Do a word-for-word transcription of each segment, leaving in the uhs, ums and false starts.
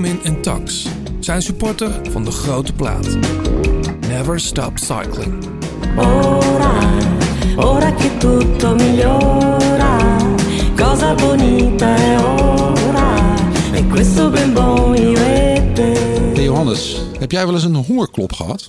Armin en Tax zijn supporter van de grote plaat. Never stop cycling. Ora, ora che tutto migliora, cosa bonita è ora, e questo ben buon io e te. Hey Johannes, heb jij wel eens een hongerklop gehad?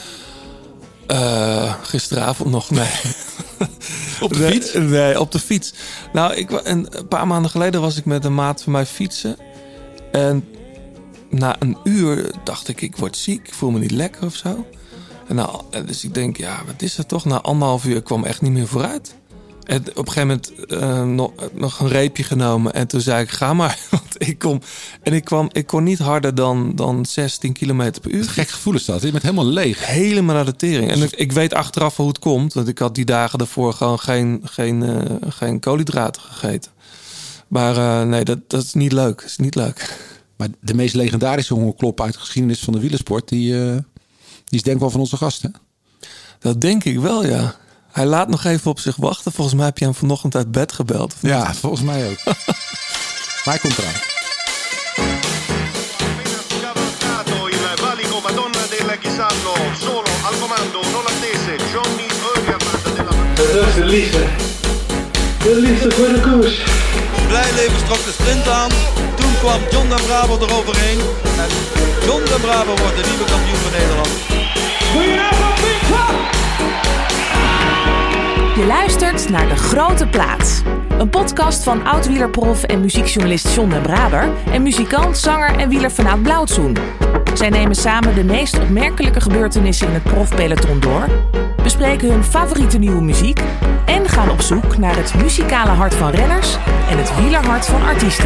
Uh, gisteravond nog, nee. Op de nee, fiets? Nee, op de fiets. Nou, ik, een paar maanden geleden was ik met een maat van mij fietsen. En na een uur dacht ik, ik word ziek. Ik voel me niet lekker of zo. En nou, dus ik denk, ja, wat is dat toch? Na anderhalf uur kwam echt niet meer vooruit. En op een gegeven moment uh, nog, nog een reepje genomen. En toen zei ik, ga maar. Want ik kom, en ik, kwam, ik kon niet harder dan, dan zestien kilometer per uur. Gek gevoel is dat. Je bent helemaal leeg. Helemaal naar de tering. En ik, ik weet achteraf hoe het komt. Want ik had die dagen daarvoor gewoon geen, geen, uh, geen koolhydraten gegeten. Maar uh, nee, dat, dat is niet leuk. Dat is niet leuk. Maar de meest legendarische hongerklop uit de geschiedenis van de wielersport... die, uh, die is denk ik wel van onze gasten. Dat denk ik wel, ja. Hij laat nog even op zich wachten. Volgens mij heb je hem vanochtend uit bed gebeld. Ja, volgens mij ook. Maar hij komt eraan. Dat is de liefde. De liefde voor de koers. Blijleven trok de sprint aan. Toen kwam John den Braber eroverheen. En John den Braber wordt de nieuwe kampioen van Nederland. Je luistert naar De Grote Plaat. Een podcast van oud-wielerprof en muziekjournalist John den Braber... en muzikant, zanger en wielerfanaat Blauwtsoen. Zij nemen samen de meest opmerkelijke gebeurtenissen in het profpeloton door... bespreken hun favoriete nieuwe muziek... en gaan op zoek naar het muzikale hart van renners... en het wielerhart van artiesten.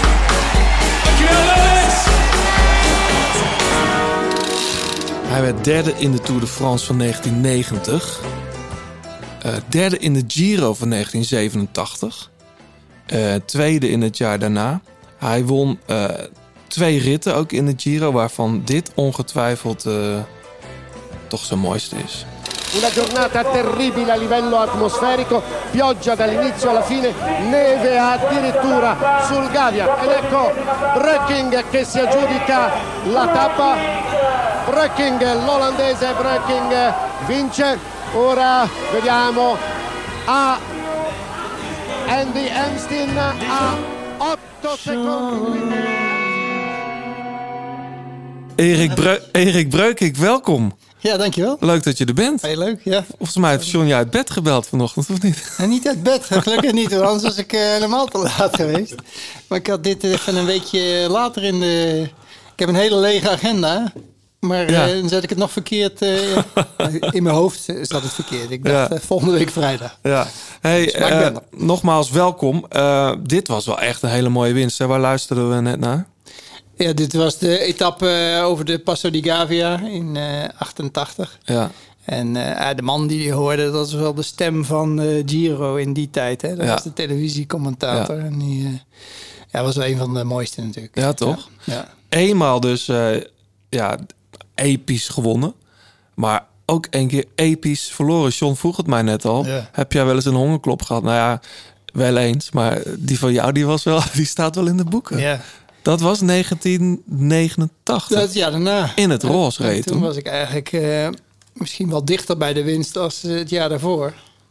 Hij werd derde in de Tour de France van negentien negentig... Uh, derde in de Giro van negentien zevenentachtig. Uh, tweede in het jaar daarna. Hij won uh, twee ritten ook in de Giro... waarvan dit ongetwijfeld uh, toch zijn mooiste is. Una giornata terribile a livello atmosferico, pioggia dall'inizio alla fine, neve addirittura sul Gavia. Ed ecco Breking che si aggiudica la tappa. Breking, l'olandese Breking vince. Ora vediamo a Andy Amstin a otto secondi. Erik, Breu- Erik Breukink, welkom. Ja, dankjewel. Leuk dat je er bent. Heel leuk, ja. Volgens mij heeft John je uit bed gebeld vanochtend, of niet? En niet uit bed, gelukkig niet, hoor. Anders was ik uh, helemaal te laat geweest. Maar ik had dit even een weekje later in de... Ik heb een hele lege agenda... Maar ja. uh, dan zet ik het nog verkeerd. Uh, in mijn hoofd staat het verkeerd. Ik dacht ja. uh, volgende week vrijdag. Ja. Hey, uh, nogmaals welkom. Uh, dit was wel echt een hele mooie winst. Hè? Waar luisterden we net naar? Ja, dit was de etappe over de Passo di Gavia in uh, achtentachtig. Ja. En uh, de man die je hoorde, dat was wel de stem van uh, Giro in die tijd. Hè? Dat ja. was de televisiecommentator. Ja. En die uh, ja, was wel een van de mooiste natuurlijk. Ja, toch? Ja. Ja. Eenmaal dus... Uh, ja, episch gewonnen. Maar ook een keer episch verloren. John vroeg het mij net al. Ja. Heb jij wel eens een hongerklop gehad? Nou ja, wel eens. Maar die van jou, die was wel, die staat wel in de boeken. Ja. Dat was negentien negenentachtig. Dat is het jaar daarna. In het roze reed. Toen was ik eigenlijk uh, misschien wel dichter bij de winst als uh, het jaar daarvoor.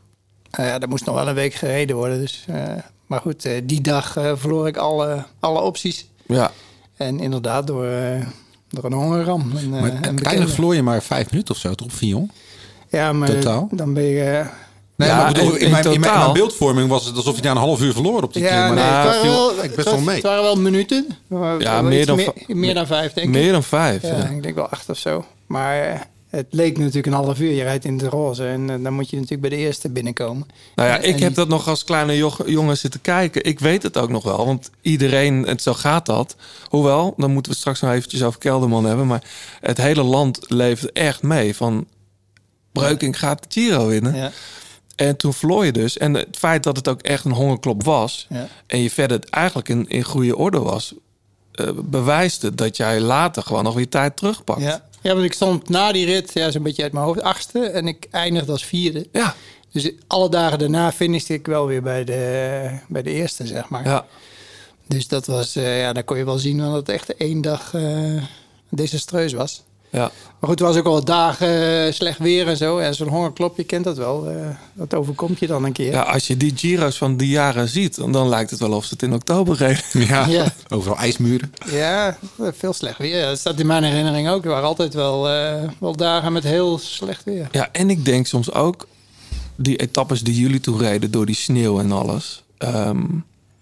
Uh, ja, er moest nog wel een week gereden worden. Dus, uh, maar goed, uh, die dag uh, verloor ik alle, alle opties. Ja. En inderdaad door... Uh, Door een hongerram. En, maar uh, uiteindelijk verloor je maar vijf minuten of zo, toch, Fillon? Ja, maar totaal? Dan ben je... Uh, nee, ja, maar bedoel, in, in, mijn, in, mijn, in mijn beeldvorming was het alsof je na een half uur verloor op die ja, klim. Maar nee, nou, het waren wel, ik best wel mee. Het waren wel minuten. Ja, meer dan, meer, meer dan vijf, denk ik. Meer dan vijf, ja. ja. Ik denk wel acht of zo. Maar... Uh, het leek natuurlijk een half uur. Je rijdt in de roze. En uh, dan moet je natuurlijk bij de eerste binnenkomen. Nou ja, en, ik en heb die... dat nog als kleine jongen zitten kijken. Ik weet het ook nog wel. Want iedereen, en zo gaat dat. Hoewel, dan moeten we straks nog eventjes over Kelderman hebben. Maar het hele land leefde echt mee. Van Breukink gaat de Giro winnen. Ja. En toen verloor je dus. En het feit dat het ook echt een hongerklop was. Ja. En je verder eigenlijk in, in goede orde was. Uh, bewijste dat jij later gewoon nog weer tijd terugpakt. Ja. Ja, want ik stond na die rit, ja, zo'n beetje uit mijn hoofd, achtste. En ik eindigde als vierde. Ja. Dus alle dagen daarna finishte ik wel weer bij de, bij de eerste, zeg maar. Ja. Dus dat was, uh, ja, daar kon je wel zien dat het echt één dag uh, desastreus was. Ja. Maar goed, er was ook al dagen uh, slecht weer en zo. En zo'n hongerklop, je kent dat wel. Uh, dat overkomt je dan een keer. Ja, als je die Giro's van die jaren ziet, dan lijkt het wel of ze het in oktober reden. Ja, ja. Overal ijsmuren. Ja, veel slecht weer. Dat staat in mijn herinnering ook. Er waren altijd wel, uh, wel dagen met heel slecht weer. Ja, en ik denk soms ook, die etappes die jullie toen reden door die sneeuw en alles, um,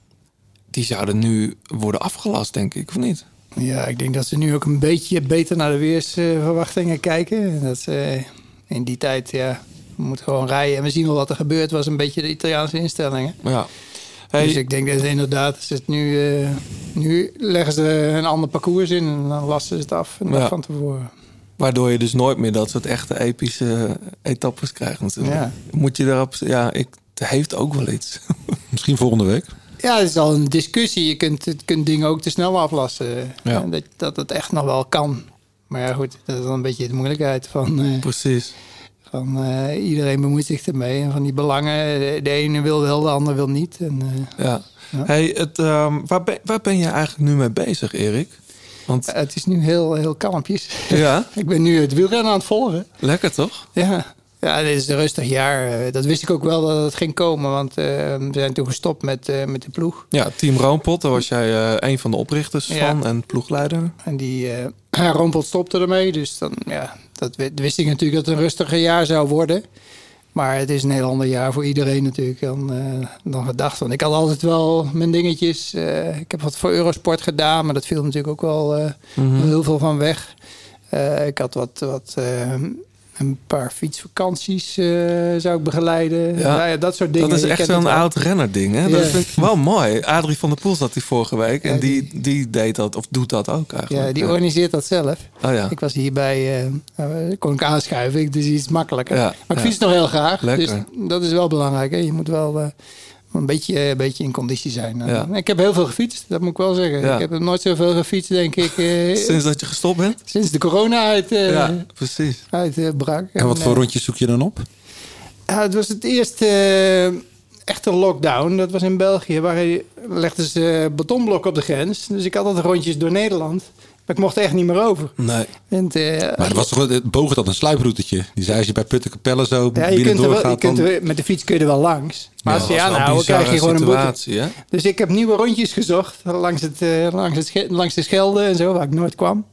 die zouden nu worden afgelast, denk ik, of niet? Ja, ik denk dat ze nu ook een beetje beter naar de weersverwachtingen kijken. Dat ze in die tijd, ja, we moeten gewoon rijden. En we zien wel wat er gebeurt, was een beetje de Italiaanse instellingen. Ja. Hey. Dus ik denk dat inderdaad, ze het nu, uh, nu leggen ze een ander parcours in en dan lassen ze het af een dag ja. van tevoren. Waardoor je dus nooit meer dat soort echte epische etappes krijgt natuurlijk. Ja. Moet je daarop, ja, ik, het heeft ook wel iets. Misschien volgende week. Ja, het is al een discussie. Je kunt, je kunt dingen ook te snel aflassen. Ja. Dat, dat het echt nog wel kan. Maar ja, goed, dat is dan een beetje de moeilijkheid van... Uh, Precies. Van uh, iedereen bemoeit zich ermee. En van die belangen, de, de ene wil wel, de ander wil niet. En, uh, ja. ja. Hey, het, um, waar, ben, waar ben je eigenlijk nu mee bezig, Erik? Want... Uh, het is nu heel, heel kalmpjes. Ja? Ik ben nu het wielrennen aan het volgen. Lekker, toch? Ja. Ja, dit is een rustig jaar. Dat wist ik ook wel dat het ging komen. Want uh, we zijn toen gestopt met, uh, met de ploeg. Ja, Team Roompot. Daar was jij uh, een van de oprichters ja. van en ploegleider. En die uh, Roompot stopte ermee. Dus dan, ja, dat wist ik natuurlijk dat het een rustiger jaar zou worden. Maar het is een heel ander jaar voor iedereen natuurlijk dan, uh, dan gedacht. Want ik had altijd wel mijn dingetjes. Uh, ik heb wat voor Eurosport gedaan. Maar dat viel natuurlijk ook wel uh, mm-hmm. heel veel van weg. Uh, ik had wat... wat uh, een paar fietsvakanties uh, zou ik begeleiden. Ja. Nou ja, dat soort dingen. Dat is echt zo'n oud renner ding. Hè? Ja. Dat vind ik wel mooi. Adrie van der Poel zat die vorige week. Ja, en die, die, die deed dat, of doet dat ook eigenlijk. Ja, die organiseert dat zelf. Oh, ja. Ik was hierbij, uh, kon ik aanschuiven. Dus iets makkelijker. Ja, maar ik ja. fiets nog heel graag. Lekker. Dus dat is wel belangrijk. Hè? Je moet wel... Uh, een beetje, een beetje in conditie zijn. Ja. Ik heb heel veel gefietst, dat moet ik wel zeggen. Ja. Ik heb nooit zoveel gefietst, denk ik. Uh, sinds dat je gestopt bent? Sinds de corona uit, uh, ja, precies. uitbrak. En wat en, voor rondjes zoek je dan op? Uh, het was het eerste uh, echte lockdown. Dat was in België. Waar legden ze betonblokken op de grens. Dus ik had altijd rondjes door Nederland. Maar ik mocht er echt niet meer over. Nee. En, uh, maar het was toch het bogen dat een sluiproutetje. Die zei als je bij Puttenkapelle zo ja, je binnen kunt doorgaat. Wel, je kunt er, met de fiets kun je er wel langs. Maar ja, als je aanhoudt, krijg je gewoon een boete. Hè? Dus ik heb nieuwe rondjes gezocht langs, het, uh, langs, het, langs de Schelde en zo, waar ik nooit kwam.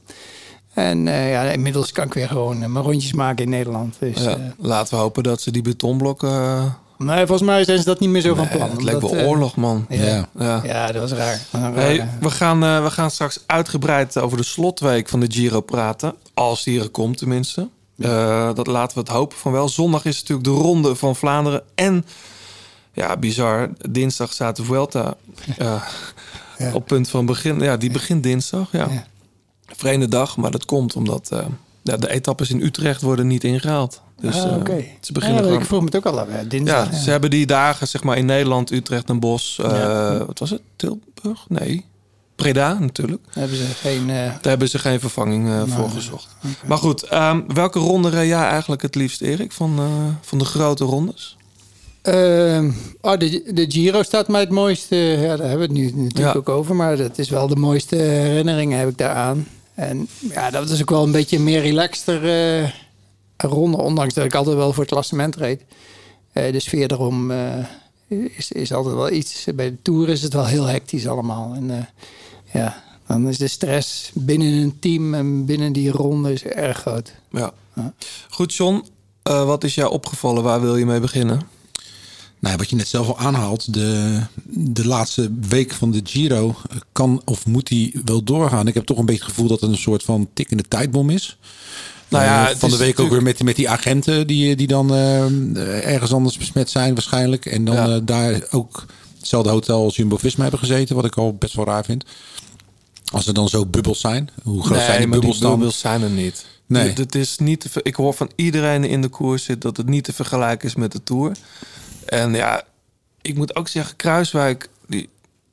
En uh, ja, inmiddels kan ik weer gewoon uh, mijn rondjes maken in Nederland. Dus, ja, uh, laten we hopen dat ze die betonblokken... Uh... Nee, volgens mij zijn ze dat niet meer zo nee, van plan. Het lijkt wel uh, oorlog, man. Ja, ja. Ja. ja dat was raar. raar hey, we, gaan, uh, we gaan straks uitgebreid over de slotweek van de Giro praten. Als die er komt tenminste. Uh, dat laten we het hopen van wel. Zondag is natuurlijk de Ronde van Vlaanderen. En, ja, bizar, dinsdag staat de Vuelta uh, ja. op punt van begin. Ja, die begint dinsdag, ja. ja. Vreemde dag, maar dat komt omdat... Uh, Ja, de etappes in Utrecht worden niet ingehaald. Dus ah, okay. uh, ze beginnen ja, gewoon... Ik vroeg me het ook al af. Dinsdag, ja, ja, ze hebben die dagen zeg maar in Nederland, Utrecht en Bosch. Uh, ja. Wat was het? Tilburg? Nee. Breda natuurlijk. Daar hebben ze geen, uh... Daar hebben ze geen vervanging uh, nou, voor gezocht. Okay. Maar goed, um, welke ronde reed jij eigenlijk het liefst, Erik? Van, uh, van de grote rondes? Uh, oh, de, de Giro staat mij het mooiste. Ja, daar hebben we het nu natuurlijk ja. ook over. Maar dat is wel de mooiste herinneringen heb ik daaraan. En ja, dat is ook wel een beetje een meer relaxter uh, ronde. Ondanks dat ik altijd wel voor het klassement reed. Uh, de sfeer erom uh, is, is altijd wel iets. Bij de Tour is het wel heel hectisch allemaal. En uh, ja, dan is de stress binnen een team en binnen die ronde is erg groot. Ja. Ja. Goed, John. Uh, wat is jou opgevallen? Waar wil je mee beginnen? Nou, wat je net zelf al aanhaalt, de, de laatste week van de Giro kan of moet die wel doorgaan. Ik heb toch een beetje het gevoel dat het een soort van tikkende tijdbom is. Nou ja, uh, van de week natuurlijk... ook weer met die, met die agenten die, die dan uh, ergens anders besmet zijn waarschijnlijk. En dan ja. uh, daar ook hetzelfde hotel als Jumbo-Visma hebben gezeten, wat ik al best wel raar vind. Als er dan zo bubbels zijn. Hoe groot nee, zijn die maar bubbels die dan? bubbels zijn er niet. Nee. Het is niet te ver... Ik hoor van iedereen die in de koers zit dat het niet te vergelijken is met de Tour. En ja, ik moet ook zeggen, Kruiswijk, die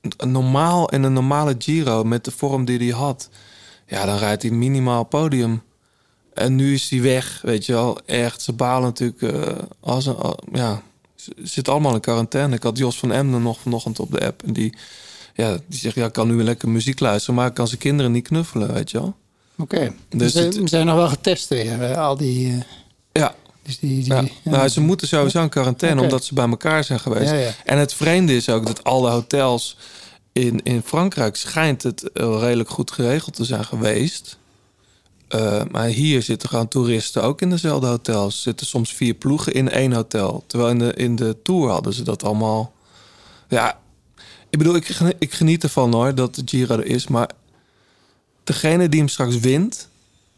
normaal in een normale Giro met de vorm die hij had, ja, dan rijdt hij minimaal podium. En nu is hij weg, weet je wel. Echt, ze balen natuurlijk uh, als een, uh, ja, ze zit allemaal in quarantaine. Ik had Jos van Emden nog vanochtend op de app en die, Ja, die zegt, ja, ik kan nu lekker muziek luisteren, maar ik kan zijn kinderen niet knuffelen, weet je wel. Oké, okay. Dus dus het, we zijn nog wel getest weer, al die... Uh, ja. Dus die, die, ja. ja. Nou, ze moeten sowieso in quarantaine, okay. omdat ze bij elkaar zijn geweest. Ja, ja. En het vreemde is ook dat alle hotels in, in Frankrijk schijnt het redelijk goed geregeld te zijn geweest. Uh, maar hier zitten gewoon toeristen ook in dezelfde hotels. Er zitten soms vier ploegen in één hotel. Terwijl in de, in de Tour hadden ze dat allemaal... Ja, ik bedoel, ik, ik geniet ervan hoor, dat de Giro er is. Maar degene die hem straks wint...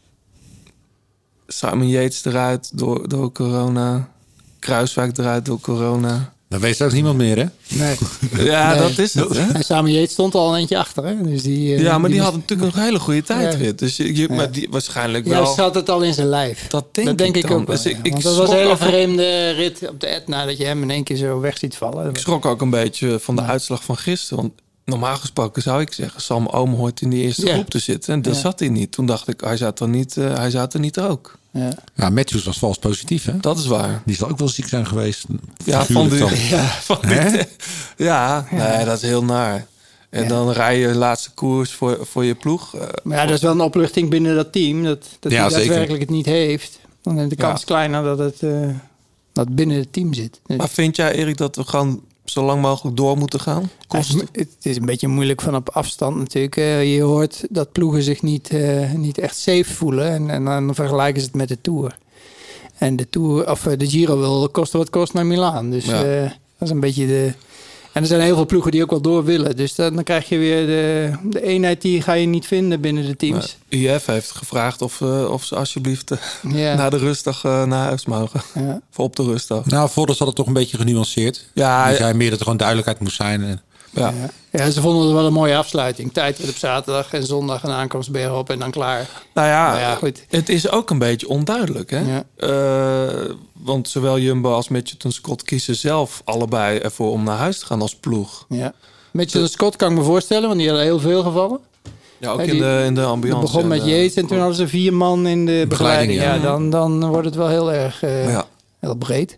Simon Yates eruit door, door corona. Kruiswijk eruit door corona. Dan weet straks niemand meer, hè? Nee. Ja, nee. dat is het. Hè? En Simon Yates stond al een eentje achter, hè? Dus die, ja, maar die, die moest... had natuurlijk een hele goede tijdrit. Ja. Dus je, je, ja. maar die waarschijnlijk ja, wel... Ja, zat het al in zijn lijf. Dat denk, dat denk ik, ik ook wel. Dus ik, ja. ik dat was een hele af... vreemde rit op de Etna, dat je hem in één keer zo weg ziet vallen. Ik schrok ook een beetje van de uitslag van gisteren. Want normaal gesproken zou ik zeggen... Sam Oom hoort in die eerste ja. groep te zitten. En dat ja. zat hij niet. Toen dacht ik, hij zat er niet, uh, hij zat er niet ook. Ja. Ja, Matthews was vals positief, hè? Dat is waar. Die zal ook wel ziek zijn geweest. Ja, van de, ja, van de, ja, ja, nee, dat is heel naar. En ja. dan rij je de laatste koers voor, voor je ploeg. Uh, maar ja, dat is wel een opluchting binnen dat team. Dat, dat ja, hij daadwerkelijk het niet heeft. Dan is de kans ja. kleiner dat het uh, dat binnen het team zit. Dus. Maar vind jij, Erik, dat we gewoon zo lang mogelijk door moeten gaan? Kost... Het, het is een beetje moeilijk van op afstand natuurlijk. Je hoort dat ploegen zich niet, uh, niet echt safe voelen. En, en dan vergelijken ze het met de Tour. En de Tour, of de Giro wil kosten wat kost naar Milaan. Dus ja. uh, dat is een beetje de... En er zijn heel veel ploegen die ook wel door willen. Dus dan, dan krijg je weer de, de eenheid die ga je niet vinden binnen de teams. I F heeft gevraagd of, uh, of ze alsjeblieft uh, ja. na de rustdag uh, naar huis mogen. Ja. Voor op de rustdag. Nou, voordat had het toch een beetje genuanceerd. Ja, die zei meer dat er gewoon duidelijkheid moest zijn. En... Ja. Ja. ja, ze vonden het wel een mooie afsluiting. Tijd op zaterdag en zondag een aankomst bergop en dan klaar. Nou ja, nou ja goed. Het is ook een beetje onduidelijk. Hè? Ja. Uh, want zowel Jumbo als Mitchelton Scott kiezen zelf allebei ervoor om naar huis te gaan als ploeg. Ja. Mitchelton Scott kan ik me voorstellen, want die hadden heel veel gevallen. Ja, ook ja, die, in de, in de ambiance. Het begon met Yates en toen hadden ze vier man in de begeleiding. Ja, ja dan, dan wordt het wel heel erg uh, ja. heel breed.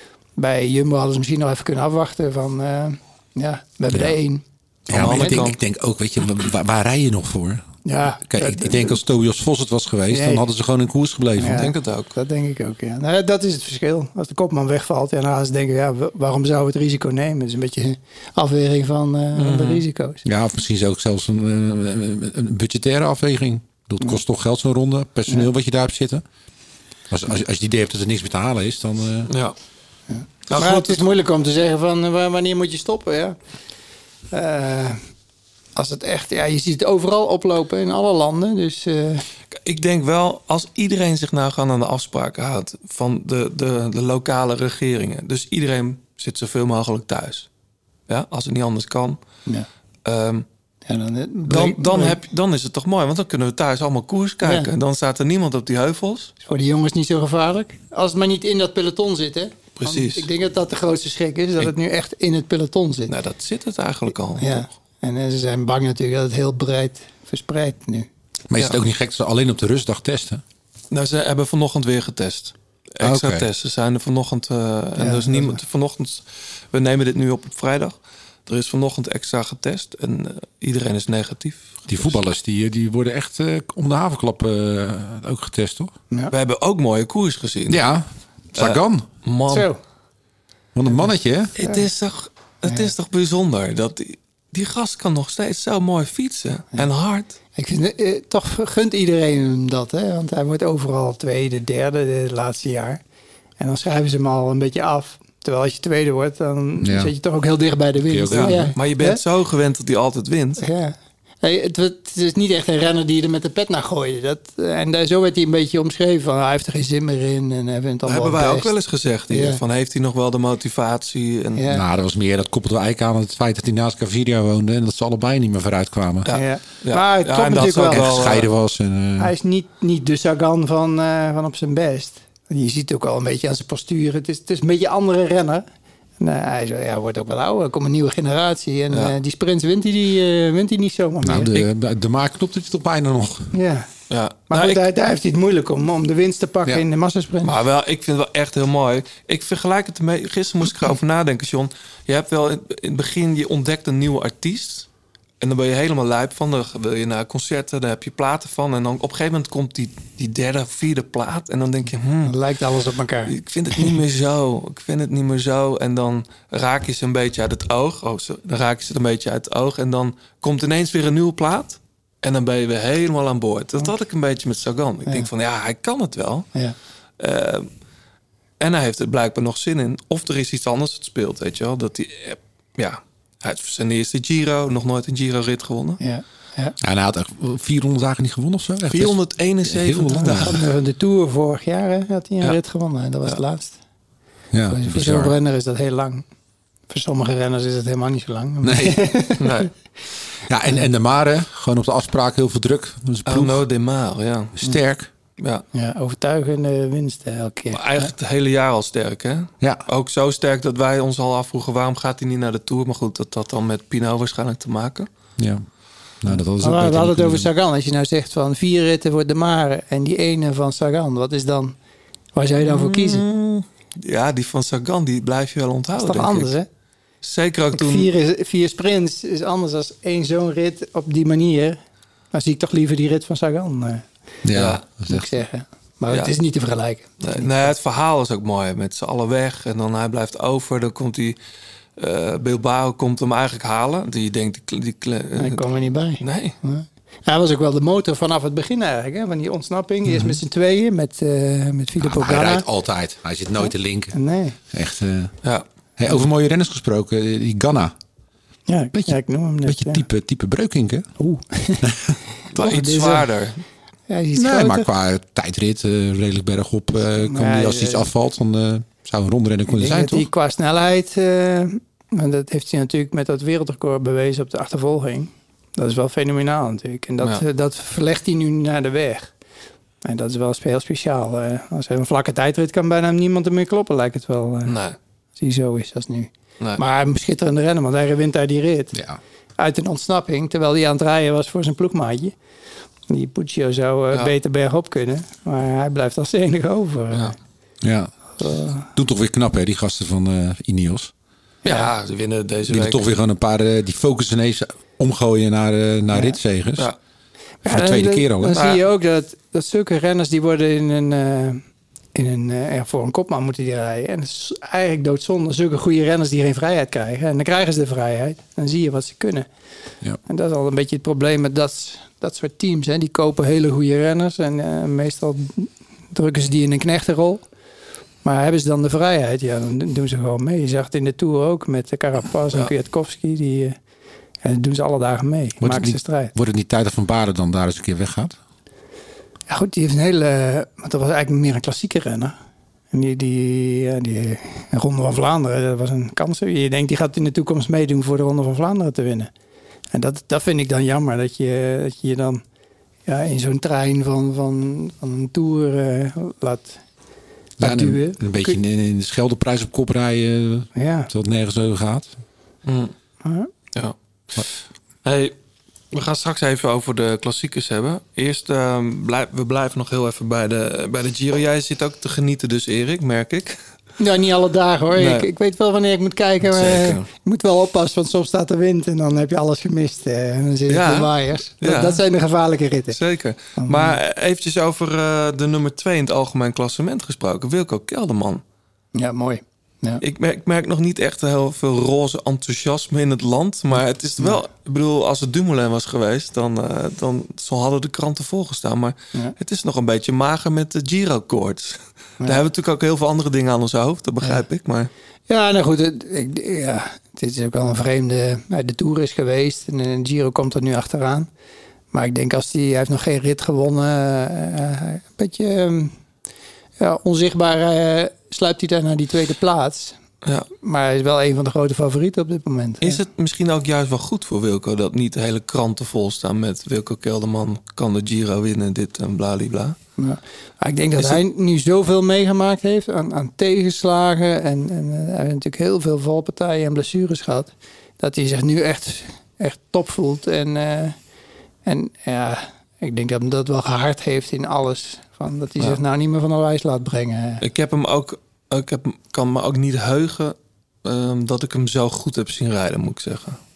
Bij Jumbo hadden ze misschien nog even kunnen afwachten van... Uh, Ja, we hebben ja. er één. Ja, maar ik denk, ik denk ook, weet je, waar, waar rij je nog voor? Ja, Kijk, dat, ik, ik denk als Tobias Vos het was geweest, nee. dan hadden ze gewoon in koers gebleven. Ja, ik denk dat ook. Dat denk ik ook, ja. Nou, dat is het verschil. Als de kopman wegvalt, ja, dan gaan ze denken, ja, waarom zou het risico nemen? Het is een beetje afweging van uh, mm-hmm. de risico's. Ja, of misschien ook zelfs een, een budgettaire afweging. Dat kost ja. toch geld zo'n ronde, personeel ja. wat je daar hebt zitten. Als, als, als je het idee hebt dat er niks meer te halen is, dan... Uh... Ja. Ja. Nou, maar goed, het is moeilijk om te zeggen van uh, wanneer moet je stoppen. Ja. Uh, als het echt, ja, je ziet het overal oplopen in alle landen. Dus, uh... ik denk wel, als iedereen zich nou gewoon aan de afspraken houdt van de, de, de lokale regeringen. Dus iedereen zit zoveel mogelijk thuis. Ja, als het niet anders kan. Ja. Um, ja, dan, breek, dan, dan, heb, dan is het toch mooi, want dan kunnen we thuis allemaal koers kijken. Ja. Dan staat er niemand op die heuvels. Is voor die jongens niet zo gevaarlijk. Als het maar niet in dat peloton zit, hè? Precies. Ik denk dat dat de grootste schrik is, dat ik, het nu echt in het peloton zit. Nou, dat zit het eigenlijk al. Ja. Toch? En uh, ze zijn bang natuurlijk dat het heel breed verspreidt nu. Maar is het ja. ook niet gek dat ze alleen op de rustdag testen? Nou, ze hebben vanochtend weer getest. Extra okay. testen zijn er vanochtend. Uh, ja, en dus niemand vanochtend. We nemen dit nu op op vrijdag. Er is vanochtend extra getest en uh, iedereen is negatief. Die voetballers die, die worden echt uh, om de havenklap uh, ook getest, toch? Ja. We hebben ook mooie koers gezien. Ja, Sagan. Uh, man. Zo. Wat een mannetje, hè? Het is toch, het is toch bijzonder dat die, die gast kan nog steeds zo mooi fietsen en hard. Ik vind, eh, toch gunt iedereen hem dat, hè? Want hij wordt overal tweede, derde de laatste jaar. En dan schrijven ze hem al een beetje af. Terwijl als je tweede wordt, dan ja. zit je toch ook heel dicht bij de winst. Ja. Ja. Maar je bent ja? zo gewend dat hij altijd wint. Ja. Hey, het, het is niet echt een renner die er met de pet naar gooide. Dat, en daar, zo werd hij een beetje omschreven. Van, hij heeft er geen zin meer in. En hij vindt dat hebben wij best. ook wel eens gezegd. Hier, ja. Van, heeft hij nog wel de motivatie? En... Ja. Nou, dat was meer, dat koppelde we eigenlijk aan het feit dat hij naast Gaviria woonde. En dat ze allebei niet meer vooruit kwamen. Ja. Ja. Ja. Maar het ja, klopt natuurlijk wel. wel gescheiden was. En, uh... Hij is niet, niet de Sagan van, uh, van op zijn best. Je ziet ook al een beetje aan zijn postuur. Het is, het is een beetje een andere renner. Nou, hij zo, ja, wordt ook wel ouder. Er komt een nieuwe generatie. En ja. uh, die sprints wint hij, die, uh, wint hij niet zomaar nou, meer. De, de maak klopt het toch bijna nog. Ja. Ja. Maar nou, goed, ik, daar, daar heeft hij het moeilijk om. Om de winst te pakken ja. in de massasprint. Maar wel, ik vind het wel echt heel mooi. Ik vergelijk het ermee. Gisteren moest ik erover nadenken, John. Je hebt wel in, in het begin, je ontdekt een nieuwe artiest. En dan ben je helemaal lijp van. Dan wil je naar concerten, daar heb je platen van. En dan op een gegeven moment komt die, die derde of vierde plaat. En dan denk je, hmm, dan lijkt alles op elkaar. Ik vind het niet meer zo. Ik vind het niet meer zo. En dan raak je ze een beetje uit het oog. Oh, zo, dan raak je ze een beetje uit het oog. En dan komt ineens weer een nieuwe plaat. En dan ben je weer helemaal aan boord. Dat had ik een beetje met Sagan. Ik ja. denk van, ja, hij kan het wel. Ja. Uh, en hij heeft er blijkbaar nog zin in. Of er is iets anders dat speelt, weet je wel. Dat hij, ja... Hij heeft zijn eerste Giro, nog nooit een Giro-rit gewonnen. Ja, ja. En hij had echt vierhonderd dagen niet gewonnen of zo? Echt vierhonderdeenenzeventig dagen. De Tour vorig jaar had hij een ja. rit gewonnen. Dat was ja. het laatst. Ja, voor voor zo'n renner is dat heel lang. Voor sommige renners is het helemaal niet zo lang. Nee. nee. Ja, en, en de Mare, gewoon op de afspraak heel veel druk. Arnaud Démare, ja. Sterk. Ja. ja, overtuigende winst elke keer. Maar eigenlijk het hele jaar al sterk, hè? Ja. Ook zo sterk dat wij ons al afvroegen... waarom gaat hij niet naar de Tour? Maar goed, dat had dan met Pinot waarschijnlijk te maken. Ja. Nou, dat was maar we hadden het over Sagan. Als je nou zegt van vier ritten voor de Mare... en die ene van Sagan, wat is dan... waar zou je dan voor kiezen? Ja, die van Sagan, die blijf je wel onthouden. Dat is toch anders, ik. hè? Zeker ook toen... Vier, vier sprints is anders dan één zo'n rit op die manier. Dan zie ik toch liever die rit van Sagan... Uh. Ja, ja, moet ik zeggen. Maar ja. het is niet te vergelijken. Nee, nee, het verhaal is ook mooi. Met z'n allen weg. En dan hij blijft over. Dan komt hij... Uh, Bilbao komt hem eigenlijk halen. Die denkt... Die, die, uh, hij kwam er niet bij. Nee. nee. Hij was ook wel de motor vanaf het begin eigenlijk. Hè, van die ontsnapping. Mm-hmm. Eerst met z'n tweeën. Met, uh, met Filippo ah, Hij Ganna. rijdt altijd. Hij zit nooit te linken. Nee. Echt... Uh... Ja. Hey, over mooie renners gesproken. Die Ganna. Ja, beetje, ja, ik noem hem net. Beetje ja. type, type Breukink, hè? Oeh. Toch iets zwaarder. Ja, iets nee, groter. maar qua tijdrit, uh, redelijk bergop, uh, kan ja, die als iets afvalt, dan uh, zou een rondrenner kunnen zijn, toch? Die qua snelheid, uh, en dat heeft hij natuurlijk met dat wereldrecord bewezen op de achtervolging. Dat is wel fenomenaal natuurlijk. En dat, ja. uh, dat verlegt hij nu naar de weg. En dat is wel heel speciaal. Uh, als hij een vlakke tijdrit kan bijna niemand ermee kloppen, lijkt het wel. Uh, nee. Als hij zo is als nu. Nee. Maar een schitterende renner, want hij wint daar die rit. Ja. Uit een ontsnapping, terwijl hij aan het rijden was voor zijn ploegmaatje. Die Puccio zou uh, ja. beter bergop kunnen. Maar hij blijft als enige over. Ja. ja. Uh, Doet toch weer knap, hè, die gasten van uh, Ineos. Ja, ja, ze winnen deze die week. toch weer gewoon een paar... Uh, die focussen ineens omgooien naar, uh, naar ja. ritzegers. Ja. Voor de ja, tweede dan, keer al. Dan hè? zie je ook dat, dat zulke renners... die worden in een... Uh, in een uh, ja, voor een kopman moeten die rijden. En het is eigenlijk doodzonde. Zulke goede renners die geen vrijheid krijgen. En dan krijgen ze de vrijheid. Dan zie je wat ze kunnen. Ja. En dat is al een beetje het probleem met dat... Dat soort teams, hè, die kopen hele goede renners. En uh, meestal drukken ze die in een knechtenrol. Maar hebben ze dan de vrijheid? Ja, dan doen ze gewoon mee. Je zag het in de Tour ook met Carapaz en ja. Kwiatkowski. Die uh, ja, doen ze alle dagen mee. Wordt maken ze strijd. Wordt het niet tijd dat Van Baarle dan daar eens een keer weggaat? Ja goed, die heeft een hele... Want dat was eigenlijk meer een klassieke renner. En die, die, ja, die Ronde van Vlaanderen, dat was een kans. Je denkt, die gaat in de toekomst meedoen voor de Ronde van Vlaanderen te winnen. En dat, dat vind ik dan jammer, dat je dat je dan ja, in zo'n trein van, van, van een Tour uh, laat, laat ja, duwen. Een, een beetje in, in de Scheldeprijs op kop rijden, ja. Terwijl het nergens over gaat. Mm. Uh-huh. Ja. Hey, we gaan straks even over de klassiekers hebben. Eerst, uh, blijf, we blijven nog heel even bij de, bij de Giro. Jij zit ook te genieten dus, Erik, merk ik. Ja, niet alle dagen hoor. Nee. Ik, ik weet wel wanneer ik moet kijken. Maar Zeker. je moet wel oppassen, want soms staat er wind en dan heb je alles gemist. En dan zit je ja. de waaiers. Dat, ja. dat zijn de gevaarlijke ritten. Zeker. Maar eventjes over uh, de nummer twee in het algemeen klassement gesproken. Wilco Kelderman. Ja, mooi. Ja. Ik, merk, ik merk nog niet echt heel veel roze enthousiasme in het land. Maar het is wel... Ja. Ik bedoel, als het Dumoulin was geweest... dan, uh, dan zo hadden de kranten volgestaan. Maar ja. het is nog een beetje mager met de Giro-koorts. Ja. Daar hebben we natuurlijk ook heel veel andere dingen aan ons hoofd. Dat begrijp ja. ik, maar... Ja, nou goed. Het, ik, ja, het is ook wel een vreemde... De Tour is geweest en de Giro komt er nu achteraan. Maar ik denk als hij... Hij heeft nog geen rit gewonnen. Uh, een beetje... Um, ja, onzichtbaar uh, sluipt hij daar naar die tweede plaats. Ja. Maar hij is wel een van de grote favorieten op dit moment. Is ja. het misschien ook juist wel goed voor Wilco... dat niet de hele kranten vol staan met... Wilco Kelderman kan de Giro winnen, dit en bladibla? Ja. Maar ik denk dat is hij het... nu zoveel meegemaakt heeft aan, aan tegenslagen. En, en uh, hij heeft natuurlijk heel veel valpartijen en blessures gehad. Dat hij zich nu echt, echt top voelt. En, uh, en ja, ik denk dat hij dat wel gehard heeft in alles... Van dat hij ja. zich nou niet meer van de wijs laat brengen. Ik heb hem ook, ik heb, kan me ook niet heugen um, dat ik hem zo goed heb zien rijden, moet ik zeggen.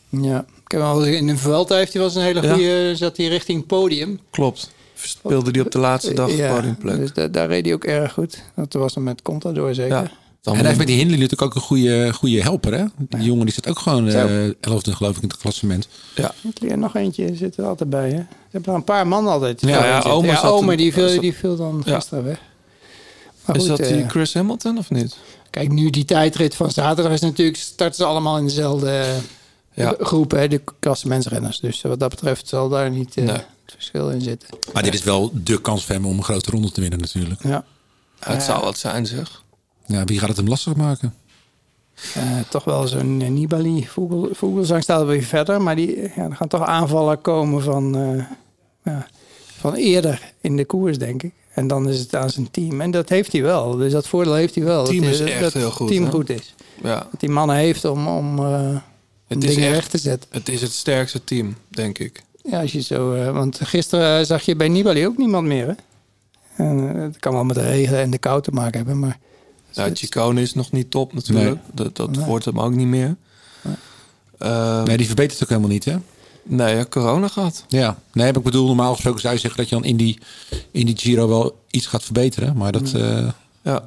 Ja, ik heb al in de Vuelta heeft hij wel eens een hele goede, ja. zat hij richting podium. Klopt. Speelde hij op de laatste dag ja, podiumplek. Dus da- daar reed hij ook erg goed. Dat was hem met Contador zeker. Ja. En hij heeft met die Hindley natuurlijk ook een goede, goede helper, hè? Die ja. jongen die zit ook gewoon uh, elfde, geloof ik, in het klassement. Ja. En nog eentje zit er altijd bij, hè? Ze hebben er een paar man altijd. Ja, ja, Omer, ja, Omer die, viel, zat... die viel dan ja. gisteren weg. Maar is goed, dat die uh, Chris Hamilton of niet? Kijk, nu die tijdrit van zaterdag is natuurlijk... starten ze allemaal in dezelfde ja. groep, hè? De klassementsrenners. Dus wat dat betreft zal daar niet uh, nee. het verschil in zitten. Maar dit is wel de kans voor hem om een grote ronde te winnen natuurlijk. Ja. Ja, het uh, zou wat zijn, zeg. Ja, wie gaat het hem lastig maken? Uh, toch wel zo'n uh, Nibali. Vogel, Vogelsang staat weer verder. Maar die, ja, er gaan toch aanvallen komen van, uh, ja, van eerder in de koers, denk ik. En dan is het aan zijn team. En dat heeft hij wel. Dus dat voordeel heeft hij wel. Het team dat is hij, echt dat heel goed. team hè? goed is. Ja. Dat die mannen heeft om, om, uh, om dingen echt, recht te zetten. Het is het sterkste team, denk ik. Ja, als je zo... Uh, want gisteren zag je bij Nibali ook niemand meer, hè? En, uh, het kan wel met de regen en de kou te maken hebben, maar... Ja, Ciccone is nog niet top natuurlijk. Nee. Dat, dat nee. wordt hem ook niet meer. Nee. Uh, nee, die verbetert ook helemaal niet, hè? Nee, ja, corona gehad. Ja, nee, ik bedoel, normaal gesproken zou je zeggen dat je dan in die, in die Giro wel iets gaat verbeteren. Maar dat... Uh... Ja.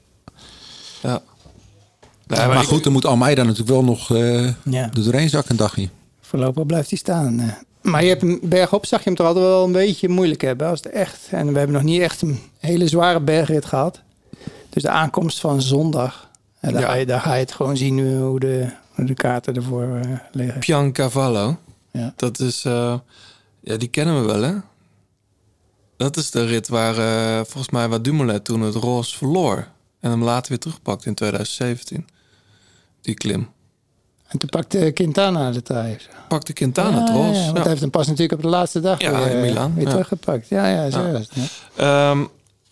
Ja. Nee, maar maar goed, dan moet Almeida natuurlijk wel nog uh, ja. er doorheen zakken een dagje. Voorlopig blijft hij staan. Uh. Maar je hebt hem bergop, zag je hem toch altijd wel een beetje moeilijk hebben. Als het echt... En we hebben nog niet echt een hele zware bergrit gehad. Dus de aankomst van zondag, daar, ja. ga, je, daar ga je het gewoon zien hoe de, hoe de kaarten ervoor uh, liggen. Piancavallo, ja. dat is, uh, ja, die kennen we wel, hè? Dat is de rit waar uh, volgens mij waar Dumoulin toen het roze verloor en hem later weer terugpakt in twintig zeventien. Die klim. En toen pakte Quintana de trui. Pakte Quintana het roze. Ja, want ja. hij heeft hem pas natuurlijk op de laatste dag ja, weer, in Milaan, weer ja. teruggepakt. Ja, ja, zo is het. Ja. Um,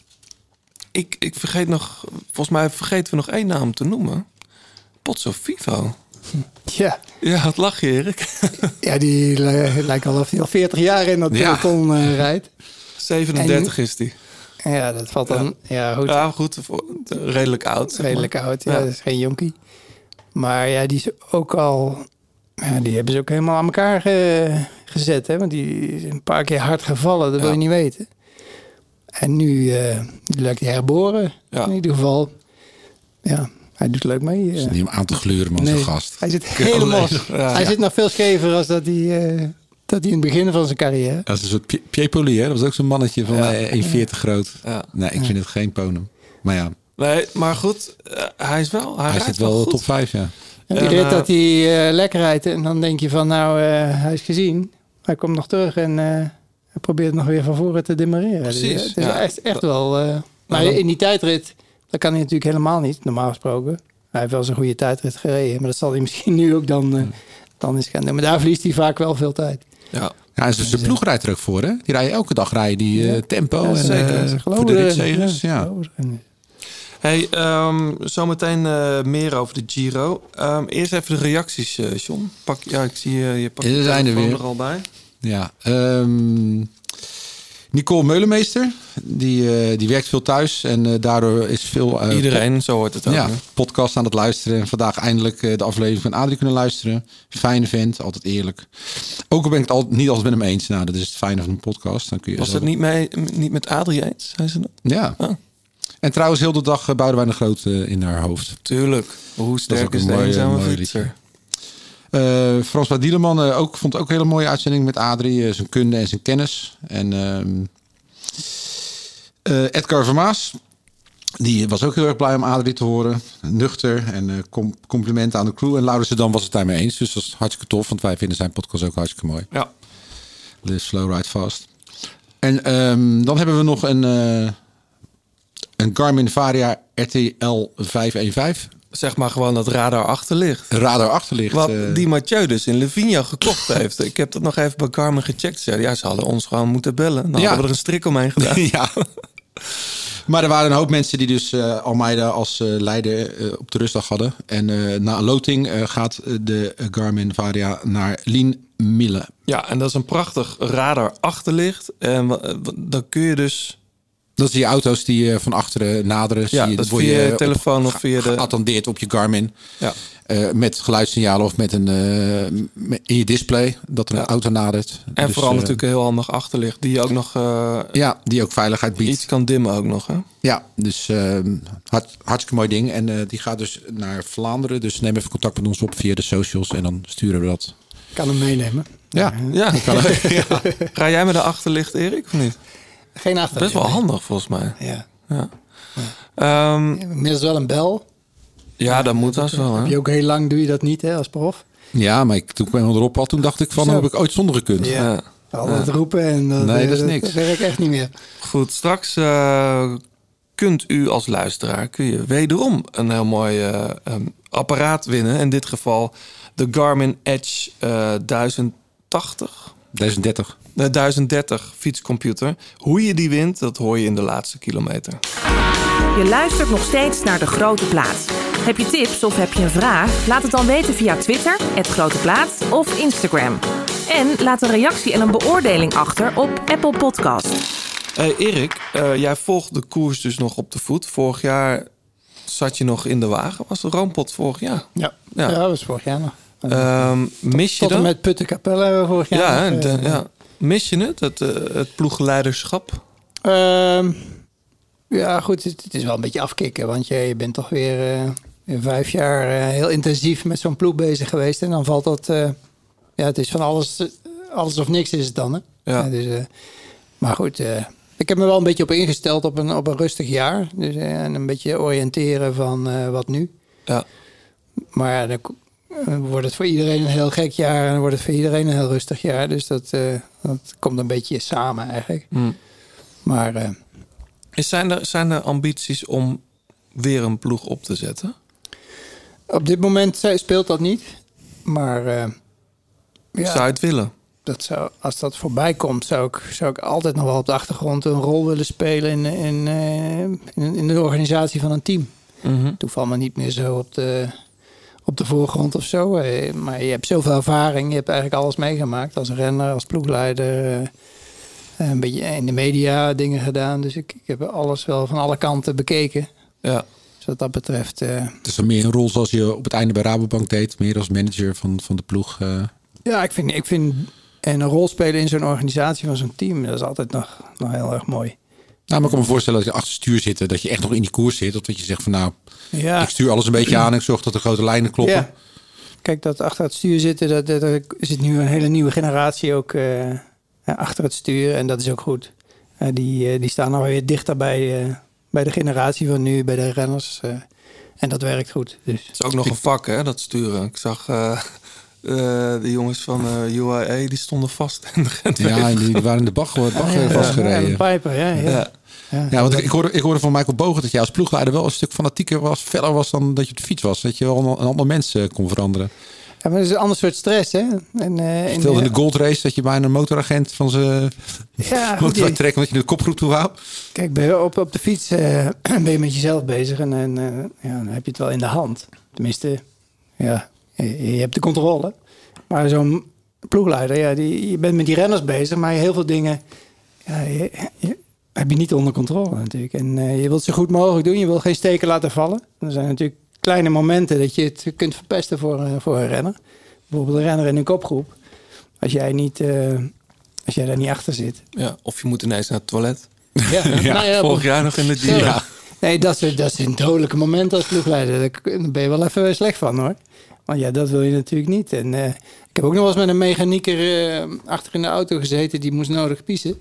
ik, ik vergeet nog, volgens mij vergeten we nog één naam te noemen. Pozzo Vivo. Ja. Ja, wat lach je, Erik? Ja, die lijkt al, al veertig jaar in dat peloton ja. uh, rijdt. zevenendertig en, is die. Ja, dat valt dan... Ja, ja goed. Ja, goed. Redelijk oud. Redelijk maar. oud, ja, ja. Dat is geen jonkie. Maar ja, die is ook al... Ja, die hebben ze ook helemaal aan elkaar ge, gezet, hè? Want die is een paar keer hard gevallen, dat ja. wil je niet weten. En nu uh, lijkt hij herboren, ja. in ieder geval. Ja, hij doet leuk mee. Uh. Is niet om aan te gluren, man, nee, zo'n gast. Hij zit helemaal... Ja. Hij ja. zit nog veel schever als dat hij, uh, dat hij in het begin van zijn carrière. Dat is een soort Piepoli, hè? Dat was ook zo'n mannetje van ja. één komma veertig groot. Ja. Nee, ik vind het geen ponem. Maar ja. Nee, maar goed, uh, hij is wel... Hij, hij zit wel wel top vijf, ja. En die rit uh, dat hij uh, lekker rijdt en dan denk je van nou, uh, hij is gezien. Hij komt nog terug en uh, hij probeert nog weer van voren te demareren. Precies. Dus, uh, het is ja. echt, echt wel... Uh, maar dan, in die tijdrit, dat kan hij natuurlijk helemaal niet, normaal gesproken. Hij heeft wel zijn goede tijdrit gereden, maar dat zal hij misschien nu ook dan, uh, dan eens gaan doen. Maar daar verliest hij vaak wel veel tijd. Ja. Ja, en zijn ploeg rijdt er ook voor, hè? Die rijden elke dag rijden die uh, tempo ja, en zeker. Uh, voor de ritzegers. Ja. ja. Hey, um, zometeen uh, meer over de Giro. Um, eerst even de reacties, uh, John. Pak, ja, ik zie uh, je pakt de telefoon er al bij. Ja, um, Nicole Meulemeester, die, uh, die werkt veel thuis en uh, daardoor is veel... Uh, Iedereen, pod- zo hoort het ook. Ja, podcast aan het luisteren. En vandaag eindelijk uh, de aflevering van Adrie kunnen luisteren. Fijne vent, altijd eerlijk. Ook al ben ik het al, niet altijd met hem eens. Nou, dat is het fijne van een podcast. Dan kun je Was zo... het niet, mee, niet met Adrie eens? Zei ze dat? Ja. Oh. En trouwens, heel de dag uh, Boudewijn de Groot uh, in haar hoofd. Tuurlijk. Hoe sterk is, is de eenzame fietser? Uh, François Dieleman uh, ook, vond ook een hele mooie uitzending met Adrie. Uh, zijn kunde en zijn kennis. En uh, uh, Edgar Vermaas. Die was ook heel erg blij om Adrie te horen. Nuchter en uh, com- complimenten aan de crew. En Laurens dan was het daarmee eens. Dus dat is hartstikke tof. Want wij vinden zijn podcast ook hartstikke mooi. Ja. Live Slow Ride Fast. En um, dan hebben we nog een... Uh, Een Garmin Varia R T L vijfhonderdvijftien. Zeg maar gewoon dat radar achter ligt. Radar achter ligt. Wat uh... die Mathieu dus in Livigno gekocht heeft. Ik heb dat nog even bij Garmin gecheckt. Ja, ze hadden ons gewoon moeten bellen. Dan ja. hadden we er een strik omheen gedaan. Ja. Maar er waren een hoop mensen die dus uh, Almeida als uh, leider uh, op de rustdag hadden. En uh, na een loting uh, gaat de Garmin Varia naar Lien Mille. Ja, en dat is een prachtig radar achterlicht. En uh, dan kun je dus... Dat zijn je auto's die je van achteren naderen. Ja, zie je, dat is word via je op- telefoon of via de... geattendeerd op je Garmin. Ja. Uh, met geluidssignalen of met een uh, met, in je display dat er een Ja. auto nadert. En Dus, vooral uh, natuurlijk een heel handig achterlicht. Die je ook nog uh, ja, die ook veiligheid biedt. iets kan dimmen ook nog. Hè? Ja, dus uh, hart, hartstikke mooi ding. En uh, die gaat dus naar Vlaanderen. Dus neem even contact met ons op via de socials. En dan sturen we dat. Ik kan hem meenemen. Ja, Ja. kan ook. Ja. Ga jij met een achterlicht, Erik, of niet? Geen achterlicht. Best wel handig volgens mij. Ja. Ja. Ja. Um, Inmiddels wel een bel. ja, dat moet dat wel. Heb Hè? je ook heel lang doe je dat niet hè, als prof. Ja, maar ik, toen ik helemaal erop had, toen dacht ik van, Zo. heb ik ooit zonder gekund. Ja. Ja. Altijd roepen en dat, Nee, dat is dat, niks. dat werkt echt niet meer. Goed, straks uh, kunt u als luisteraar kun je wederom een heel mooi uh, um, apparaat winnen. In dit geval de Garmin Edge uh, duizend tachtig. duizend dertig. De duizend dertig fietscomputer. Hoe je die wint, dat hoor je in de laatste kilometer. Je luistert nog steeds naar De Grote Plaat. Heb je tips of heb je een vraag? Laat het dan weten via Twitter, het Grote Plaat of Instagram. En laat een reactie en een beoordeling achter op Apple Podcast. Hey Erik, uh, jij volgt de koers dus nog op de voet. Vorig jaar zat je nog in de wagen. Was de Roompot vorig jaar? Ja, Ja. ja. dat was vorig jaar nog. Um, mis je Tot en dat? met Puttenkapelle hebben we vorig jaar Ja, nog, hè, eh, de- ja. Mis je het, het, uh, het ploegleiderschap? Ehm, ja, goed, het, het is wel een beetje afkicken. Want je, je bent toch weer, eh, weer vijf jaar eh, heel intensief met zo'n ploeg bezig geweest. En dan valt dat... eh, ja, het is van alles, eh, alles of niks is het dan, hè? Ja. Ja, dus, eh, maar goed, eh, ik heb me wel een beetje op ingesteld op een, op een rustig jaar. Dus, eh, en een beetje oriënteren van eh, wat nu. Ja. Maar ja, dan ko- eh, wordt het voor iedereen een heel gek jaar. En dan wordt het voor iedereen een heel rustig jaar. Dus dat, eh, dat komt een beetje samen eigenlijk. Hmm. Maar... eh, Is, zijn, er, zijn er ambities om weer een ploeg op te zetten? Op dit moment eh, speelt dat niet. Maar uh, ja, Zou je het willen? Dat zou, als dat voorbij komt, zou ik, zou ik altijd nog wel op de achtergrond een rol willen spelen in, in, uh, in, in de organisatie van een team. Mm-hmm. Toen valt me niet meer zo op de, op de voorgrond of zo. Uh, maar je hebt zoveel ervaring. Je hebt eigenlijk alles meegemaakt. Als renner, als ploegleider. Uh, een beetje in de media dingen gedaan. Dus ik, ik heb alles wel van alle kanten bekeken. Ja. Dus wat dat betreft... Uh, het is dan meer een rol zoals je op het einde bij Rabobank deed. Meer als manager van, van de ploeg. Uh. Ja, ik vind, ik vind en een rol spelen in zo'n organisatie van zo'n team... dat is altijd nog, nog heel erg mooi. Nou, maar ik kan me voorstellen dat je achter het stuur zit... dat je echt nog in die koers zit. Of dat je zegt van nou, ja. ik stuur alles een beetje aan... en ik zorg dat de grote lijnen kloppen. Ja. Kijk, dat achter het stuur zitten... dat, dat, er zit nu een hele nieuwe generatie ook uh, achter het stuur. En dat is ook goed. Uh, die, uh, die staan nou weer dichter bij, uh, bij de generatie van nu, bij de renners. Uh, en dat werkt goed. Dus. Het is ook nog een vak, hè, dat sturen. Ik zag... Uh... Uh, de jongens van uh, U I A die stonden vast in de Gentweg. Ja, en die waren in de bag, bag ah, ja, vastgereden. Ja, Pijper, ja. ja. ja. ja. ja want ik, ik, hoorde, ik hoorde van Michael Bogen dat jij als ploegleider wel een stuk fanatieker was, feller was dan dat je op de fiets was. Dat je wel een, een ander mens uh, kon veranderen. Ja, maar dat is een ander soort stress, hè? En, uh, je vertelde in de Gold Race dat je bijna een motoragent van zijn ja, motor trekken omdat je de kopgroep toe wou. Kijk, ben je op, op de fiets uh, ben je met jezelf bezig en, en uh, ja, dan heb je het wel in de hand. Tenminste, ja, je, je hebt de controle. Maar zo'n ploegleider, ja, die, je bent met die renners bezig, maar heel veel dingen ja, je, je, heb je niet onder controle natuurlijk. En uh, je wilt zo goed mogelijk doen, je wilt geen steken laten vallen. Er zijn natuurlijk kleine momenten dat je het kunt verpesten voor, uh, voor een renner. Bijvoorbeeld een renner in een kopgroep. Als jij, niet, uh, als jij daar niet achter zit. Ja, of je moet ineens naar het toilet. Ja, ja, nou ja, vorig jaar nog in de Giro. Ja. Nee, dat is, dat is een dodelijke moment als ploegleider. Daar ben je wel even slecht van, hoor. Want ja, dat wil je natuurlijk niet. En uh, ik heb ook nog wel eens met een mechanieker uh, achter in de auto gezeten. Die moest nodig piezen.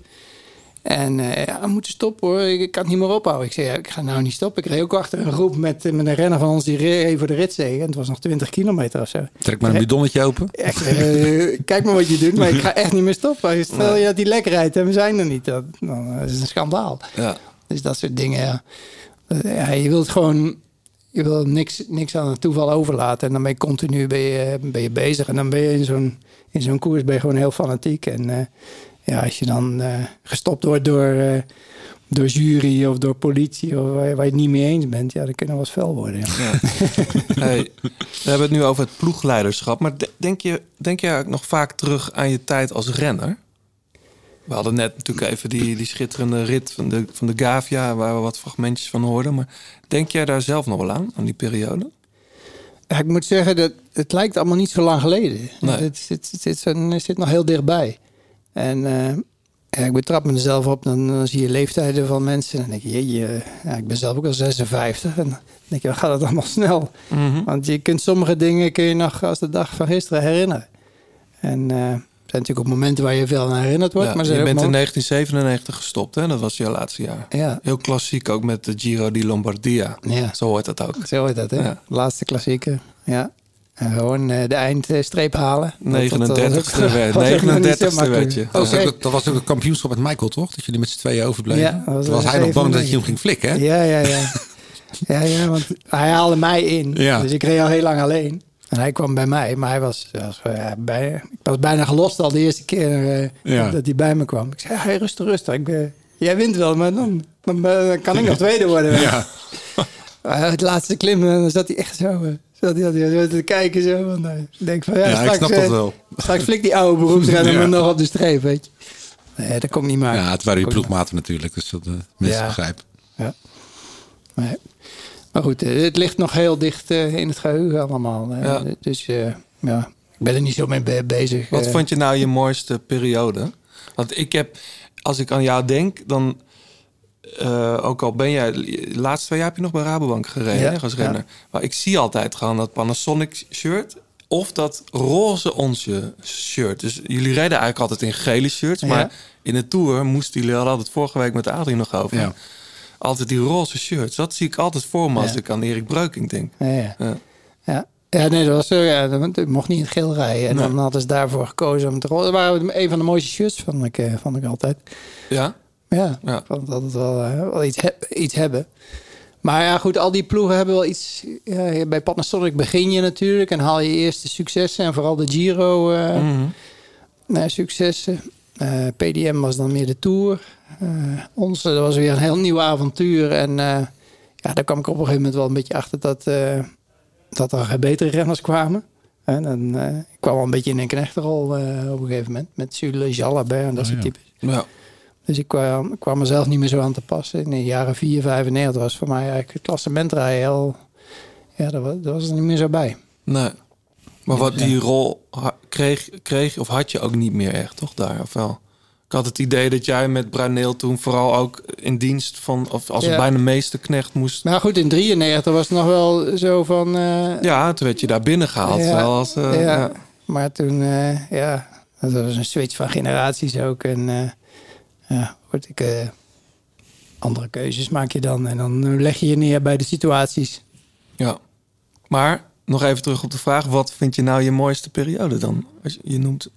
En uh, ja, we moeten stoppen, hoor. Ik, ik kan het niet meer ophouden. Ik zei, ja, ik ga nou niet stoppen. Ik reed ook achter een groep met, met een renner van ons. Die reed voor de ritzege. En het was nog twintig kilometer of zo. Trek maar een bidonnetje open. Echt, uh, kijk maar wat je doet. Maar ik ga echt niet meer stoppen. Stel je dat die lek rijdt en we zijn er niet. Dat, nou, dat is een schandaal. Ja. Dus dat soort dingen, ja. ja je wilt gewoon... Je wil niks, niks aan het toeval overlaten. En dan ben je continu ben je, ben je bezig. En dan ben je in zo'n, in zo'n koers ben je gewoon heel fanatiek. En uh, ja, als je dan uh, gestopt wordt door, uh, door jury of door politie... of waar, waar je het niet mee eens bent... ja, dan kunnen we wel eens fel worden. Ja. Ja. Hey, we hebben het nu over het ploegleiderschap. Maar denk je, denk je nog vaak terug aan je tijd als renner? We hadden net natuurlijk even die, die schitterende rit van de, van de Gavia... waar we wat fragmentjes van hoorden. Maar denk jij daar zelf nog wel aan, aan die periode? Ja, ik moet zeggen, dat het lijkt allemaal niet zo lang geleden. Nee. Het, het, het, het, het zit nog heel dichtbij. En uh, ja, ik betrap mezelf op, dan, dan zie je leeftijden van mensen. En dan denk je, jeetje, ja, ik ben zelf ook al zesenvijftig. En dan denk je, dan gaat het allemaal snel. Mm-hmm. Want je kunt sommige dingen kun je nog als de dag van gisteren herinneren. En... Uh, Er zijn natuurlijk ook momenten waar je veel aan herinnerd wordt. Ja, maar je bent bent mo- in negentien zevenennegentig gestopt, hè? Dat was jouw laatste jaar. Ja. Heel klassiek, ook met de Giro di Lombardia. Ja. Zo hoort dat ook. Zo hoort dat, hè? Ja. Laatste klassieker. Ja. En gewoon uh, de eindstreep halen. negenendertigste Dat- werd. dat was ook nog niet zo negenendertigste makkelijk. werd je. Dat was, Oké. ook, dat was ook een kampioenschap met Michael, toch? Dat jullie met z'n tweeën overbleven. Ja, dat was Toen was een hij nog bang dat je zevenennegentig. hem ging flikken, hè? Ja, ja, ja. ja, ja, want hij haalde mij in. Ja. Dus ik reed al heel lang alleen. En hij kwam bij mij, maar hij was, was uh, bij, ik was bijna gelost al de eerste keer uh, Ja. dat hij bij me kwam. Ik zei, hey, rustig, rustig. Ik, uh, jij wint wel, maar dan, dan, uh, dan kan ik nog tweede worden. Ja. Uh, het laatste klim, dan zat hij echt zo, uh, zat hij, hij zo te kijken. Zo, van, uh, ik denk van, ja, Ja, ik straks, snap dat uh, wel. straks flikt die oude beroepsrenner Ja. me nog op de streep, weet je. Nee, dat komt niet maken. Ja, het waren je Komt niet ploegmaten natuurlijk, dus dat uh, mensen Ja. begrijpen. Ja. Nee. Maar goed, eh, het ligt nog heel dicht uh, in het geheugen allemaal. Uh, Ja. Dus uh, ja, ik ben er niet zo mee be- bezig. Wat uh. vond je nou je mooiste periode? Want ik heb, als ik aan jou denk, dan... Uh, ook al ben jij... De laatste twee jaar heb je nog bij Rabobank gereden, Ja, hè, als renner. ja. Maar ik zie altijd gewoon dat Panasonic shirt... of dat roze onsje shirt. Dus jullie reden eigenlijk altijd in gele shirts... Ja. maar in de Tour moesten jullie... hadden het vorige week met Adrie nog over... Ja. altijd die roze shirts. Dat zie ik altijd voor me als Ja. ik aan Erik Breukink denk. Ja, ja. Ja. Ja. Ja, nee, dat was zo. Ja, dat dat mocht niet in het geel rijden. En Nee. dan hadden ze daarvoor gekozen om te rollen. Dat waren een van de mooiste shirts, vond ik, uh, vond ik altijd. Ja? Ja, Ja. ik vond altijd wel, uh, wel iets, he- iets hebben. Maar ja, goed, al die ploegen hebben wel iets... Ja, bij Panasonic begin je natuurlijk en haal je eerst de successen. En vooral de Giro uh, Mhm. nou, successen. Uh, P D M was dan meer de Tour. Uh, onze, dat was weer een heel nieuw avontuur. En uh, ja, daar kwam ik op een gegeven moment wel een beetje achter... dat, uh, dat er geen betere renners kwamen. En dan uh, ik kwam wel een beetje in een knechtenrol uh, op een gegeven moment. Met Sule, Jalabert en dat Oh, soort ja. types. Ja. Dus ik kwam, ik kwam mezelf niet meer zo aan te passen. In de jaren vier, vijfennegentig was voor mij eigenlijk het klassementrijden heel... Ja, dat was, dat was er niet meer zo bij. Nee. Maar wat die rol ha- kreeg, kreeg, of had je ook niet meer echt, toch daar? Of wel? Ik had het idee dat jij met Bruineel toen vooral ook in dienst van... of als Ja. het bijna meesterknecht moest... Maar goed, in drieënnegentig was het nog wel zo van... Uh, Ja, toen werd je daar binnen gehaald. Ja. Wel als, uh, ja. ja. Maar toen, uh, ja, dat was een switch van generaties ook. En uh, ja, goed, ik... Uh, andere keuzes maak je dan. En dan leg je je neer bij de situaties. Ja. Maar, nog even terug op de vraag... wat vind je nou je mooiste periode dan? Als je, je noemt...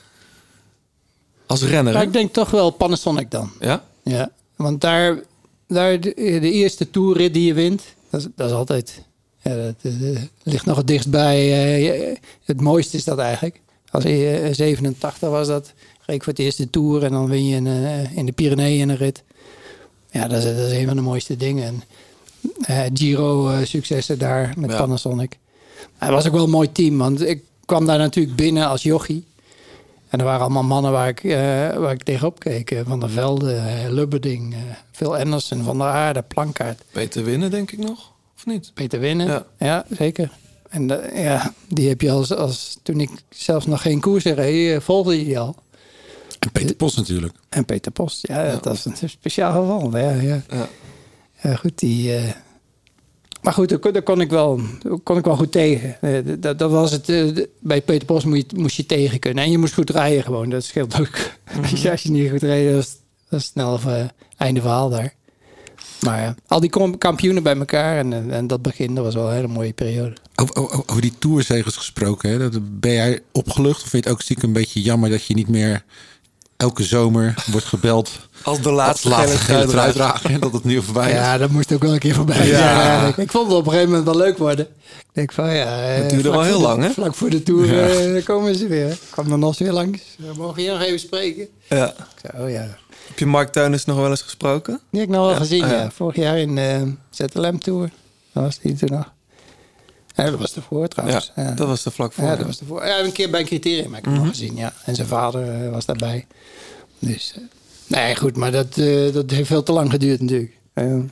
Als renner, Maar hè? ik denk toch wel Panasonic dan. Ja? Ja, want daar, daar de, de eerste toerrit die je wint, dat is, dat is altijd... Ja, dat uh, ligt nog het dichtst bij. Uh, het mooiste is dat eigenlijk. Als je uh, zevenentachtig was dat, reed ik voor het eerst de Tour en dan win je in, uh, in de Pyreneeën een rit. Ja, dat is, dat is een van de mooiste dingen. En, uh, Giro uh, successen daar met Ja. Panasonic. Maar het was ook wel een mooi team, want ik kwam daar natuurlijk binnen als jochie. En er waren allemaal mannen waar ik, uh, waar ik tegenop keek. Uh, Van der Velde, uh, Lubberding, uh, Phil Anderson, Van der Aarde, Plankaart. Beter winnen, denk ik nog. Of niet? Peter Winnen, Ja. ja, zeker. En da- ja, die heb je als, als... Toen ik zelfs nog geen koers reed, uh, volgde je die al. En Peter Post natuurlijk. En Peter Post, ja, Ja. dat is een speciaal geval. Ja, ja. Ja. Ja, goed, die... Uh, maar goed, daar kon, daar kon ik wel, daar kon ik wel goed tegen. Uh, dat, dat was het. Uh, de- bij Peter Post moest je, moest je tegen kunnen. En je moest goed rijden gewoon. Dat scheelt ook. Mhm. Als je- Als je niet goed reed, dat is, dat is snel uh, einde verhaal daar. Maar ja, al die kom- kampioenen bij elkaar. En, en, en dat begin, dat was wel een hele mooie periode. Over, over, over die toerzegels gesproken, hè? Dat, ben jij opgelucht of vind je het ook stiekem een beetje jammer dat je niet meer elke zomer wordt gebeld Als de laatste, als laatste gele gele trui truidrager en dat het nu voorbij is? Ja, dat moest ook wel een keer voorbij Ja. zijn eigenlijk. Ik vond het op een gegeven moment wel leuk worden. Ik denk van ja... eh, Het duurde vlak wel heel voor de- lang, hè? Vlak voor de Tour Ja. eh, dan komen ze weer. Ik kwam dan nog weer langs. We mogen hier nog even spreken. Ja. Ik zei, oh ja... Heb je Mark Teunis nog wel eens gesproken? Die heb ik nog wel Ja. gezien, Ah, ja. ja. Vorig jaar in de Z L M Tour. Dat was die toen nog. Ja, dat was ervoor trouwens. Ja, Ja, dat was de vlak voor. ja, dat was ervoor. Ja, een keer bij een criterium heb ik hem nog gezien, ja. En zijn vader eh, was daarbij. Dus, uh, nee, goed, maar dat, uh, dat heeft veel te lang geduurd natuurlijk. Uh,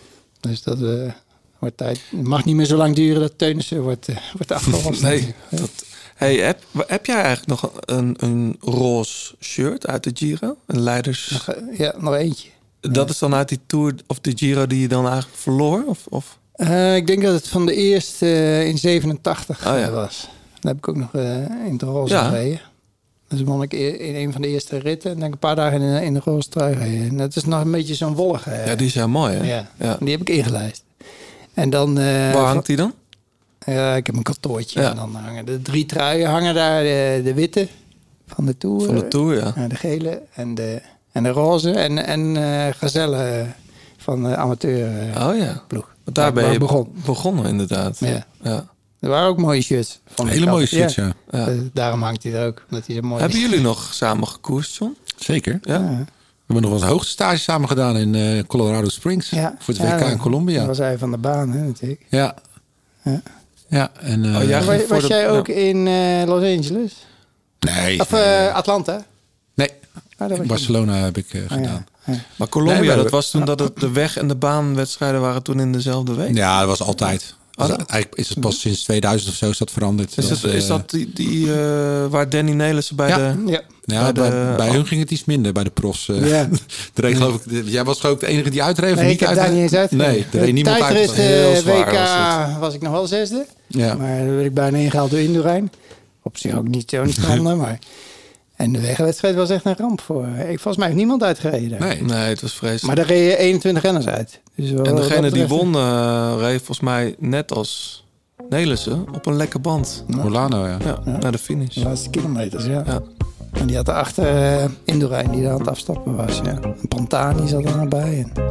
dus dat uh, wordt tijd. Het mag niet meer zo lang duren dat Teunissen wordt, uh, wordt afgelost. Nee, dat... Hey, heb, heb jij eigenlijk nog een, een roze shirt uit de Giro? Een leiders... Nog, ja, nog eentje. Dat ja. is dan uit die Tour of de Giro die je dan eigenlijk verloor? Of, of? Uh, ik denk dat het van de eerste uh, in zevenentachtig oh, ja. was. Daar heb ik ook nog uh, in de roze ja. gereden. Dus won ik in een van de eerste ritten. En denk een paar dagen in, in de roze trui gereden. En dat is nog een beetje zo'n wollige. Uh, ja, die is heel mooi, hè? Ja, ja. Die heb ik ingelijst. En dan... Uh, Waar hangt die dan? Ja, ik heb een kantoortje. Ja. En dan hangen de drie truien hangen daar. De, de witte van de Tour. Van de Tour, ja. De gele en de, en de roze. En, en uh, gazelle van de amateur uh, oh ja. ploeg. Want daar ben je begon. begonnen inderdaad. Ja. ja. Er waren ook mooie shirts. Van hele mooie shirts, ja. ja. ja. Daarom hangt hij er ook. Omdat hij zo mooi Hebben is. jullie nog samen gekoerst, John? Zeker. Ja. ja. We hebben nog wel eens hoogtestage samen gedaan in uh, Colorado Springs. Ja. Voor het W K ja, in Colombia. Dat was hij van de baan, hè, natuurlijk. Ja. Ja. Ja, en... Uh, oh, ja, was was de, jij ook ja. in uh, Los Angeles? Nee. Of uh, Atlanta? Nee. Ah, in Barcelona heb ik uh, gedaan. Ja. Ja. Maar Colombia, nee, dat was toen dat het de weg- en de baanwedstrijden waren toen in dezelfde week? Ja, dat was altijd. Oh, dus eigenlijk is het pas sinds tweeduizend of zo is dat veranderd. Is, dat het, is, is dat die, die uh, waar Danny Nelissen bij ja. de... Ja. Ja, bij, bij, de, bij oh. hun ging het iets minder, bij de profs. Uh, ja. de reed, geloof ik, jij was ook de enige die uitreed? Nee, niet ik heb uitreed? daar niet eens uitgereden. Nee, er reed niemand uit. Tijdrit uh, W K was, was ik nog wel zesde. Ja. Maar dan werd ik bijna ingehaald door Indurain. Op zich ook niet zo'n schande, maar... En de wegwedstrijd was echt een ramp voor. Ik, volgens mij heeft niemand uitgereden. Nee. nee, het was vreselijk. Maar daar reden eenentwintig renners uit. Dus en degene die won uh, reed volgens mij net als Nelissen op een lekke band. Ja. Molano, ja. Ja, ja. Naar de finish. De laatste kilometers, ja. ja. En die had daarachter uh, Indurain die daar aan het afstappen was. Ja. En Pantani zat er nog bij. En...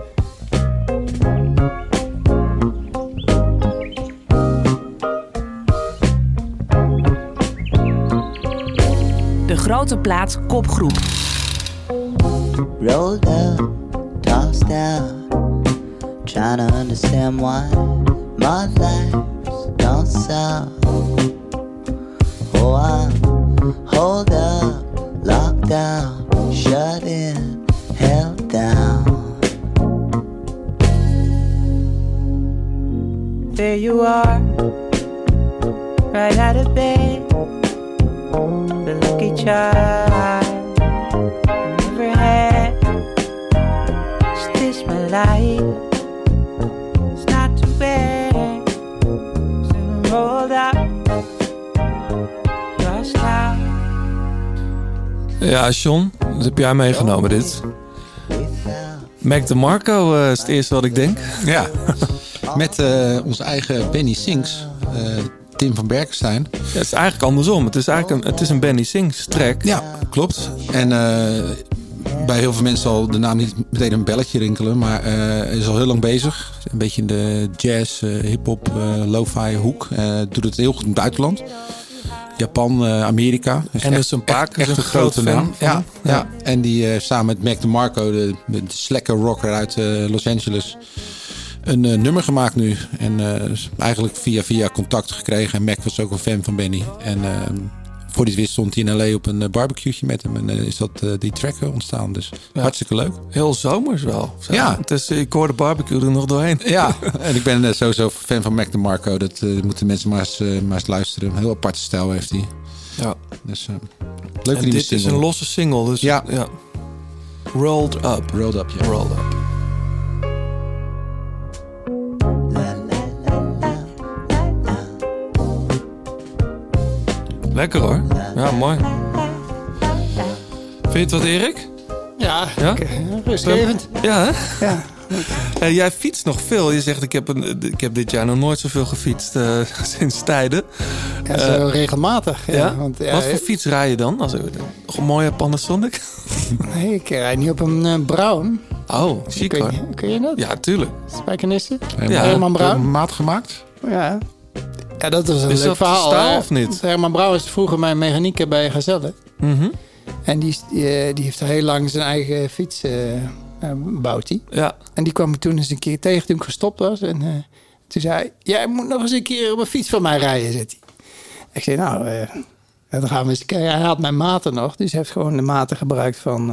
De grote plaat kopgroep. Rolled up, tossed down, trying to understand why my life's gone south. Oh, I'm hold up, locked down, shut in, held down. There you are, right out of bed. The lucky child I never had. Is this my life? It's not too bad. Soon rolled out, lost out. Ja, John, dat heb jij meegenomen dit. Mac DeMarco uh, is het eerste wat ik denk. Ja, met uh, onze eigen Benny Sings. Uh, Tim van Berkenstein. Ja, het is eigenlijk andersom. Het is eigenlijk een, het is een Benny Sings track. Ja, klopt. En uh, bij heel veel mensen zal de naam niet meteen een belletje rinkelen. Maar uh, hij is al heel lang bezig. Een beetje in de jazz, uh, hip-hop, uh, lo-fi hoek. Uh, doet het heel goed in het buitenland. Japan, uh, Amerika. Dus en dus een paar keer een grote naam. Ja, ja. ja, en die uh, samen met Mac DeMarco, de, de slacker rocker uit uh, Los Angeles... een uh, nummer gemaakt nu. En uh, eigenlijk via via contact gekregen. En Mac was ook een fan van Benny. En uh, voor die wist stond hij in L A op een uh, barbecue'tje met hem. En uh, is dat uh, die track ontstaan. Dus ja. Hartstikke leuk. Heel zomers wel. Zo. Ja. Het is, ik hoor de barbecue er nog doorheen. Ja, en ik ben uh, sowieso fan van Mac DeMarco. Dat uh, moeten mensen maar eens, uh, maar eens luisteren. Een heel aparte stijl heeft hij. Ja. Dus uh, leuke en dit single. is een losse single. Dus ja. ja. Rolled Up. Rolled Up, ja. Rolled Up. Lekker hoor. Ja, mooi. Vind je het wat, Erik? Ja, ja? Ik, rustgevend. Ja, hè? Ja. Uh, jij fietst nog veel. Je zegt, ik heb, een, ik heb dit jaar nog nooit zoveel gefietst uh, sinds tijden. Ja, zo uh, regelmatig. Ja. Ja? Want, ja, wat voor fiets rij je dan? Als, nog een mooie Panasonic? Nee, ik rijd niet op een uh, Brown. Oh, chic kun hoor. je, kun je dat? Ja, tuurlijk. Spijkenissen? Ja. Herman Brown. Maat gemaakt? Ja. Ja, dat was een is leuk dat verhaal. Staal, hè? of niet? Herman Brown is vroeger mijn mechanieker bij Gazelle. Mm-hmm. En die, die, die heeft heel lang zijn eigen fiets uh, uh, bouwt hij. Ja. En die kwam ik toen eens een keer tegen toen ik gestopt was. En uh, toen zei hij, jij moet nog eens een keer op een fiets van mij rijden, zegt hij. Ik zei, nou, uh, dan gaan we eens kijken. Hij had mijn maten nog, dus hij heeft gewoon de maten gebruikt van, uh,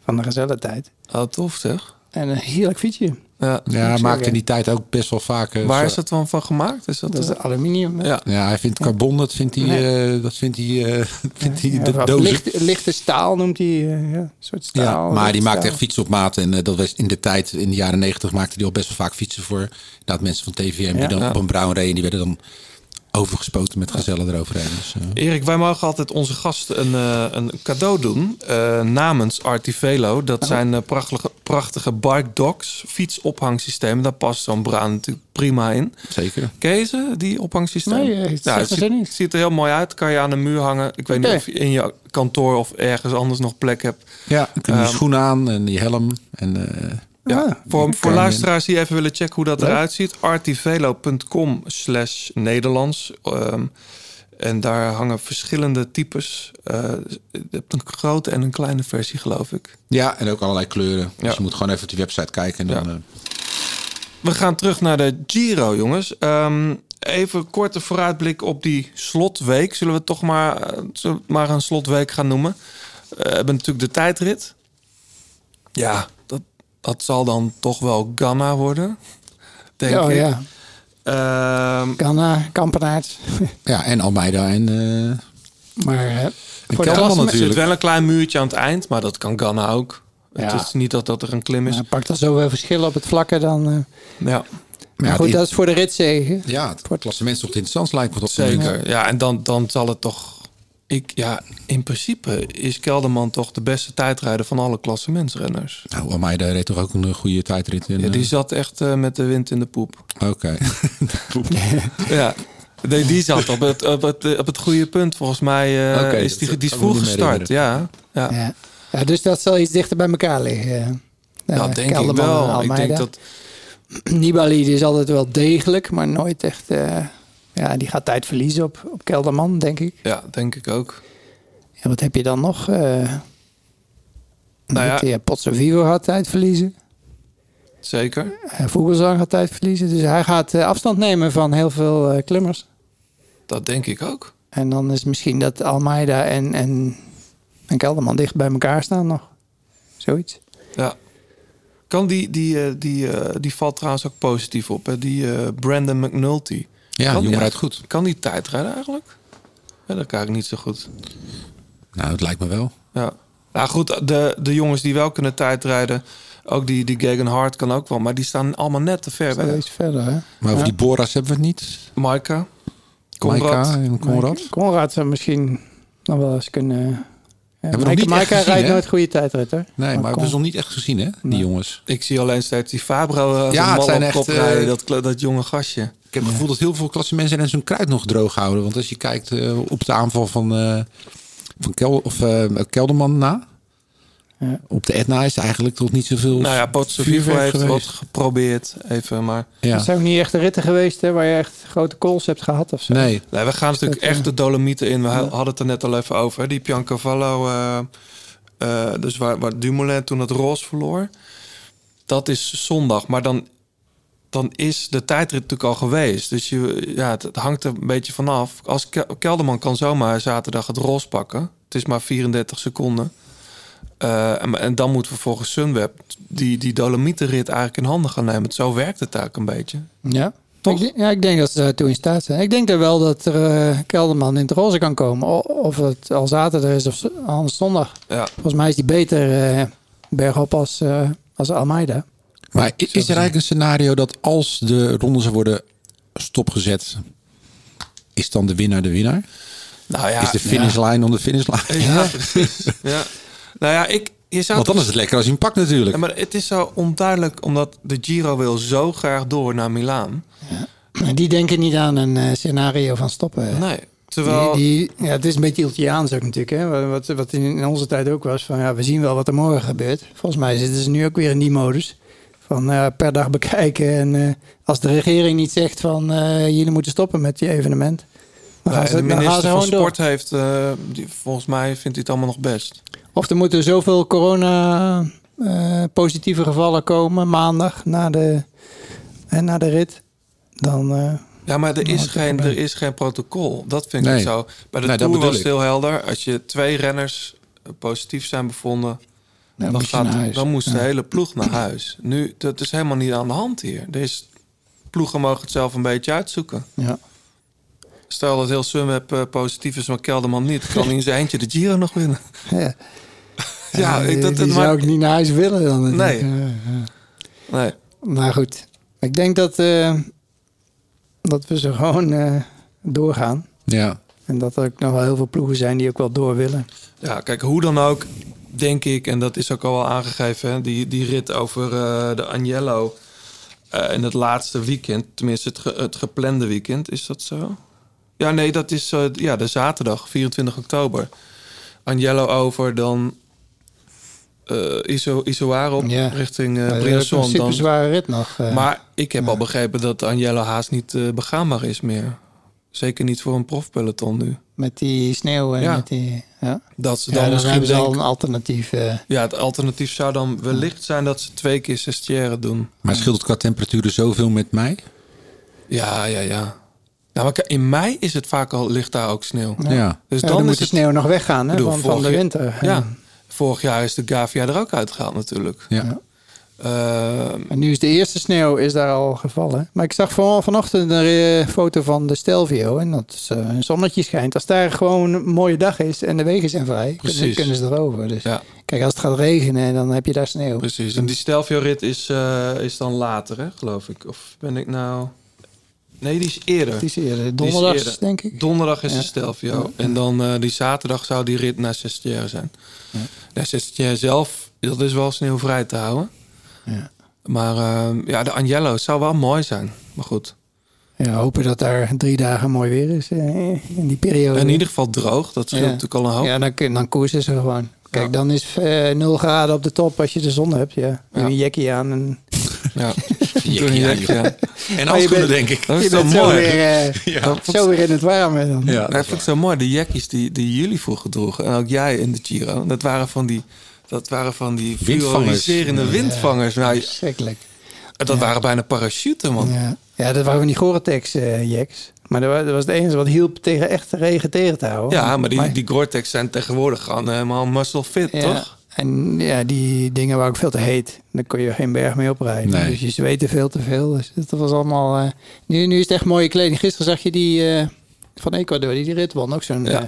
van de gezelligheid. Oh, tof zeg. En een heerlijk fietsje. Ja, Ja, hij maakt in die tijd ook best wel vaak... Uh, Waar zo- is het dan van gemaakt? Is dat, Dat is uh, aluminium. ja. Ja, hij vindt carbon, dat vindt hij... Nee. Uh, dat vindt hij, uh, vindt hij Ja, de of dozen. licht, lichte staal noemt hij. Uh, ja, een soort staal. Ja, maar die licht maakt staal. echt fietsen op maat. En uh, dat was in de tijd, in de jaren negentig, maakte hij al best wel vaak fietsen voor inderdaad mensen van T V M. Ja. Die dan Ja. op een bruin reden. Die werden dan overgespoten met gazellen eroverheen. Dus, uh, Erik, wij mogen altijd onze gasten een, uh, een cadeau doen uh, namens Artivelo. Dat Oh. zijn uh, prachtige, prachtige bike docks, fietsophangsystemen. Daar past zo'n Bruin natuurlijk prima in. zeker. Ken je ze, die ophangsystemen? Nee, uh, Ja, ja, het ze ziet, niet. ziet er heel mooi uit. Kan je aan de muur hangen. Ik weet Oké. niet of je in je kantoor of ergens anders nog plek hebt. Ja, dan kun je je Um, schoenen aan en je helm. En, uh, Ja, Ah, voor, voor kan je- luisteraars die even willen checken hoe dat Leuk. eruit ziet. artivelo.com slash Nederlands. Um, en daar hangen verschillende types. Uh, je hebt een grote en een kleine versie, geloof ik. ja, en ook allerlei kleuren. Dus Ja. je moet gewoon even op die website kijken. En dan, Ja. uh, We gaan terug naar de Giro, jongens. Um, even een korte vooruitblik op die slotweek. Zullen we toch maar, uh, zullen we het maar een slotweek gaan noemen? Uh, we hebben natuurlijk de tijdrit. Ja, dat, dat zal dan toch wel Ganna worden, denk Oh ik. ja, Ehm, Ganna, Kampenaerts. ja, en Almeida en, uh, Maar uh, en voor de Kelderman klasse- er zit natuurlijk. wel een klein muurtje aan het eind, maar dat kan Ganna ook. Het Ja. is niet dat, dat er een klim is. Hij pakt er zoveel verschillen op het vlakke dan. Uh, Ja, maar Ja, goed, die- dat is voor de ritzege. Ja, het klassement is toch interessant lijkt me. Tot zeker. Ja, en dan, dan zal het toch... Ik, ja, in principe is Kelderman toch de beste tijdrijder van alle klassementsrenners. Nou, Almeida reed toch ook een goede tijdrit in. Ja, die uh, zat echt uh, met de wind in de poep. Oké. Ja, die, die zat op het, op, het, op het goede punt. Volgens mij uh, Oké, is die, dat die is kan ik me vroeg niet meer gestart. Ja, ja. Ja. Ja, dus dat zal iets dichter bij elkaar liggen. Uh, dat denk ik Kelderman en wel. Ik Almeida. denk dat... Nibali die is altijd wel degelijk, maar nooit echt... Uh, ja, die gaat tijd verliezen op, op Kelderman, denk ik. Ja, denk ik ook. En wat heb je dan nog? Uh, Nou ja. ja, Pozzo Vivo gaat tijd verliezen. Zeker. Uh, Vogelsang gaat tijd verliezen. Dus hij gaat uh, afstand nemen van heel veel uh, klimmers. Dat denk ik ook. En dan is misschien dat Almeida en, en, en Kelderman dicht bij elkaar staan nog. Zoiets. Ja. Kan die, die, uh, die, uh, die valt trouwens ook positief op. Hè? Die uh, Brandon McNulty. Ja, Kan jongen die- rijdt goed. Kan die tijdrijden eigenlijk? Ja, dat kan ik niet zo goed. Nou, het lijkt me wel. Ja. Nou goed, de, de jongens die wel kunnen tijdrijden... Ook die, die Geoghegan Hart kan ook wel. Maar die staan allemaal net te ver Zo weg. iets verder, hè? Maar over Ja. die Boras hebben we het niet. Maika. Maika Conrad. en Conrad. Conrad zou misschien nog wel eens kunnen... Ja, we nog Maika, niet echt Maika gezien, rijdt hè? nooit goede tijdrit, hè? Nee, maar we hebben Con- ze nog niet echt gezien, hè? Die Nee. jongens. Ik zie alleen steeds die Fabro uh, Ja, het ja, zijn op echt, kop uh, rijden. Dat, kle- dat jonge gastje. Ik heb het gevoel dat heel veel klassemensen en zo'n kruid nog droog houden. Want als je kijkt uh, op de aanval van, uh, van Kel, of, uh, Kelderman na... Ja. Op de Etna is eigenlijk toch niet zoveel... Nou ja, Pozzo vuurwerk Vivo heeft geweest. wat geprobeerd. Even, maar... Ja. Er zijn ook niet echt ritten geweest, hè? Waar je echt grote calls hebt gehad of zo. Nee. Nee, we gaan natuurlijk dat, uh, echt de Dolomieten in. We ja. hadden het er net al even over. hè. Die Piancavallo, uh, uh, dus waar, waar Dumoulin toen het roze verloor. Dat is zondag. Maar dan, dan is de tijdrit natuurlijk al geweest. Dus je, ja, het, het hangt er een beetje vanaf. Als Ke- Kelderman kan zomaar zaterdag het roze pakken. Het is maar vierendertig seconden. Uh, en, en dan moeten we volgens Sunweb die, die Dolomietenrit eigenlijk in handen gaan nemen. Zo werkt het eigenlijk een beetje. Ja. Toch? Ik, ja, ik denk dat ze daartoe in staat zijn. Ik denk er wel dat er uh, Kelderman in het roze kan komen. O- Of het al zaterdag is of z- anders zondag. Ja. Volgens mij is die beter uh, bergop als, uh, als Almeida. Maar is er eigenlijk een scenario dat als de ronde zou worden stopgezet... is dan de winnaar de winnaar? Nou ja, is de finishlijn om de finishlijn? Ja, precies. Ja. Nou ja, ik, je zou Want dan is het lekker als je hem pakt natuurlijk. Ja, maar het is zo onduidelijk, omdat de Giro wil zo graag door naar Milaan. Die denken niet aan een uh, scenario van stoppen. Nee, terwijl... Die, die, ja, het is een beetje Iltiaans ook natuurlijk. Hè? Wat, wat in onze tijd ook was. Van, ja, we zien wel wat er morgen gebeurt. Volgens mij zitten ze nu ook weer in die modus. Van uh, per dag bekijken. En uh, als de regering niet zegt van... Uh, jullie moeten stoppen met je evenement. Dan gaan Ja, ze, de dan gaan minister ze van gewoon Sport door. heeft, uh, die, volgens mij vindt hij het allemaal nog best. Of er moeten zoveel corona uh, positieve gevallen komen. Maandag na de, en na de rit. Dan... Uh, Ja, maar er Nou, is, dat geen, erbij. er is geen protocol. Dat vind Nee. ik zo. Bij de Nee, dat Tour bedoel was het ik. heel helder. Als je twee renners positief zijn bevonden... Dan, dan, moet je naar gaat, huis. dan moest de Ja. hele ploeg naar huis. Nu, dat is helemaal niet aan de hand hier. Deze ploegen mogen het zelf een beetje uitzoeken. Ja. Stel dat heel Sunweb uh, positief is, maar Kelderman niet. Kan hij in zijn eentje de Giro nog winnen? Ja, ja die, ik, dat, die dat zou maakt... ik niet naar huis willen dan. Nee. Ja, ja. nee. Maar goed, ik denk dat, uh, dat we zo gewoon uh, doorgaan. Ja. En dat er ook nog wel heel veel ploegen zijn die ook wel door willen. Ja, kijk, hoe dan ook, denk ik, en dat is ook al wel aangegeven, hè, die, die rit over uh, de Agnello uh, in het laatste weekend, tenminste het, ge, het geplande weekend, is dat zo? Ja, nee, dat is uh, ja, de zaterdag, vierentwintig oktober. Agnello over, dan uh, Iso, Isoarop ja. richting uh, ja, Briançon. een super zware rit nog. Uh, maar ik heb ja. al begrepen dat Agnello haast niet uh, begaanbaar is meer. Zeker niet voor een profpeloton nu. Met die sneeuw en ja. met die... Ja, dat ze dan, ja, dan misschien hebben ze denk... al een alternatief. Uh... Ja, het alternatief zou dan wellicht zijn dat ze twee keer Sestière doen. Maar scheelt het qua temperaturen zoveel met mei? Ja, ja, ja. Nou, maar in mei is het vaak al, ligt daar ook sneeuw. Ja. ja. Dus ja, dan, dan moet is de het... sneeuw nog weggaan hè, bedoel, van, van de winter. Ja. ja, vorig jaar is de Gavia er ook uitgehaald natuurlijk. Ja. ja. Uh, en nu is de eerste sneeuw is daar al gevallen. Maar ik zag van, vanochtend een uh, foto van de Stelvio. En dat is, uh, een zonnetje schijnt. Als daar gewoon een mooie dag is en de wegen zijn vrij, dan kunnen ze erover. Dus ja. kijk, als het gaat regenen, dan heb je daar sneeuw. Precies. En die Stelvio-rit is, uh, is dan later, hè, geloof ik. Of ben ik nou... Nee, die is eerder. Die is eerder. Donderdag, is eerder. denk ik. Donderdag is ja. de Stelvio. Ja. En dan uh, die zaterdag zou die rit naar Sestière zijn. Ja. Ja, Sestière zelf, dat is wel sneeuwvrij te houden. Ja. Maar uh, ja, de Agnello zou wel mooi zijn. Maar goed. Ja, hopen dat daar drie dagen mooi weer is uh, in die periode. In ieder geval droog. Dat scheelt ja. natuurlijk al een hoop. Ja, dan, dan koersen ze gewoon. Kijk, ja. dan is uh, nul graden op de top als je de zon hebt. Ja. Ja. Een jackie aan. En... Ja. jackie aan, ja. En handschoenen, denk ik. Dat is je zo bent mooi. Zo weer, uh, ja. zo weer in het warme. Dan. Ja, dat vind ik zo mooi. De jackies die, die jullie vroeger droegen. En ook jij in de Giro. Dat waren van die... Dat waren van die fluoriserende windvangers. Ja, nou, verschrikkelijk. Dat ja. waren bijna parachuten, man. Ja, ja dat waren van die Gore-Tex uh, jacks. Maar dat was, dat was het enige wat hielp tegen echte regen tegen te houden. Ja, maar die, maar... die Gore-Tex zijn tegenwoordig gewoon helemaal muscle fit, ja. toch? En ja, die dingen waren ook veel te heet. Daar kon je geen berg mee oprijden. Nee. Dus je zweette veel te veel. Dus dat was allemaal... Uh, nu, nu is het echt mooie kleding. Gisteren zag je die uh, van Ecuador, die die rit won. Ook zo'n ja.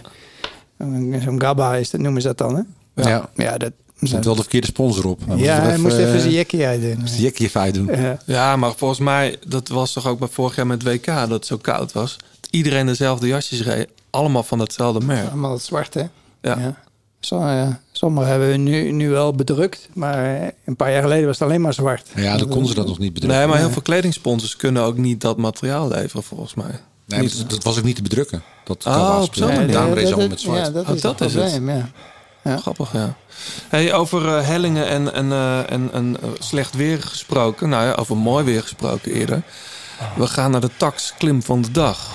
uh, zo'n Gabba is dat, noemen ze dat dan, hè? Ja. ja. ja dat, Er zit wel de verkeerde sponsor op. Dan ja, hij even, moest even zijn jackie uitdoen. Zijn jackie even uitdoen. Ja. ja, maar volgens mij, dat was toch ook bij vorig jaar met W K, dat het zo koud was. Dat iedereen dezelfde jasjes reed. Allemaal van hetzelfde merk. Allemaal het zwart, hè? Ja. ja. Sommige, sommige hebben we nu, nu wel bedrukt. Maar een paar jaar geleden was het alleen maar zwart. Ja, dan konden ze dat nog niet bedrukken. Nee, maar heel veel kledingsponsors kunnen ook niet dat materiaal leveren, volgens mij. Nee, niet, dat, dat was ook niet te bedrukken. Dat oh, op zo'n manier. Daarom reed ze allemaal met zwart. Ja, dat oh, is dat het is probleem, het. Ja. Ja. Grappig, ja. Hey, over uh, hellingen en, en, uh, en, en uh, slecht weer gesproken. Nou ja, over mooi weer gesproken eerder. We gaan naar de tax-klim van de dag.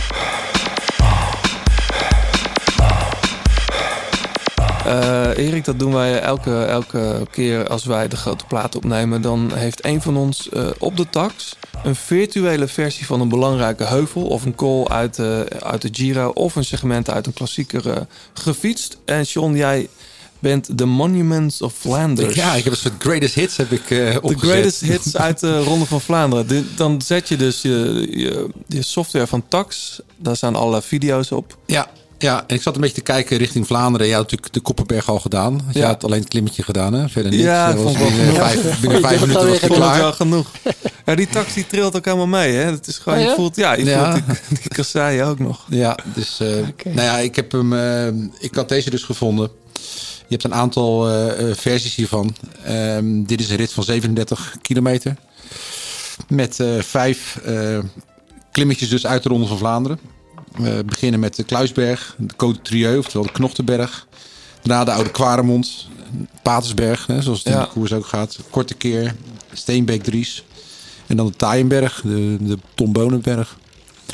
Uh, Erik, dat doen wij elke, elke keer als wij de grote plaat opnemen. Dan heeft een van ons uh, op de tax een virtuele versie van een belangrijke heuvel of een call uit de, uit de Giro of een segment uit een klassieker uh, gefietst. En John, jij bent de Monuments of Flanders. Ja, ik heb een soort greatest hits heb ik uh, opgezet. De greatest hits uit de Ronde van Vlaanderen. De, dan zet je dus je, je, je software van Tax. Daar staan alle video's op. Ja. Ja, en ik zat een beetje te kijken richting Vlaanderen. Je had natuurlijk de Koppenberg al gedaan. Je ja. had alleen het klimmetje gedaan, hè? Verder niet. Ja, dat was binnen binnen vijf, binnen vijf minuten was het klaar. Wel genoeg. Ja, die tax die trilt ook helemaal mee, hè? Het is gewoon, oh, ja? je voelt, ja, je ja. voelt die, die kasseien ook nog. Ja, dus, uh, okay. nou ja, ik heb hem, uh, ik had deze dus gevonden. Je hebt een aantal uh, versies hiervan. Um, dit is een rit van zevenendertig kilometer. Met uh, vijf uh, klimmetjes dus uit de Ronde van Vlaanderen. We beginnen met de Kluisberg, de Côte Trieux, oftewel de Knoftenberg. Daarna de Oude Kwaremond, Patersberg, hè, zoals het ja. in de koers ook gaat. Korte Keer, Steenbeek Dries. En dan de Taaienberg, de, de Tom Bonenberg.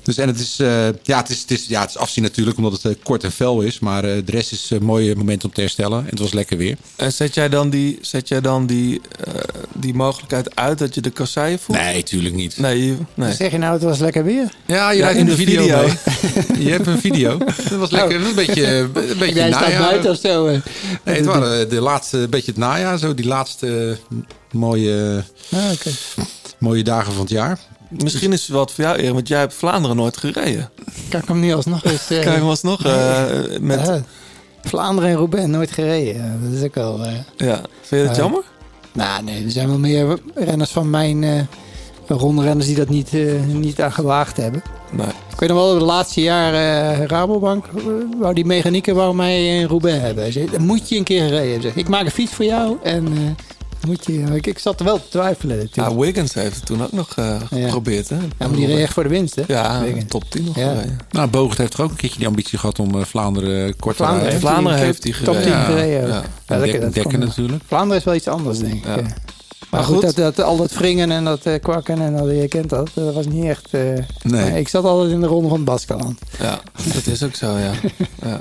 Dus en het is, uh, ja, het is, het is, ja, het is afzien natuurlijk, omdat het uh, kort en fel is. Maar uh, de rest is een mooi moment om te herstellen. En het was lekker weer. En zet jij dan die, zet jij dan die, uh, die mogelijkheid uit dat je de kasseien voelt? Nee, tuurlijk niet. Nee, nee. Zeg je nou, het was lekker weer? Ja, je ja, in, in de, de video. video. Je hebt een video. Dat was lekker. Oh. Een beetje, een beetje Jij najaar. staat buiten of zo? Uh, nee, het waren de laatste, een beetje het najaar. Zo die laatste uh, mooie, ah, okay. mooie dagen van het jaar. Misschien is het wat voor jou, Erik, want jij hebt Vlaanderen nooit gereden. Kan ik hem niet alsnog eens... Uh, kan ik hem alsnog uh, met... Uh, Vlaanderen en Roubaix nooit gereden. Ja, dat is ook wel... Uh, ja, vind je dat uh, jammer? Nou, nee, er zijn wel meer renners van mijn uh, rondrenners die dat niet, uh, niet aan gewaagd hebben. Nee. Ik weet nog wel, de laatste jaar uh, Rabobank uh, wou die mechanieken wou mij in Roubaix hebben. Hij zei, dan moet je een keer gereden hebben. Ik maak een fiets voor jou en... Uh, Moet je, ik, ik zat er wel te twijfelen. Natuurlijk. Ja, Wiggins heeft het toen ook nog uh, geprobeerd. Ja. Hè? Ja, maar die reed echt voor de winst, hè? Ja, Wiggins. top tien nog ja. gereden. Nou, Bogert heeft er ook een keertje die ambitie gehad om uh, Vlaanderen kort te rijden. Heeft Vlaanderen heeft hij gereden. Top tien ja. gereden. Ja. Ja, Dek, dat dekken natuurlijk. Vlaanderen is wel iets anders, denk ik. Ja. Ja. Maar, maar goed, goed. Dat, dat, al dat wringen en dat uh, kwakken en dat, je kent dat, dat was niet echt... Uh, nee. nee, ik zat altijd in de ronde van het Baskeland. Ja, dat is ook zo, ja. ja.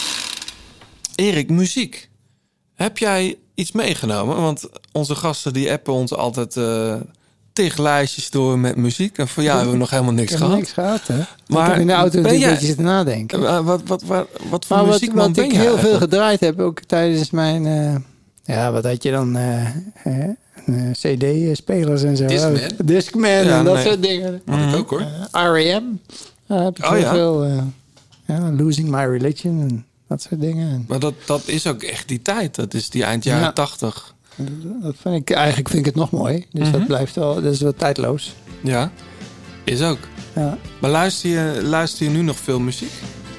Erik, muziek. Heb jij iets meegenomen? Want onze gasten die appen ons altijd uh, tig lijstjes door met muziek. En voor jou hebben we nog helemaal niks ik gehad. niks gehad, hè? Maar ik heb in de auto ben een jij, beetje zitten nadenken. Uh, wat, wat, wat, wat voor maar muziek wat, wat ben ik jij heel eigenlijk? veel gedraaid heb, ook tijdens mijn... Uh, ja, wat had je dan... Uh, uh, uh, C D-spelers en zo. Discman. Discman ja, en dat nee. soort dingen. Had ik ook, hoor. Uh, R E M. Daar heb ik oh, heel ja? veel... Uh, ja, Losing My Religion en dat soort dingen. Maar dat, dat is ook echt die tijd. Dat is die eind jaren Ja. tachtig. Dat vind ik, eigenlijk vind ik het nog mooi. Dus Mhm. dat blijft wel, dat is wel tijdloos. Ja, is ook. Ja. Maar luister je, luister je nu nog veel muziek?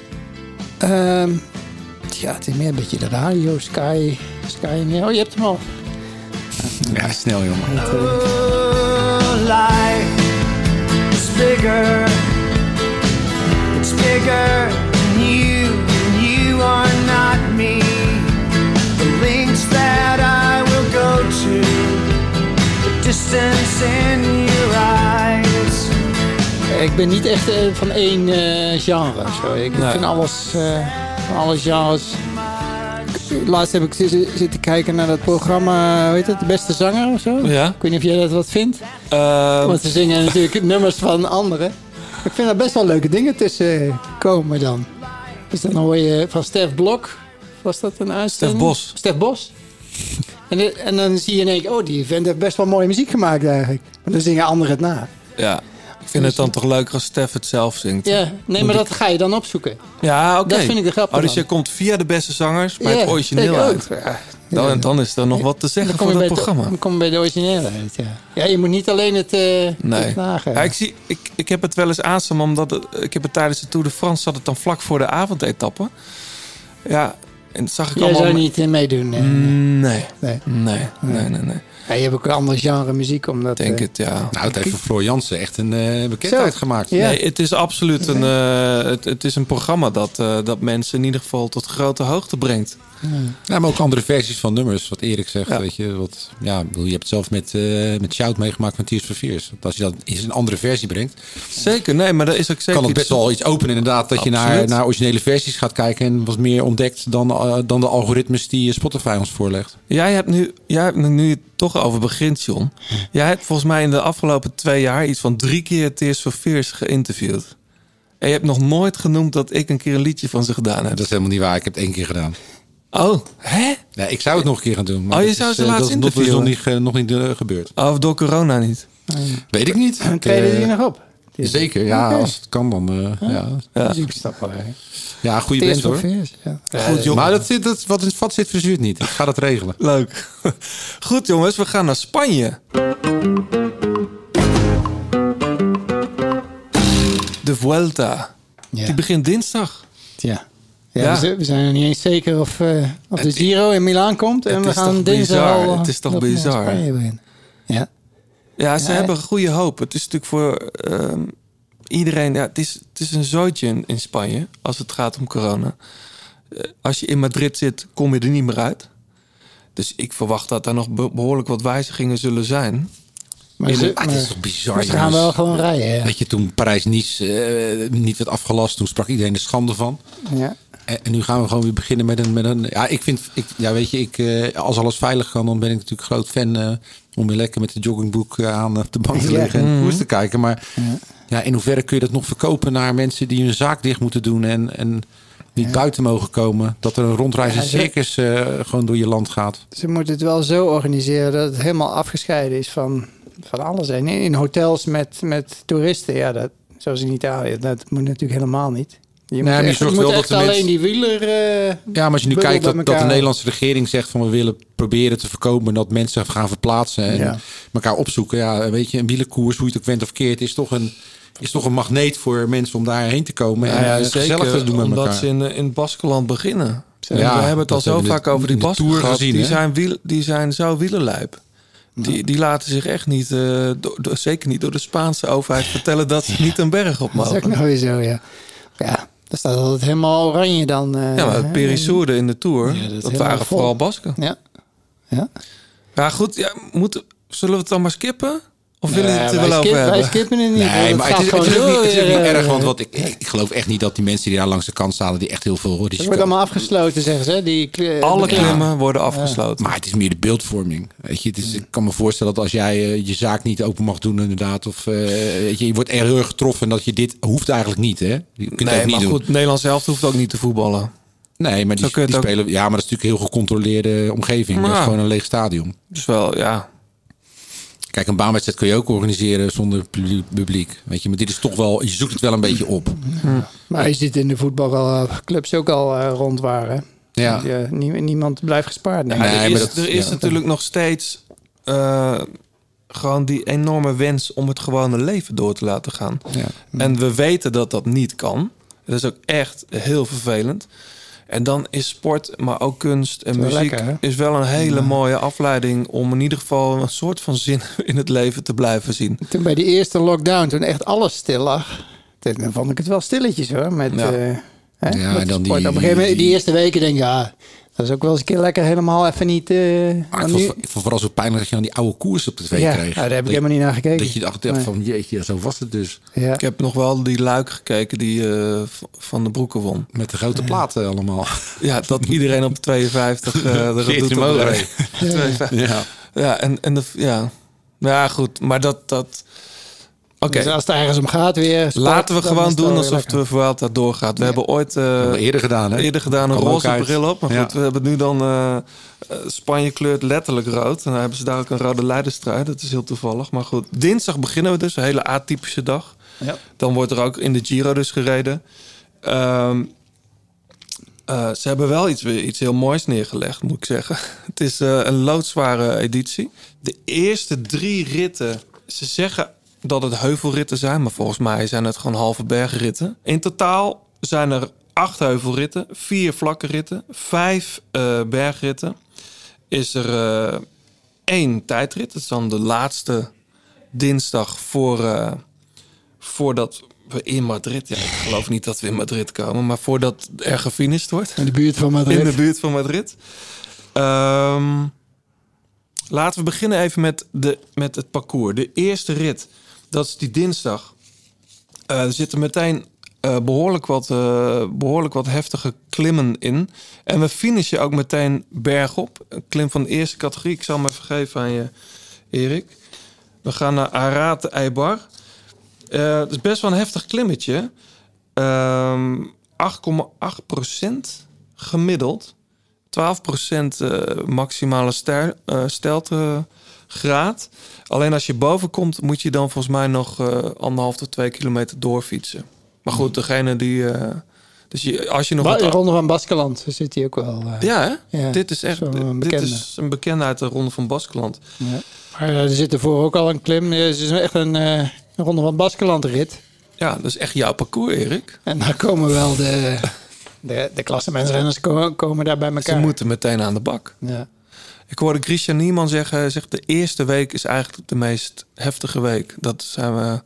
Um, ja, het is meer een beetje de radio, Sky, Sky. Oh, je hebt hem al. Ja, snel, jongen. Dat, uh, Oh, life is bigger. It's bigger than you, and you are not me. The links that I will go to, the distance in your eyes. ik ben niet echt uh, van één uh, genre. Zo. Ik Nee. vind alles, uh, van alle genres. Laatst heb ik zitten, zitten kijken naar dat programma, hoe heet het, De Beste Zanger of zo. Ja. Ik weet niet of jij dat wat vindt. Uh, Want ze zingen natuurlijk nummers van anderen. Ik vind daar best wel leuke dingen tussen komen dan. Dus dan hoor je van Stef Blok. Was dat een uitzending? Stef Bos. Stef Bos. En, de, en dan zie je in één keer, oh, die vent heeft best wel mooie muziek gemaakt eigenlijk. Maar dan zingen anderen het na. Ja, ik vind het dan toch leuker als Stef het zelf zingt. Ja, nee, maar dat ga je dan opzoeken. Ja, oké. Dat vind ik de grap Oh, dus ervan. je komt via de beste zangers bij het Ja, origineel denk ik uit. ook. Ja. Dan, dan is er nog wat te zeggen Dan kom voor je dat bij programma. Het, dan kom je bij de originele uit, ja. Ja, je moet niet alleen het, uh, Nee. het nagaan. Ja, ik, zie, ik, ik heb het wel eens aanstaan, omdat het, ik heb het tijdens de Tour de France zat het dan vlak voor de avondetappe. Ja, en dat zag ik Jij allemaal. zou niet uh, meedoen. Nee. Nee. Nee. Nee, nee, nee, nee. Ja, je hebt ook een ander genre muziek. Omdat, Ik denk uh, het, ja. Nou, het heeft voor Floor Jansen echt een uh, bekendheid Zo. gemaakt. Ja. Nee, het is absoluut een, uh, het, het is een programma dat, uh, dat mensen in ieder geval tot grote hoogte brengt. Ja, maar ook andere versies van nummers, wat Erik zegt. Ja. Weet je, wat, ja, je hebt het zelf met, uh, met Shout meegemaakt van Tears for Fears. Want als je dat in een andere versie brengt, Zeker, nee, maar dat is ook zeker kan het iets- best wel iets openen inderdaad. Dat je naar, Absoluut. naar originele versies gaat kijken en wat meer ontdekt dan, uh, dan de algoritmes die Spotify ons voorlegt. Jij hebt nu, jij hebt nu je het toch over begint, John. Jij hebt volgens mij in de afgelopen twee jaar iets van drie keer Tears for Fears geïnterviewd. En je hebt nog nooit genoemd dat ik een keer een liedje van ze gedaan heb. Dat is helemaal niet waar. Ik heb het één keer gedaan. Oh, hè? Nee, ik zou het nog een keer gaan doen. Maar Oh, je dat zou is, ze uh, laten dat is nog- dat is nog niet, interviewen? ge- nog niet uh, gebeurd. Of door corona niet? Weet ik niet. En Ik, treden die uh, nog op? Zeker, ja. Oké. Als het kan dan. Uh, ja. Ja. Muziekstappen. ja, goede Tears band for hoor. Fears, ja. Goed, jongen. Maar dat, zit, dat, wat in het vat zit, verzuurt niet. Ik ga dat regelen. Leuk. Goed, jongens, we gaan naar Spanje. De Vuelta. Ja. Die begint dinsdag. Ja. Ja, Ja. We, zijn, we zijn er niet eens zeker of, uh, of de Giro in Milaan komt. En het we is gaan toch dinsdag bizar? al... uh, Het is toch nog naar bizar? Spanje beginnen. Ja. Ja, ze Ja, hebben goede hoop. Het is natuurlijk voor ehm, iedereen... Ja, het, is, het is een zootje in, in Spanje als het gaat om corona. Eh, als je in Madrid zit, kom je er niet meer uit. Dus ik verwacht dat er nog be- behoorlijk wat wijzigingen zullen zijn. Maar, ze, ah, maar, het is toch bizar. maar ze gaan wel gewoon rijden. Ja. Dat je toen Parijs-Nice uh, niet werd afgelast. Toen sprak iedereen de schande van. Ja. En, en nu gaan we gewoon weer beginnen met een... Met een ja, ik vind... Ik, ja, weet je, ik, uh, als alles veilig kan, dan ben ik natuurlijk groot fan... Uh, om weer lekker met de joggingboek uh, aan op de bank te liggen ja. en koers te kijken. Maar ja. ja, in hoeverre kun je dat nog verkopen naar mensen die hun zaak dicht moeten doen... en, en niet ja. buiten mogen komen? Dat er een rondreizend ja, circus uh, gewoon door je land gaat. Ze moeten het wel zo organiseren dat het helemaal afgescheiden is van, van alles. En in hotels met, met toeristen, ja, dat, zoals in Italië, dat moet natuurlijk helemaal niet. Je moet, nee, echt, je je moet echt alleen mensen... die wieler... Uh, ja, maar als je nu kijkt dat, dat de Nederlandse regering zegt van... we willen proberen te voorkomen dat mensen gaan verplaatsen... en ja. elkaar opzoeken. Ja, weet je, een wielerkoers, hoe je het ook went of keert... is toch een, is toch een magneet voor mensen om daarheen te komen... Ja, en ja, gezellig zeker, te doen met omdat elkaar. ze in, in Baskeland beginnen. Ja, we hebben het al zo vaak de, over die Basken gehad. Gezien, die, zijn wiel, die zijn zo wielerlijp. Die, die laten zich echt niet, uh, do, do, zeker niet door de Spaanse overheid... vertellen dat ze niet een berg op mogen. Dat is ook nou weer zo, ja. Ja. Dat staat altijd helemaal oranje dan. Uh, ja, maar Perissourde in de Tour, ja, dat, dat waren vol. Vooral Basken. Ja. Ja, ja goed. Ja, moet, zullen we het dan maar skippen? Of willen we het er wel over hebben? Wij skippen het niet. Nee, maar het is, het is ook niet, het is ook niet erg. Want wat ik, ik, ik geloof echt niet dat die mensen die daar langs de kant staan... die echt heel veel risico... Het wordt allemaal afgesloten, zeggen ze. Die, uh, Alle klimmen ja. worden afgesloten. Ja. Maar het is meer de beeldvorming. Weet je, het is, ik kan me voorstellen dat als jij uh, je zaak niet open mag doen inderdaad... of uh, weet je, je wordt er heel erg getroffen... en dat je dit hoeft eigenlijk niet. Hè? Je kunt nee, het niet maar doen. goed, Nederland zelf hoeft ook niet te voetballen. Nee, maar die, die spelen... Ja, maar dat is natuurlijk een heel gecontroleerde omgeving. Maar, dat is gewoon een leeg stadion. Dus wel, ja... Kijk, een baanwedstrijd kun je ook organiseren zonder publiek. Weet je, maar dit is toch wel... Je zoekt het wel een beetje op. Hm. Maar je ziet in de voetbalclubs ook al uh, rond waren. Ja. Uh, nie, niemand blijft gespaard. Nee. Ja, er is, maar dat, er is ja. natuurlijk nog steeds... Uh, gewoon die enorme wens om het gewone leven door te laten gaan. Ja. Hm. En we weten dat dat niet kan. Dat is ook echt heel vervelend. En dan is sport, maar ook kunst en muziek... Lekker, is wel een hele ja. mooie afleiding... om in ieder geval een soort van zin in het leven te blijven zien. Toen bij die eerste lockdown, toen echt alles stil lag... dan vond ik het wel stilletjes hoor. Met, ja. Uh, hè, ja, met dan die, die, op een gegeven moment, die eerste weken denk ik... ja, dat is ook wel eens een keer lekker helemaal even niet... Uh, ah, ik, vond, ik vond vooral zo pijnlijk dat je aan die oude koers op de tv ja, kreeg. Ja, daar heb ik dat, helemaal niet naar gekeken. Dat je dacht nee. van, jeetje, zo was het dus. Ja. Ik heb nog wel die Luik gekeken die uh, Van de Broeke won. Met de grote platen ja. allemaal. Ja, dat iedereen op tweeënvijftig uh, er doet mogen. Ja, ja. ja, en, en de, ja. ja, goed, maar dat... dat Oké. Okay. Dus als het ergens om gaat weer... Sport, laten we gewoon doen alsof de Vuelta doorgaat. We ja. hebben ooit... Uh, we eerder gedaan, hè? Eerder gedaan een Kom roze bril op. Maar ja. goed, we hebben nu dan... Uh, Spanje kleurt letterlijk rood. En dan hebben ze daar ook een rode leiderstrui. Dat is heel toevallig. Maar goed, dinsdag beginnen we dus. Een hele atypische dag. Ja. Dan wordt er ook in de Giro dus gereden. Um, uh, ze hebben wel iets, iets heel moois neergelegd, moet ik zeggen. Het is uh, een loodzware editie. De eerste drie ritten... Ze zeggen... dat het heuvelritten zijn, maar volgens mij zijn het gewoon halve bergritten. In totaal zijn er acht heuvelritten, vier vlakke ritten, vijf uh, bergritten. Is er uh, één tijdrit. Dat is dan de laatste dinsdag voor, uh, voordat we in Madrid... Ja, ik geloof niet dat we in Madrid komen, maar voordat er gefinished wordt. In de buurt van Madrid. In de buurt van Madrid. Um, laten we beginnen even met, de, met het parcours. De eerste rit... Dat is die dinsdag. Uh, er zitten meteen uh, behoorlijk, wat, uh, behoorlijk wat heftige klimmen in. En we finishen ook meteen bergop. Een klim van de eerste categorie. Ik zal hem even geven aan je, Erik. We gaan naar Arate Eibar. Uh, het is best wel een heftig klimmetje. Uh, acht komma acht procent gemiddeld. twaalf procent uh, maximale ster, uh, steltegraad. Alleen als je boven komt, moet je dan volgens mij nog uh, anderhalf tot twee kilometer doorfietsen. Maar goed, degene die... Uh, dus je, als je nog ba- wat... De Ronde van Baskeland zit hij ook wel. Uh, ja, hè? Ja, dit is echt een dit is een bekende uit de Ronde van Baskeland. Ja. Maar uh, er zit ervoor ook al een klim. Het is echt een, uh, een Ronde van Baskeland rit. Ja, dat is echt jouw parcours, Erik. En daar komen wel de... De, de klassementsrenners komen, komen daar bij elkaar. Ze moeten meteen aan de bak. Ja. Ik hoorde Christian Niemann zeggen... Zegt, de eerste week is eigenlijk de meest heftige week. Dat zijn we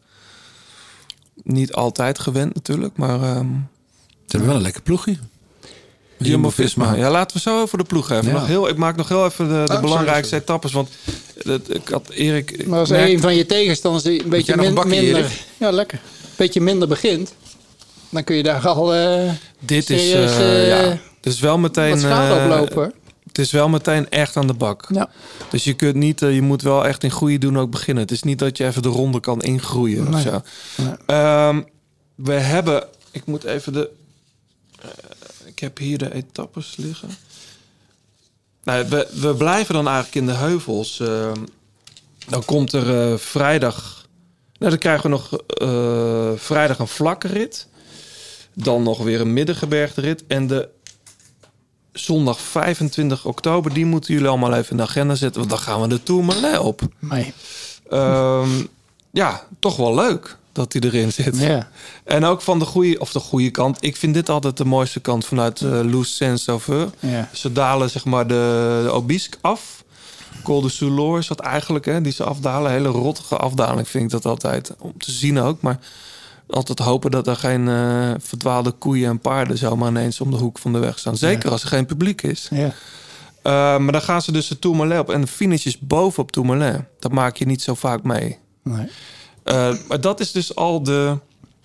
niet altijd gewend natuurlijk. Maar um, ze hebben wel een lekker ploegje. Jumbo-Visma. Ja, laten we zo over de ploeg even. Ja. Nog heel, ik maak nog heel even de, de oh, belangrijkste sorry, sorry. etappes. Want dat, ik had Erik... Maar als merkte, een van je tegenstanders een beetje nog een min, bakje, minder... Erik? Ja, lekker. Een beetje minder begint. Dan kun je daar al uh, dit is, serieus, uh, uh, ja, het is wel meteen... wat schade uh, oplopen. Hoor. Het is wel meteen echt aan de bak. Ja. Dus je kunt niet, uh, je moet wel echt in goede doen ook beginnen. Het is niet dat je even de ronde kan ingroeien Nee. of zo. Nee. Um, we hebben, ik moet even de, uh, ik heb hier de etappes liggen. Nou, we, we blijven dan eigenlijk in de heuvels. Uh, dan komt er uh, vrijdag, nou dan krijgen we nog uh, vrijdag een vlakke rit. Dan nog weer een middengebergte rit en de zondag vijfentwintig oktober, die moeten jullie allemaal even in de agenda zetten. Want dan gaan we de Tourmalet op. Nee. Um, ja, toch wel leuk dat hij erin zit. Ja. En ook van de goede, of de goede kant. Ik vind dit altijd de mooiste kant vanuit uh, Lous Saint-Sauveur. Ja. Ze dalen zeg maar de, de Obisque af. Col de Soulor is dat eigenlijk, hè, die ze afdalen. Hele rottige afdaling vind ik dat altijd. Om te zien ook, maar altijd hopen dat er geen uh, verdwaalde koeien en paarden zomaar ineens om de hoek van de weg staan. Zeker ja. als er geen publiek is. Ja. Uh, maar dan gaan ze dus de Tourmalet op. En de finish is bovenop Tourmalet. Dat maak je niet zo vaak mee. Nee. Uh, maar dat is dus al de,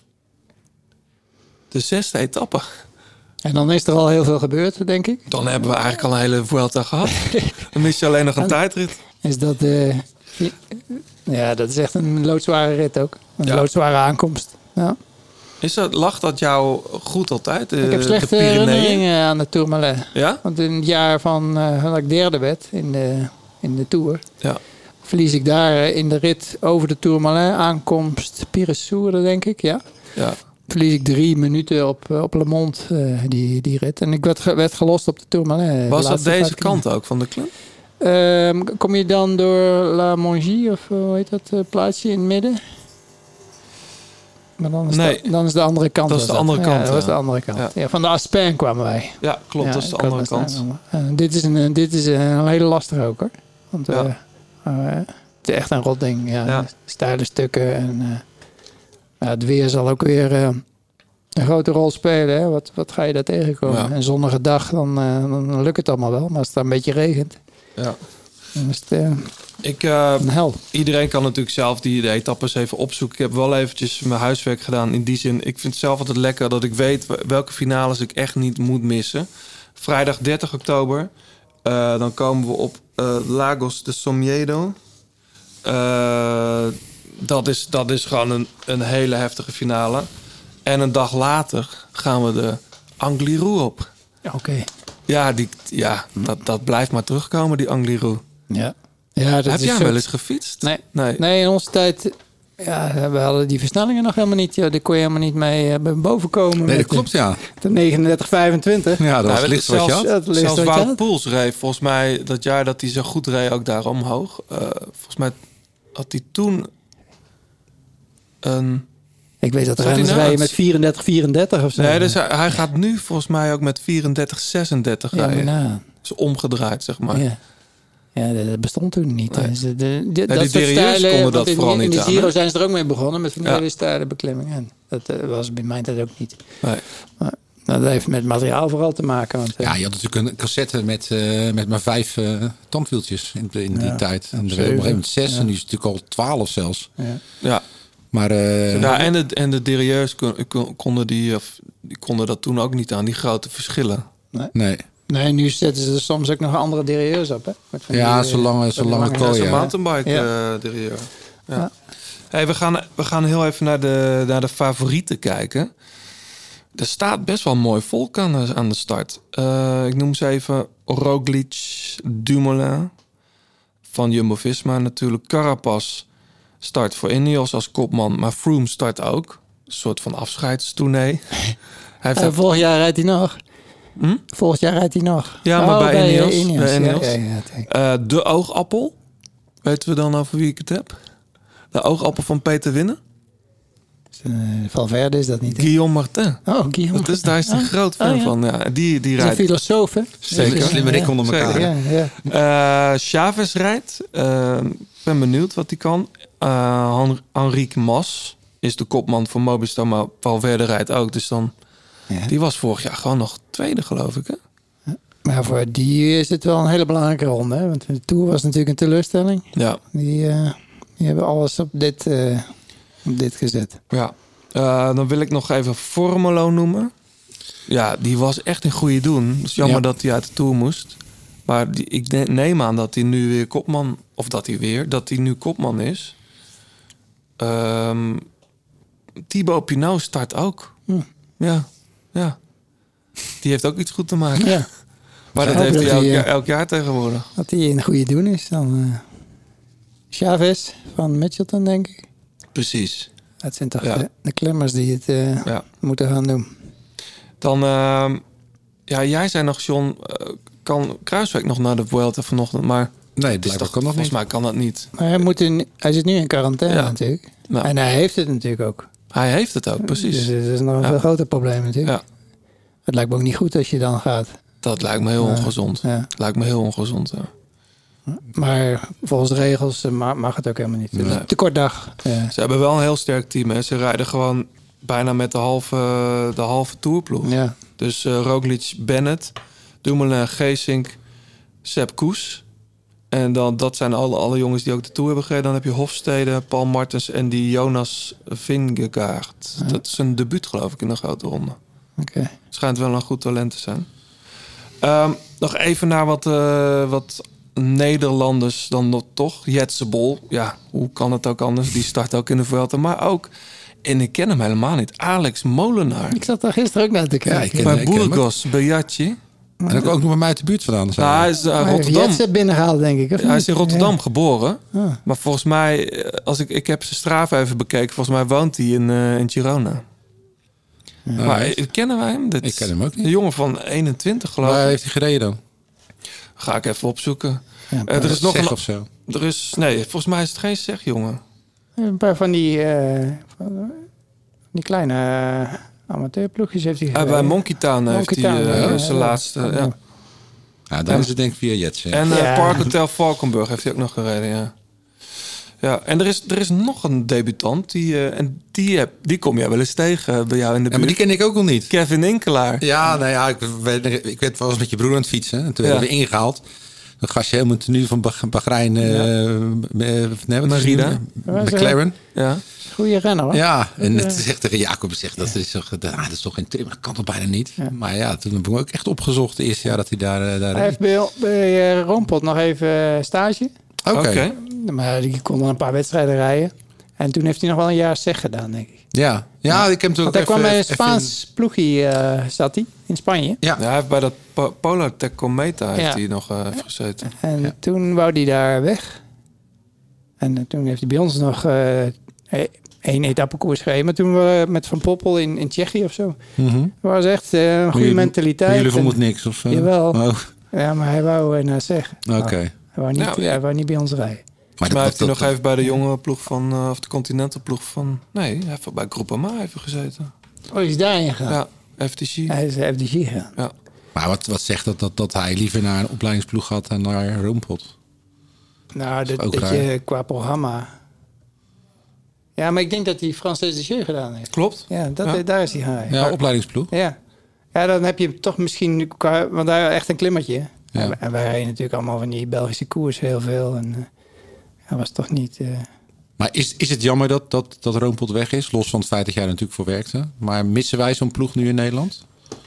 de zesde etappe. En dan is er al heel veel gebeurd, denk ik. Dan hebben we eigenlijk al een hele Vuelta gehad. Dan mis je alleen nog een tijdrit. Is dat, uh, ja, dat is echt een loodzware rit ook. Een ja. loodzware aankomst. Ja. Is dat, lag dat jou goed altijd? De, ik heb slechte herinneringen aan de Tourmalet. Ja? Want in het jaar van uh, dat ik derde werd in de, in de Tour... Ja. verlies ik daar in de rit over de Tourmalet. Aankomst Pires-Sourde, denk ik. Ja. Ja. Verlies ik drie minuten op, op Le Monde, uh, die, die rit. En ik werd, werd gelost op de Tourmalet. Was de dat deze kant ook van de klim? Um, kom je dan door La Mongie, of hoe heet dat uh, plaatsje in het midden? Maar dan is, nee. de, dan is de andere kant. Dat is de andere kant. Ja, dat was de andere kant. Ja. Ja, van de Aspen kwamen wij. Ja, klopt. Ja, dat is de andere kant. Uh, dit, is een, dit is een hele lastige ook, hoor. Want uh, ja. uh, het is echt een rot ding. Ja. Ja. Steile stukken. En, uh, uh, het weer zal ook weer uh, een grote rol spelen. Hè? Wat, wat ga je daar tegenkomen? Ja. Een zonnige dag, dan, uh, dan lukt het allemaal wel. Maar als het een beetje regent... Ja. Dan is het uh, ik, uh, een hel. Iedereen kan natuurlijk zelf die de etappes even opzoeken. Ik heb wel eventjes mijn huiswerk gedaan. In die zin, ik vind het zelf altijd lekker dat ik weet welke finales ik echt niet moet missen. Vrijdag dertig oktober. Uh, dan komen we op uh, Lagos de Somiedo. Uh, dat, is, dat is gewoon een, een hele heftige finale. En een dag later gaan we de Angliru op. Oké. Okay. Ja, die, ja dat, dat blijft maar terugkomen, die Angliru. Ja. Ja, dat Heb is jij zo... wel eens gefietst? Nee. nee. Nee, in onze tijd... Ja, we hadden die versnellingen nog helemaal niet. Ja, daar kon je helemaal niet mee uh, boven komen. Nee, dat klopt, de, ja. De negenendertig vijfentwintig. Ja, dat was ja, licht wat je had. Zelfs, ja, zelfs Wout Poels reed volgens mij dat jaar dat hij zo goed reed ook daar omhoog. Uh, volgens mij had hij toen een... Ik weet dat de Zat renners nou rijden met vierendertig vierendertig of zo. Nee, dus hij, hij gaat nu volgens mij ook met vierendertig zesendertig ja, rijden. nou. Dus omgedraaid, zeg maar. Ja. Ja, dat bestond toen niet. Nee. Dus de, de, nee, dat die derieurs konden dat in, vooral in niet de aan. Giro hè? zijn ze er ook mee begonnen met van die Ja. hele steile beklimmingen. Dat uh, was bij mijn tijd ook niet. Nee. Maar, nou, dat heeft met materiaal vooral te maken. Want, uh, Ja, je had natuurlijk een cassette met, uh, met maar vijf uh, tandwieltjes in, in die ja, tijd. En er op een zeven. gegeven moment zes Ja. en nu is het natuurlijk al twaalf zelfs. ja. Ja. Maar uh, Ja, en de, en de derieurs kon, kon, konden, die, of, die konden dat toen ook niet aan, die grote verschillen. nee. Nee, nu zetten ze er soms ook nog andere derieurs op. Hè? Met van Ja, die, zolang, uh, zolang het lange- kooi, Zo'n ja. mountainbike Ja. uh, derieur. Ja. Ja. Hey, we, gaan, we gaan heel even naar de, naar de favorieten kijken. Er staat best wel mooi volk aan de, aan de start. Uh, ik noem ze even Roglic, Dumoulin van Jumbo-Visma natuurlijk. Carapaz start voor Ineos als kopman, maar Froome start ook. Een soort van afscheidstournee. Hij heeft Uh, ook- volgend jaar rijdt hij nog. Hm? Volgend jaar rijdt hij nog. Ja, maar Oh, bij uh, Ineos. Ineos. Bij Ja, Ineos. ja, ja, ja. Uh, de oogappel. Weten we dan over wie ik het heb? De oogappel van Peter Winnen? Uh, Valverde is dat niet. Hè? Guillaume Martin. Oh, Guillaume. Dat is, daar is hij Ah. groot fan Oh, ja. van. Ja, die, die Dat is een rijdt. filosoof, hè? Zeker. Slimmer ik onder Zeker. elkaar. Ja, ja. Uh, Chavez rijdt. Uh, Ik ben benieuwd wat hij kan. Uh, Han- Enrique Mas is de kopman van Movistar, maar Valverde rijdt ook. Dus dan... Ja. Die was vorig jaar gewoon nog tweede, geloof ik, hè? Maar voor die is het wel een hele belangrijke ronde. Hè? Want de Tour was natuurlijk een teleurstelling. Ja. Die, uh, die hebben alles op dit, uh, op dit gezet. Ja. Uh, dan wil ik nog even Formelo noemen. Ja, die was echt een goede doen. Het is jammer ja. dat hij uit de Tour moest. Maar die, ik neem aan dat hij nu weer kopman... Of dat hij weer, dat hij nu kopman is. Um, Thibaut Pinot start ook. Hm. Ja, ja. Die heeft ook iets goed te maken. Ja. Maar dat heeft dat hij elk, die, jaar, elk jaar tegenwoordig. Dat hij een goede doen is. Dan uh, Chavez van Mitchelton, denk ik. Precies. Dat zijn toch ja. de, de klimmers die het uh, ja. moeten gaan doen. Dan, uh, ja, jij zei nog, John, uh, kan Kruiswijk nog naar de Vuelta vanochtend, maar... Nee, blijkbaar kan dat volgens niet. mij kan dat niet. Maar hij, moet in, hij zit nu in quarantaine ja. natuurlijk. Nou. En hij heeft het natuurlijk ook. Hij heeft het ook, precies. Dus dat is nog een ja. veel groter probleem natuurlijk. Ja. Het lijkt me ook niet goed als je dan gaat. Dat lijkt me heel uh, ongezond. Ja. Lijkt me heel ongezond, ja. Maar volgens de regels mag het ook helemaal niet. Nee. Te kort dag. Ja. Ze hebben wel een heel sterk team. Hè. Ze rijden gewoon bijna met de halve, de halve tourploeg. Ja. Dus uh, Roglic, Bennett, Dumoulin, Geesink, Sepp Koes. En dan, dat zijn alle, alle jongens die ook de Tour hebben gereden. Dan heb je Hofstede, Paul Martens en die Jonas Vingegaard. Ja. Dat is een debuut, geloof ik, in een grote ronde. Okay. Schijnt wel een goed talent te zijn. Um, nog even naar wat, uh, wat Nederlanders dan nog toch. Jetse Bol, ja, hoe kan het ook anders? Die start ook in de Vuelta. Maar ook, en ik ken hem helemaal niet, Alex Molenaar. Ik zat daar gisteren ook naar te kijken. Ja, bij Burgos, Bejatje. En ook, ook nog bij mij uit de buurt vandaan. Nou, hij is uh, Rotterdam. Hij binnengehaald, denk ik. Of ja, hij is in Rotterdam ja. geboren. Ah. Maar volgens mij, als ik, ik heb zijn Strava even bekeken. Volgens mij woont hij in, uh, in Girona. Ja. Maar uh, kennen wij hem? Dit ik ken hem ook niet. Een jongen van eenentwintig, geloof ik. Waar heeft hij gereden dan? Ga ik even opzoeken. Ja, uh, er is nog zeg een, of zo. Er is, nee, volgens mij is het geen zeg, jongen. Een paar van die, uh, van die kleine uh, amateurploegjes heeft hij gereden. Uh, bij Monkey Town heeft hij uh, ja, zijn ja, laatste... Ja. Ja. Ja, dan en, is het denk ik via Jets. Ja. En uh, ja. Park Hotel Valkenburg heeft hij ook nog gereden, ja. Ja, en er is, er is nog een debutant. Die, uh, en die, heb, die kom jij wel eens tegen bij jou in de buurt. Ja, maar die ken ik ook al niet. Kevin Inkelaar. Ja, nou ja, ik, ik werd wel eens met je broer aan het fietsen. En toen ja. werden we ingehaald. Dan gast je helemaal tenue van Bahrein. Uh, ja. Nee, wat Marina. McLaren. Ja. Goeie renner, hoor. Ja, en het zegt tegen Jacob, zegt, dat, is toch, ah, dat is toch geen trim, dat kan toch bijna niet. Ja. Maar ja, toen heb ik ook echt opgezocht het eerste jaar dat hij daar... Uh, daar hij heeft bij, bij uh, Roompot nog even stage. Oké. Okay. Okay. Maar die kon dan een paar wedstrijden rijden. En toen heeft hij nog wel een jaar zeg gedaan, denk ik. Ja, ja, ik heb hem toen ook hij even... kwam bij een Spaans in... ploegje, uh, zat hij, in Spanje. Ja. ja, hij heeft bij dat po- Polar Tech Cometa heeft ja. hij nog uh, gezeten. En ja. toen wou hij daar weg. En uh, toen heeft hij bij ons nog uh, één etappekoers gereden. Maar toen we met Van Poppel in, in Tsjechië of zo. Mm-hmm. was echt uh, een goede jullie, mentaliteit. Jullie vonden het niks? Of, uh, jawel. Oh. Ja, maar hij wou uh, naar zeg. Oké. Okay. Hij wou niet, nou, hij wou niet bij ons rijden. Maar dat, heeft hij nog dat, even bij de jonge ploeg van, uh, of de Continental ploeg van... Nee, hij heeft bij Groupama even gezeten. Oh, is daarin gegaan? Ja, F T C. Hij is F T C gegaan. Ja. Maar wat, wat zegt dat, dat dat hij liever naar een opleidingsploeg gaat dan naar Roompot? Nou, dat, dat, dat je qua programma... Ja, maar ik denk dat hij Frans Desjeux gedaan heeft. Klopt. Ja, dat, ja. daar is hij gaan. Ja, opleidingsploeg. Ja. Ja, dan heb je toch misschien... Qua, want daar echt een klimmertje. Ja. En wij rijden natuurlijk allemaal van die Belgische koers heel veel. En uh, dat was toch niet... Uh... Maar is, is het jammer dat, dat, dat Roompot weg is? Los van het feit dat jij er natuurlijk voor werkte. Maar missen wij zo'n ploeg nu in Nederland?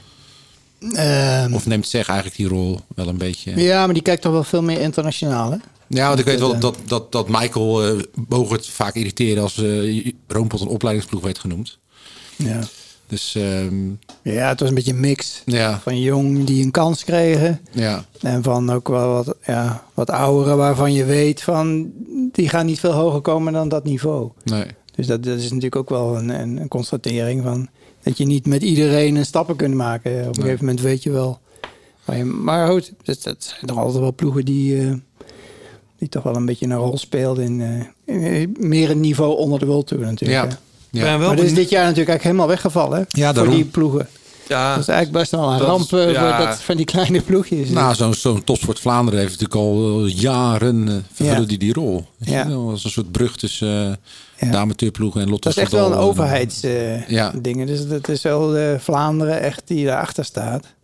Um, of neemt zeg eigenlijk die rol wel een beetje... Ja, maar die kijkt toch wel veel meer internationaal, hè? Ja, want ik weet wel dat, dat, dat Michael uh, Bogert vaak irriteerde als uh, Roompot een opleidingsploeg werd genoemd. Ja. Dus, um... ja, het was een beetje een mix ja. van jong die een kans kregen. Ja. En van ook wel wat, ja, wat ouderen waarvan je weet van... die gaan niet veel hoger komen dan dat niveau. Nee. Dus dat, dat is natuurlijk ook wel een, een, een constatering van... dat je niet met iedereen een stappen kunt maken. Op een nee. gegeven moment weet je wel. Maar, je, maar goed, dat, dat zijn toch altijd wel ploegen die... Uh, die toch wel een beetje een rol speelden in, uh, in meer een niveau onder de World Tour natuurlijk. Ja. Ja. Ja, maar dat is dit jaar natuurlijk eigenlijk helemaal weggevallen. Hè? Ja, voor die ploegen. Ja, dat is eigenlijk best wel een dat ramp is, ja. voor dat, van die kleine ploegjes. Nou, zo'n, zo'n Topsport Vlaanderen heeft natuurlijk al jaren uh, vervullen ja. die die rol. Ja. Dat was een soort brug tussen uh, ja. de amateurploegen en Lotto. Dat is echt wel een overheidsding. Uh, ja. Dus dat is wel uh, Vlaanderen echt die daarachter staat.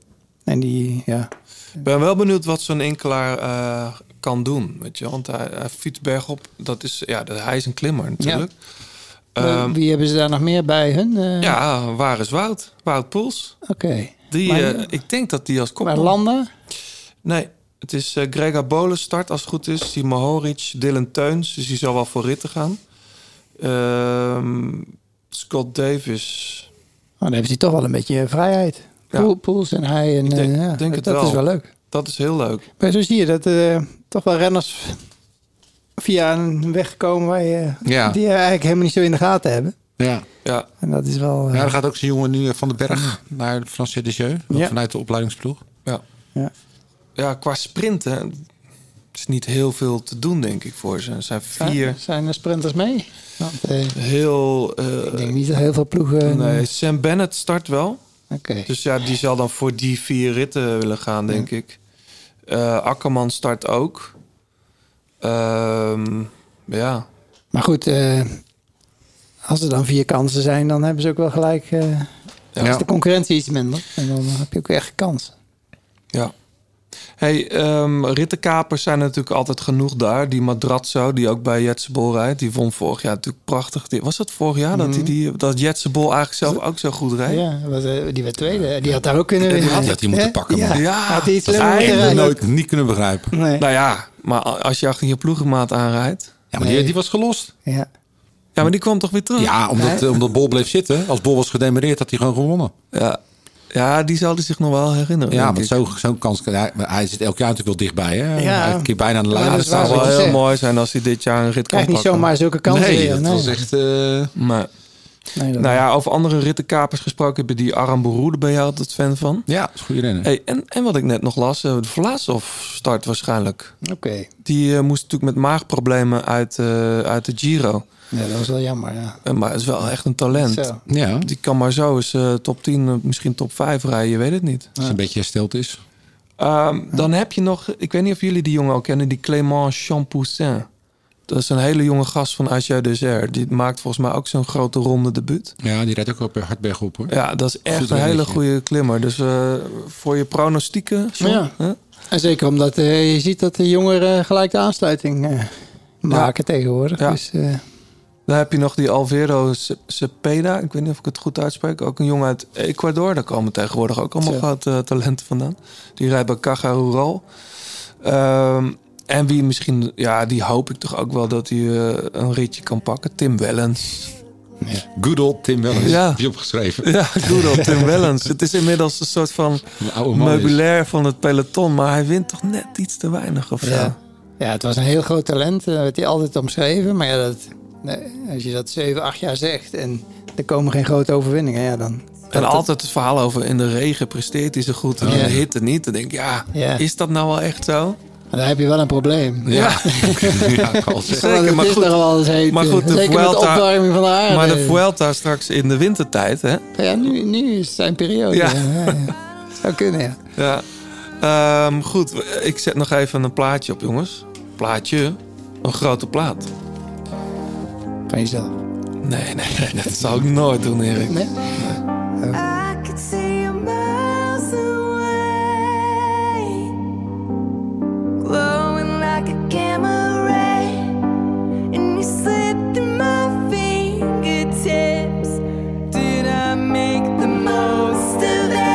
En die, ja... Ik ben wel benieuwd wat zo'n enkelaar uh, kan doen. Weet je? Want hij, hij fietst bergop. Dat is, ja, dat, hij is een klimmer natuurlijk. Ja. Um, Wie hebben ze daar nog meer bij hun? Uh... Ja, waar is Wout? Wout Poels. Oké. Okay. Die, uh, ik denk dat die als kopman... Maar Landa? Nee, het is uh, Gregor Bolen start als het goed is. Timo Mohoric, Dylan Teuns. Dus die zal wel voor ritten gaan. Uh, Scott Davis. Oh, dan hebben ze toch wel een beetje vrijheid. Ja. Poels en hij. En, ik denk, uh, ja, denk dat het wel. is wel leuk. Dat is heel leuk. Maar zo zie je dat uh, toch wel renners via een weg komen waar je, ja. die je eigenlijk helemaal niet zo in de gaten hebben. Ja. Ja. En dat is wel... Uh... Ja, er gaat ook zo'n jongen nu van den Berg naar Francais de Jeu. Ja. Vanuit de opleidingsploeg. Ja. Ja, ja qua sprinten is niet heel veel te doen, denk ik, voor ze. Er zijn vier... Zijn, zijn er sprinters mee? Want, uh, heel... Uh, ik denk niet dat heel veel ploegen... Nee, Sam Bennett start wel. Okay. Dus ja, die zal dan voor die vier ritten willen gaan, denk ja. ik. Uh, Akkerman start ook. Um, ja. Maar goed, uh, als er dan vier kansen zijn, dan hebben ze ook wel gelijk... Uh, ja. Is de concurrentie iets minder. En dan heb je ook echt kans. Ja. Hey, um, rittenkapers zijn natuurlijk altijd genoeg daar. Die Madrazzo, die ook bij Jetsebol rijdt, die won vorig jaar natuurlijk prachtig. Was dat vorig jaar mm-hmm. dat, die, die, dat Jetsebol eigenlijk zelf ook zo goed reed? Ja, die werd tweede. Die had daar ook kunnen winnen. Die had, had hij moeten pakken. Ja, man. ja. Had hij iets dat heb ik nooit niet kunnen begrijpen. Nee. Nou ja, maar als je achter je ploegenmaat aanrijdt... Ja, maar nee. die, die was gelost. Ja. Ja, maar die kwam toch weer terug? Ja, omdat, nee. omdat Bol bleef zitten. Als Bol was gedemereerd, had hij gewoon gewonnen. Ja. Ja, die zal hij zich nog wel herinneren. Ja, maar zo'n zo kans... Hij, hij zit elk jaar natuurlijk wel dichtbij. Hè? Ja. Hij keer bijna aan de lijn. Ja, het zou wel heel zeg. mooi zijn als hij dit jaar een rit kan pakken. Krijg niet zomaar zulke kansen. Nee, weer, dat nee. was echt... Uh... Maar, nee, nou ja, over andere rittenkapers gesproken... hebben die Aramburu, daar ben jij altijd fan van. Ja, dat is goede rennen. Hey, en, en wat ik net nog las, de Vlasov start waarschijnlijk. Oké. Okay. Die uh, moest natuurlijk met maagproblemen uit, uh, uit de Giro. Ja, dat was wel jammer, ja. Maar het is wel echt een talent. Zo. Ja. Die kan maar zo eens uh, top tien, misschien top vijf rijden. Je weet het niet. Als het een beetje hersteld is. Um, dan heb je nog... Ik weet niet of jullie die jongen ook kennen. Die Clément Champoussin. Dat is een hele jonge gast van Asia Desert. Die maakt volgens mij ook zo'n grote ronde debuut. Ja, die rijdt ook op Hardberg op, hoor. Ja, dat is echt Goed een hele goede klimmer. Dus uh, voor je pronostieken, John, ja. Huh? En zeker omdat uh, je ziet dat de jongeren gelijk de aansluiting uh, maken ja. tegenwoordig. Ja. Dus... Uh, Dan heb je nog die Alvaro Cepeda. Ik weet niet of ik het goed uitspreek. Ook een jongen uit Ecuador. Daar komen tegenwoordig ook allemaal grote uh, talenten vandaan. Die rijdt bij Caja Rural. Um, en wie misschien... Ja, die hoop ik toch ook wel dat hij uh, een ritje kan pakken. Tim Wellens. Ja. Good old Tim Wellens. Ja. Heb je opgeschreven? Ja, good old Tim Wellens. Het is inmiddels een soort van meubilair van het peloton. Maar hij wint toch net iets te weinig of zo. Ja, ja het was een heel groot talent. Dat werd hij altijd omschreven. Maar ja, dat... Nee, als je dat zeven, acht jaar zegt en er komen geen grote overwinningen, ja dan... En altijd het verhaal over in de regen presteert hij zo goed en ja. in de hitte niet. Dan denk ik, ja, ja, is dat nou wel echt zo? Dan heb je wel een probleem. Ja, ja ik al zeker. Maar goed, wel heet, maar goed, de zeker Vuelta, met de opwarming van de aarde. Maar de Vuelta straks in de wintertijd, hè? Ja, nu, nu is het zijn periode. Ja. Ja, ja. Zou kunnen, ja. ja. Um, goed, ik zet nog even een plaatje op, jongens. Plaatje, een grote plaat. Van jezelf? Nee, nee, nee, dat zou ik nooit doen, Erik. Nee? nee. Oh. I could see you miles away, glowing like a gamma ray, and you slipped through my fingertips. Did I make the most of it?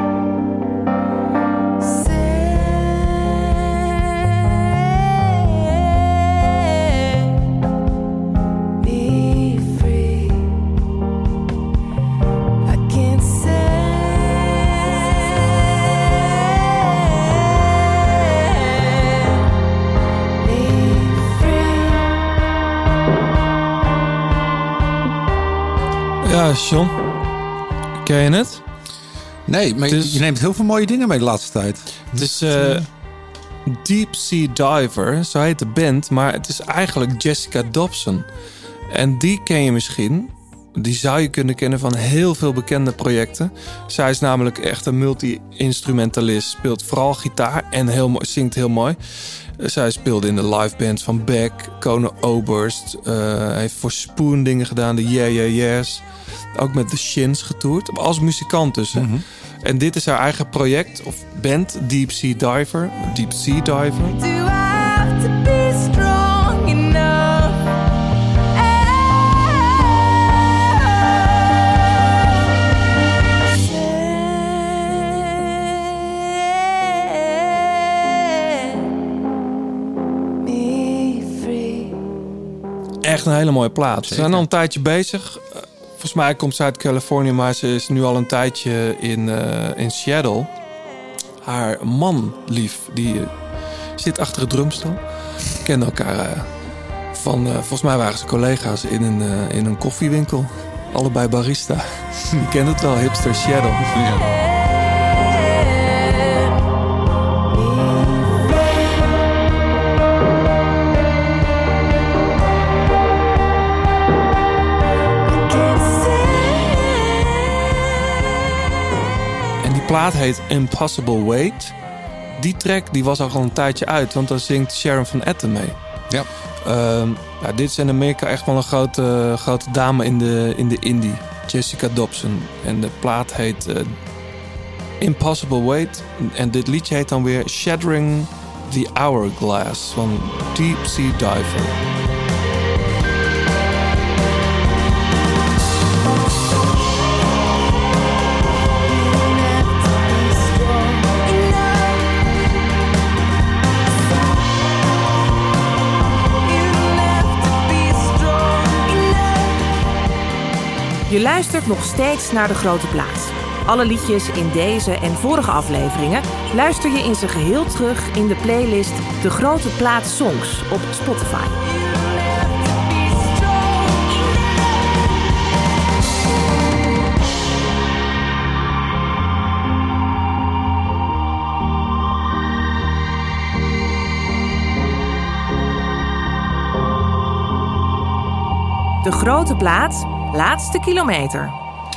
Ja, John. Ken je het? Nee, maar is, je neemt heel veel mooie dingen mee de laatste tijd. Het is uh, Deep Sea Diver, zo heet de band. Maar het is eigenlijk Jessica Dobson. En die ken je misschien. Die zou je kunnen kennen van heel veel bekende projecten. Zij is namelijk echt een multi-instrumentalist. Speelt vooral gitaar en heel mooi, zingt heel mooi. Zij speelde in de live bands van Beck, Conan Oberst. Uh, heeft voor Spoon dingen gedaan, de Yeah Yeah Yeahs. Ook met de Shins getoerd. Als muzikant dus. Mm-hmm. En dit is haar eigen project of band, Deep Sea Diver. Deep Sea Diver. Do I have to be strong enough? Set me free. Echt een hele mooie plaat. Ze zijn al een tijdje bezig. Uh, volgens mij komt ze uit Californië, maar ze is nu al een tijdje in, uh, in Seattle. Haar man, lief, die uh, zit achter het drumstel. We kennen elkaar uh, van, uh, volgens mij waren ze collega's in een, uh, in een koffiewinkel. Allebei barista. Je kent het wel, hipster Seattle. Ja. De plaat heet Impossible Wait. Die track die was al een tijdje uit, want daar zingt Sharon Van Etten mee. Ja. Uh, ja, dit is in Amerika echt wel een grote, grote dame in de, in de indie. Jessica Dobson. En de plaat heet uh, Impossible Wait. En dit liedje heet dan weer Shattering the Hourglass van Deep Sea Diver. Je luistert nog steeds naar De Grote Plaats. Alle liedjes in deze en vorige afleveringen luister je in zijn geheel terug in de playlist De Grote Plaats Songs op Spotify. De Grote Plaats, laatste kilometer.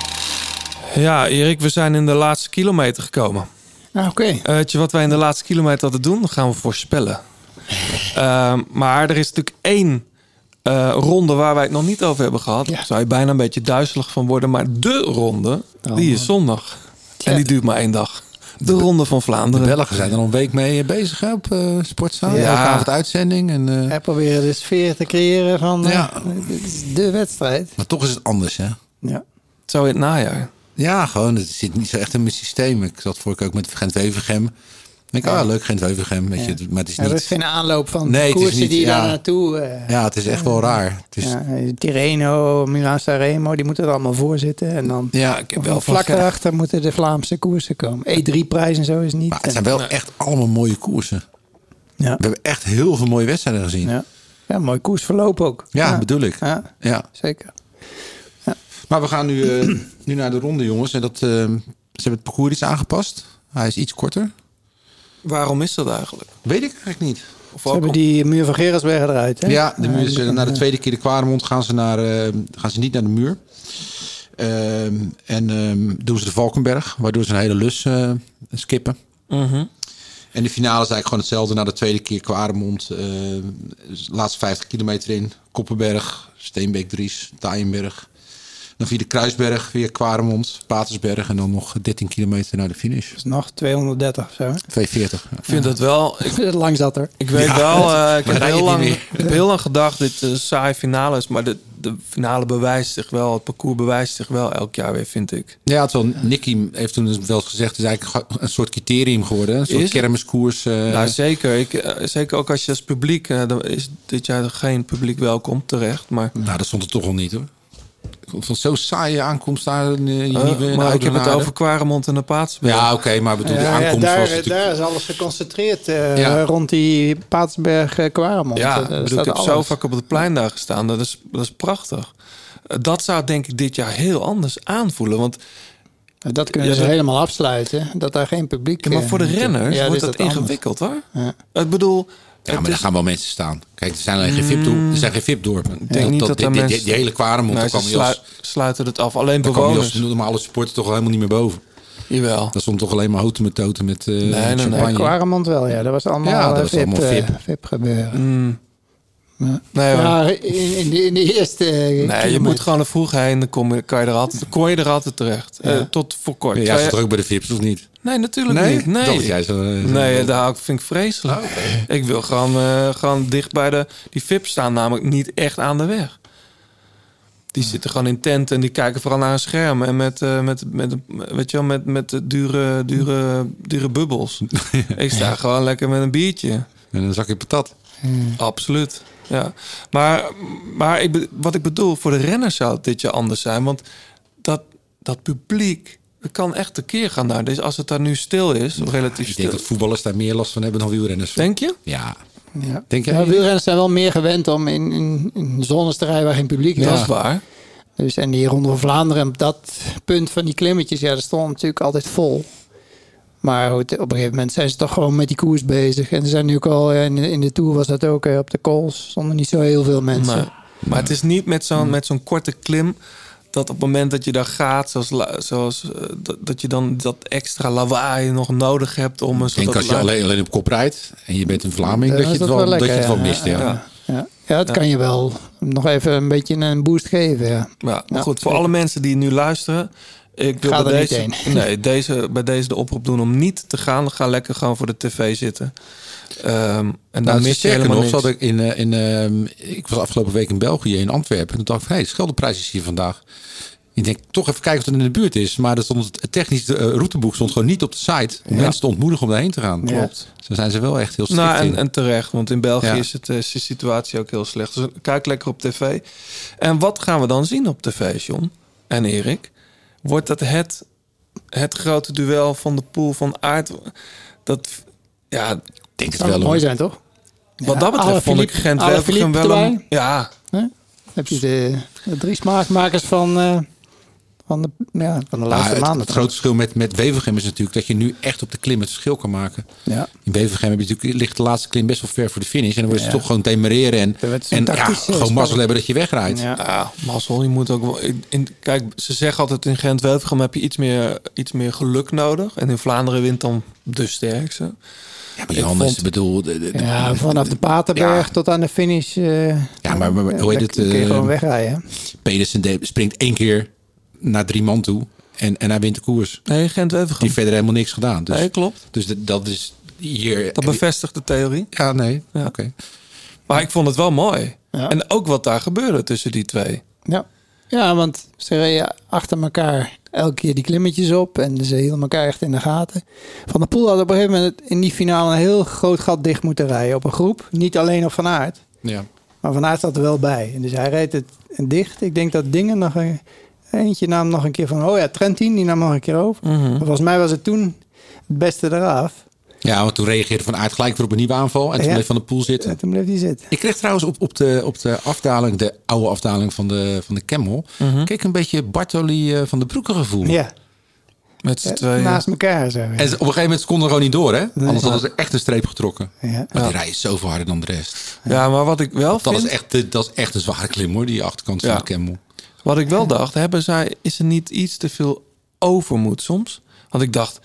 Ja, Erik, we zijn in de laatste kilometer gekomen. Ah, Oké. Okay. Uh, weet je wat wij in de laatste kilometer hadden doen? Dan gaan we voorspellen. uh, maar er is natuurlijk één uh, ronde waar wij het nog niet over hebben gehad. Daar ja. zou je bijna een beetje duizelig van worden. Maar de ronde, oh, die is zondag. Ja. En die duurt maar één dag. De Ronde van Vlaanderen. De Belgen zijn er al een week mee bezig hè, op uh, Sportzaal. Ja. Elke avond uitzending. En, uh... Hij proberen de sfeer te creëren van uh, ja. de wedstrijd. Maar toch is het anders, hè? Ja. Zo in het najaar. Ja, gewoon. Het zit niet zo echt in mijn systeem. Ik zat vorige keer ook met Gent-Wevergem. Ik denk, ah, leuk, Gent-Wevergem. Weet je, ja. maar het is ja, niet... Er is geen aanloop van nee, koersen niet, die ja. daar naartoe... Uh, ja, het is echt wel raar. Het is... ja, Tirreno, Milaan-Sanremo, die moeten er allemaal voor zitten. En dan ja, ik heb wel vlak daarachter moeten de Vlaamse koersen komen. E drie prijs en zo is niet. Maar het zijn wel nee. echt allemaal mooie koersen. Ja. We hebben echt heel veel mooie wedstrijden gezien. Ja, ja mooi koersverloop ook. Ja, ja. bedoel ik. Ja, ja. zeker. Ja. Maar we gaan nu, uh, nu naar de ronde, jongens. En dat, uh, ze hebben het parcours iets aangepast. Hij is iets korter. Waarom is dat eigenlijk? Weet ik eigenlijk niet. Of ze hebben op... die muur van Gerardsberg eruit, hè? Ja, de muur is, uh, na de tweede keer de Kwaremond gaan ze, naar, uh, gaan ze niet naar de muur. Uh, en uh, doen ze de Valkenberg, waardoor ze een hele lus uh, skippen. Mm-hmm. En de finale is eigenlijk gewoon hetzelfde. Na de tweede keer Kwaremond, uh, de laatste vijftig kilometer in. Koppenberg, Steenbeek-Dries, Taaienberg. Dan via de Kruisberg, via Kwaremond, Patersberg en dan nog dertien kilometer naar de finish. Dat is nog tweehonderddertig of zo. tweehonderdveertig. Ja. Ik vind het wel... Ik, lang zat er. Ik weet ja, wel, uh, ik heb heel, lang, ik heb heel lang gedacht dit een saaie finale is. Maar de, de finale bewijst zich wel, het parcours bewijst zich wel elk jaar weer, vind ik. Ja, terwijl Nicky heeft toen wel eens gezegd, het is eigenlijk een soort criterium geworden. Een soort is kermiskoers. Uh... Nou, zeker. Ik, uh, zeker ook als je als publiek, uh, dan is dit jaar geen publiek welkom, terecht. Maar... Nou, dat stond er toch al niet, hoor. Van zo'n saaie aankomst daar. In, in uh, nieuwe, maar ik heb het over Kwaremond en de Paatsberg. Ja, oké, okay, maar bedoel, ja, de aankomst ja, daar, was natuurlijk... Daar is alles geconcentreerd uh, ja. rond die Paatsberg-Kwaremond. Ja, uh, bedoel, ik heb alles. zo vaak op het plein daar gestaan. Dat is, dat is prachtig. Uh, dat zou denk ik dit jaar heel anders aanvoelen. Want dat kunnen ze helemaal afsluiten. Dat daar geen publiek... Ja, maar voor de renners ja, wordt dat, dat ingewikkeld, hoor. Ja. Ik bedoel... Ja, maar er is... gaan wel mensen staan. Kijk, er zijn alleen geen V I P-dorpen. Er zijn geen V I P-dorpen. Ik denk niet dat, dat die, mensen... die, die hele Kwaremond... Nee, ze slu- sluiten het af. Alleen bewoners. Ze doen alle supporters toch helemaal niet meer boven. Jawel. Dat stond toch alleen maar houten met toten met uh, nee, nee, nee. Kwaremond wel, ja. Dat was allemaal ja, dat uh, was V I P, allemaal V I P. Uh, V I P gebeuren. Mm. Ja. Nee, hoor. Ja, in, in, de, in de eerste nee, je kilometer. moet gewoon er vroeg heen. Dan kom je, kan je er altijd, kon je er altijd terecht. Ja. Uh, tot voor kort. Ja, jij zat er ook bij de V I P's of niet? Nee, natuurlijk Nee? niet. Nee, Ik dacht dat jij zo, zo- nee daar hou ik- vind ik vreselijk. Oh, oké. Ik wil gewoon, uh, gewoon dicht bij de... Die V I P's staan namelijk niet echt aan de weg. Die zitten gewoon in tenten en die kijken vooral naar een scherm. En met, uh, met, met, weet je wel, met, met de dure, dure, dure bubbels. Ik sta gewoon lekker met een biertje. En een zakje patat. Hmm. Absoluut. Ja. Maar, maar ik, be- wat ik bedoel, voor de renners zou het dit jaar anders zijn. Want dat, dat publiek, dat kan echt tekeer gaan daar. Dus als het daar nu stil is, of relatief Ik stil. denk dat voetballers daar meer last van hebben dan wielrenners. Denk je? Ja. Ja. Denk jij? Ja, wielrenners zijn wel meer gewend om in, in, in zones te rijden waar geen publiek is. Dat is waar. Dus, en die Ronde van Vlaanderen, op dat punt van die klimmetjes, ja, dat stond natuurlijk altijd vol. Maar goed, op een gegeven moment zijn ze toch gewoon met die koers bezig. En ze zijn nu ook al, in de, in de Tour was dat ook, op de Kools stonden niet zo heel veel mensen. Nee. Maar het is niet met zo'n, met zo'n korte klim... dat op het moment dat je daar gaat... zoals, la- zoals uh, dat, dat je dan dat extra lawaai nog nodig hebt... om een Ik denk soort als je alleen, alleen op kop rijdt en je bent een Vlaming, Dan dat je is het dat wel, wel dat je lekker, het wel ja. mist. Ja. Ja, ja. ja dat kan je wel nog even een beetje een boost geven. Ja. Ja, maar Ja, goed, voor zeker. alle mensen die nu luisteren... Ik wil Ga bij er niet deze, heen. nee, deze, bij deze de oproep doen om niet te gaan. Ga lekker gewoon voor de tv zitten. Um, en dan Nou, mis je sterker helemaal nog, niks. zat ik in, uh, in uh, ik was afgelopen week in België, in Antwerpen. En toen dacht ik van, hé, hey, Scheldeprijs is hier vandaag. Ik denk, toch even kijken of het in de buurt is. Maar er stond het technische uh, routeboek stond gewoon niet op de site. Om Ja. mensen te ontmoedigen om daarheen te gaan. Ja. Klopt. Zo zijn ze wel echt heel strikt Nou, en, in. en terecht, want in België Ja. is, het, is de situatie ook heel slecht. Dus kijk lekker op tv. En wat gaan we dan zien op tv, John en Erik? Wordt dat het, het grote duel van de Poel van Aert? Dat, ja, Ik denk het Zou wel. mooi hoor. zijn, toch? wat dat betreft vond ik Gent Wevelgem wel een... erbij. Ja, Hè? heb je de, de drie smaakmakers van, uh, van, de, ja, van de Maar laatste het, maanden. het grote verschil met, met Wevelgem is natuurlijk dat je nu echt op de klim het verschil kan maken. Ja. In Wevelgem heb je natuurlijk, ligt de laatste klim best wel ver voor de finish. En dan wordt Ja. het toch gewoon demereren. En, Dat werd zo'n en ja, tactisch, eh, gewoon spel. mazzel hebben dat je wegrijdt. Ja. ja, mazzel. Je moet ook wel... In, in- kijk, ze zeggen altijd in Gent Wevelgem heb je iets meer, iets meer geluk nodig. En in Vlaanderen wint dan de sterkste. Ja, maar Ik Johannes, vond- ik bedoel... De, de- de- Ja, vanaf de Paterberg Ja. tot aan de finish. Uh, Ja, maar, maar hoe heet het? kun je eh, gewoon wegrijden. Pedersen de- springt één keer naar drie man toe. En, en hij wint de koers. Nee, Gent Die Wevelgem. heeft verder helemaal niks gedaan. Dus, Nee, klopt. dus de- dat is hier... Dat bevestigt de theorie. Ja, nee. Ja. Oké. Maar ik vond het wel mooi. Ja. En ook wat daar gebeurde tussen die twee. Ja. ja, want ze reden achter elkaar elke keer die klimmetjes op. En ze hielden elkaar echt in de gaten. Van der Poel had op een gegeven moment in die finale een heel groot gat dicht moeten rijden op een groep. Niet alleen op Van Aert. Ja. Maar Van Aert zat er wel bij. En dus hij reed het dicht. Ik denk dat Dingen nog een... Eentje nam nog een keer van... Oh ja, Trentin, die nam nog een keer over. Maar volgens mij was het toen het beste eraf. Ja, want toen reageerde Van Aert gelijk weer op een nieuwe aanval. En toen Ja. bleef Van der Poel zitten. En toen bleef hij zitten. Ik kreeg trouwens op, op, de, op de afdaling, de oude afdaling van de, van de Camel... keek een beetje Bartoli uh, van de Broeke gevoel. Ja, Met z'n eh, tweeën. naast elkaar zo. En ze- op een gegeven moment konden er gewoon niet door, hè? Anders ja. hadden ze echt een streep getrokken. Ja. Maar die rijden zoveel harder dan de rest. Ja, maar wat ik wel Dat vind... is, echt, de- dat is echt een zware klim, hoor, die achterkant van Ja. de Camel. Wat ik wel dacht, hebben zij, is er niet iets te veel overmoed soms? Want ik dacht,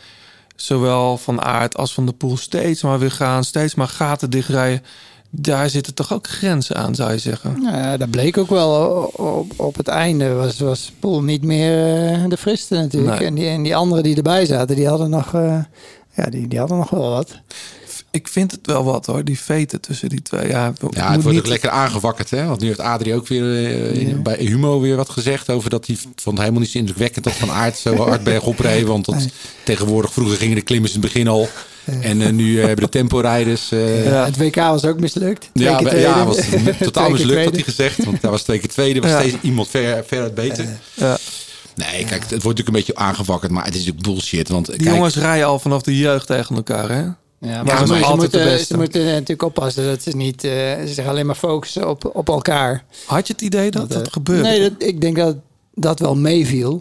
zowel Van Aert als Van der Poel steeds maar weer gaan, steeds maar gaten dichtrijden. Daar zitten toch ook grenzen aan, zou je zeggen? Nou ja, dat bleek ook wel. Op, op het einde was, was Poel niet meer uh, de friste natuurlijk. Nee. En, die, en die anderen die erbij zaten, die hadden nog, uh, ja, die, die hadden nog wel wat. Ik vind het wel wat hoor, die veten tussen die twee. Ja, Ja, het wordt niet... ook lekker aangewakkerd, hè? Want nu heeft Adrie ook weer uh, in, bij Humo weer wat gezegd over dat hij vond helemaal niet zo indrukwekkend dat Van Aert zo hard bergop reed. Want dat, Nee. tegenwoordig, vroeger gingen de klimmers in het begin al. En uh, nu uh, hebben de tempo-rijders... Uh, Ja, het W K was ook mislukt. Twee ja, keer ja, tweede. was totaal Twee keer mislukt, had tweede. hij gezegd. Want daar was twee keer tweede. was Ja. steeds iemand ver, veruit beter. Ja. Nee, kijk, het wordt natuurlijk een beetje aangewakkerd. Maar het is natuurlijk bullshit. Want Die kijk, jongens rijden al vanaf de jeugd tegen elkaar, hè? Ja, Maar maar ze ze, zijn ze, altijd de moeten, beste. ze moeten natuurlijk oppassen dat ze niet uh, ze zich alleen maar focussen op, op elkaar. Had je het idee dat dat, uh, dat gebeurde? Nee, dat, ik denk dat dat wel meeviel.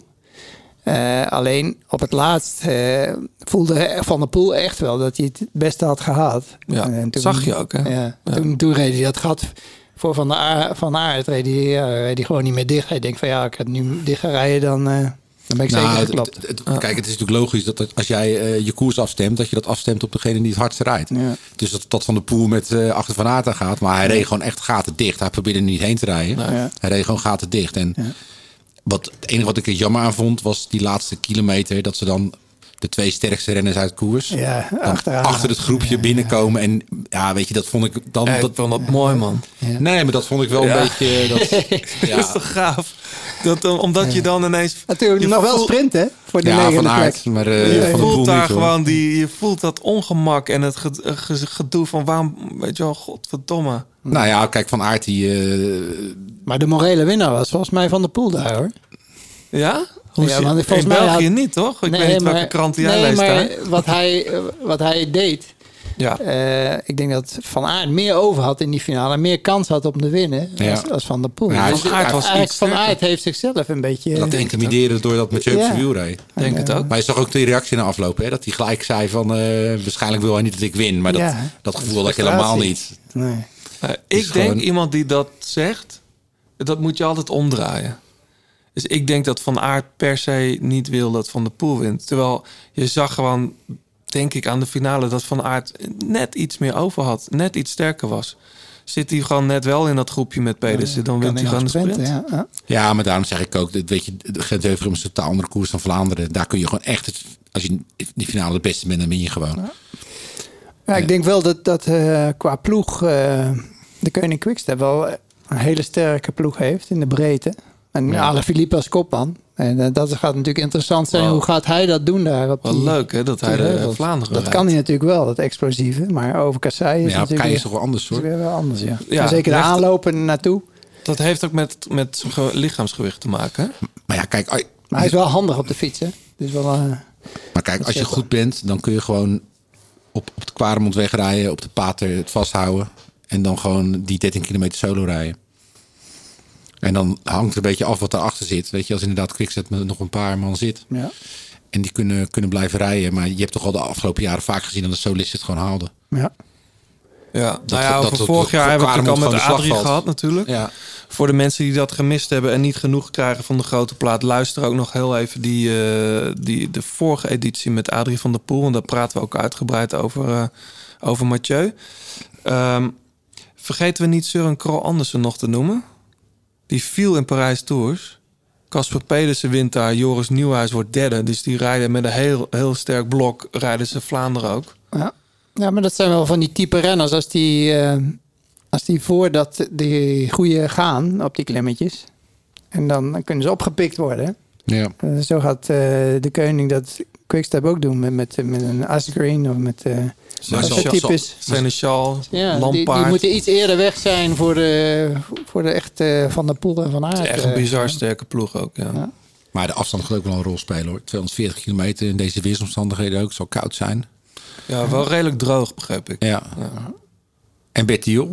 Uh, alleen op het laatst uh, voelde Van der Poel echt wel dat hij het beste had gehad. Ja, en toen, zag je ook, hè? Ja, Ja. Toen, toen reed hij dat gat voor Van, de Aert, van Aert reed hij, ja, reed hij gewoon niet meer dicht. Hij denkt van ja, ik had nu dicht gaan rijden, dan, uh, Dan ben ik Nou, zeker het- geklapt. het- het- Kijk, het is natuurlijk logisch dat het- als jij uh, je koers afstemt, dat je dat afstemt op degene die het hardste rijdt. Ja. Dus dat, dat Van der Poel met uh, achter Van Aert aan gaat. Maar hij reed gewoon echt gaten dicht. Hij probeerde er niet heen te rijden. Nou, ja. Hij reed gewoon gaten dicht. En Ja. wat, het enige wat ik er jammer aan vond, was die laatste kilometer. Dat ze dan de twee sterkste renners uit koers Ja, dan achteraan. achter het groepje Ja, binnenkomen. En ja, weet je, dat vond ik dan... Ja, dat, ik vond dat mooi, man. Ja. Nee, maar dat vond ik wel Ja. een beetje... Dat, ja. Dat is toch gaaf? Dat, uh, omdat je dan ineens... Natuurlijk je nog wel voelt- sprint, hè? Voor de Ja, negende Van Aert. plek. Maar uh, Je Van der Poel voelt daar niet, hoor. gewoon die, je voelt dat ongemak en het ge- ge- gedoe van waarom, weet je wel, godverdomme. Nou ja, kijk, Van Aert die... Uh, Maar de morele winnaar was volgens mij Van der Poel daar, hoor. Ja? Hoe Ja, zit- want volgens in mij België had- niet, toch? Ik Nee, weet niet welke maar- krant jij nee, leest maar daar. wat hij, eh, wat hij deed... Ja. eh, ik denk dat Van Aert meer over had in die finale. En meer kans had om te winnen Ja. als, als Van der Poel. Ja, Dus Van Aert was eigenlijk iets Van sterker. Aert heeft zichzelf een beetje... dat intimideren doordat Mathieu op Ja. zijn wiel reed. Denk het ook. Maar je zag ook de reactie na afloop, hè? Dat hij gelijk zei van... Uh, waarschijnlijk wil hij niet dat ik win. Maar dat, Ja, dat gevoel dat had is ik helemaal frustratie. niet. Nee. Uh, is ik denk gewoon- iemand die dat zegt, dat moet je altijd omdraaien. Dus ik denk dat Van Aert per se niet wil dat Van der Poel wint. Terwijl je zag gewoon, denk ik, aan de finale dat Van Aert net iets meer over had. Net iets sterker was. Zit hij gewoon net wel in dat groepje met Pedersen, dan Kan wint hij hij gewoon de nog sprint. sprinten, ja. Ja. Ja, maar daarom zeg ik ook... Dat, weet je, de Gent-Wevelgem is een totaal andere koers dan Vlaanderen. Daar kun je gewoon echt... Het, als je in die finale de beste bent, dan win je gewoon. Ja, ik denk wel dat, dat uh, qua ploeg uh, de Koning Quickstep wel een hele sterke ploeg heeft in de breedte. En Ja. Alaphilippe als kopman. En uh, dat gaat natuurlijk interessant zijn. Wow. Hoe gaat hij dat doen daar? Op Wel die, leuk hè, dat hij die de heuvels? Vlaanderen Dat rijdt. kan hij natuurlijk wel, dat explosieve. Maar over Kassei is Ja, op natuurlijk Kei is weer, toch wel anders, is hoor. weer wel anders. Ja. Ja, En zeker de legt- aanlopen naartoe. Dat heeft ook met, met zijn ge- lichaamsgewicht te maken. Hè? Maar ja, kijk... als- Maar hij is wel handig op de fiets. Hè? Dus wel, uh, Maar kijk, als je goed bent, dan kun je gewoon op, op de Kwaremond wegrijden, op de pater het vasthouden en dan gewoon die dertien kilometer solo rijden. En dan hangt het een beetje af wat daarachter zit. Weet je, als inderdaad Quickstep met nog een paar man zit ja. en die kunnen, kunnen blijven rijden. Maar je hebt toch al de afgelopen jaren vaak gezien dat de solisten het gewoon haalden. Ja. Ja, Dat- nou ja, dat- over dat- vorig dat- jaar voor hebben we het ook al Kwaremond met gewoon de Adrie slag valt. gehad natuurlijk. Ja, Voor de mensen die dat gemist hebben en niet genoeg krijgen van de grote plaat, luister ook nog heel even die, uh, die, de vorige editie met Adrie van der Poel. En daar praten we ook uitgebreid over, uh, over Mathieu. Um, vergeten we niet Søren Krol Andersen nog te noemen. Die viel in Parijs Tours. Casper Pedersen wint daar. Joris Nieuwhuis wordt derde. Dus die rijden met een heel, heel sterk blok. Rijden ze Vlaanderen ook. Ja. Ja, maar dat zijn wel van die type renners. Als die, uh, als die voordat die goede gaan op die klimmetjes. En dan, dan kunnen ze opgepikt worden. ja. Uh, zo gaat uh, de koning dat Quickstep ook doen. Met, met, met een Asgreen of met... Uh, Maar dat zo- soort types. Seneschal, Ja, die, Lampaard. die moeten iets eerder weg zijn voor de, voor de echte Van der Poel en Van Aert. Het is echt een uh, bizar sterke ploeg ook, ja. Ja. Maar de afstand gaat ook wel een rol spelen, hoor. tweehonderdveertig kilometer in deze weersomstandigheden ook. Het zal koud zijn. Ja, wel redelijk droog, begrijp ik. Ja. Ja. En Bettiol.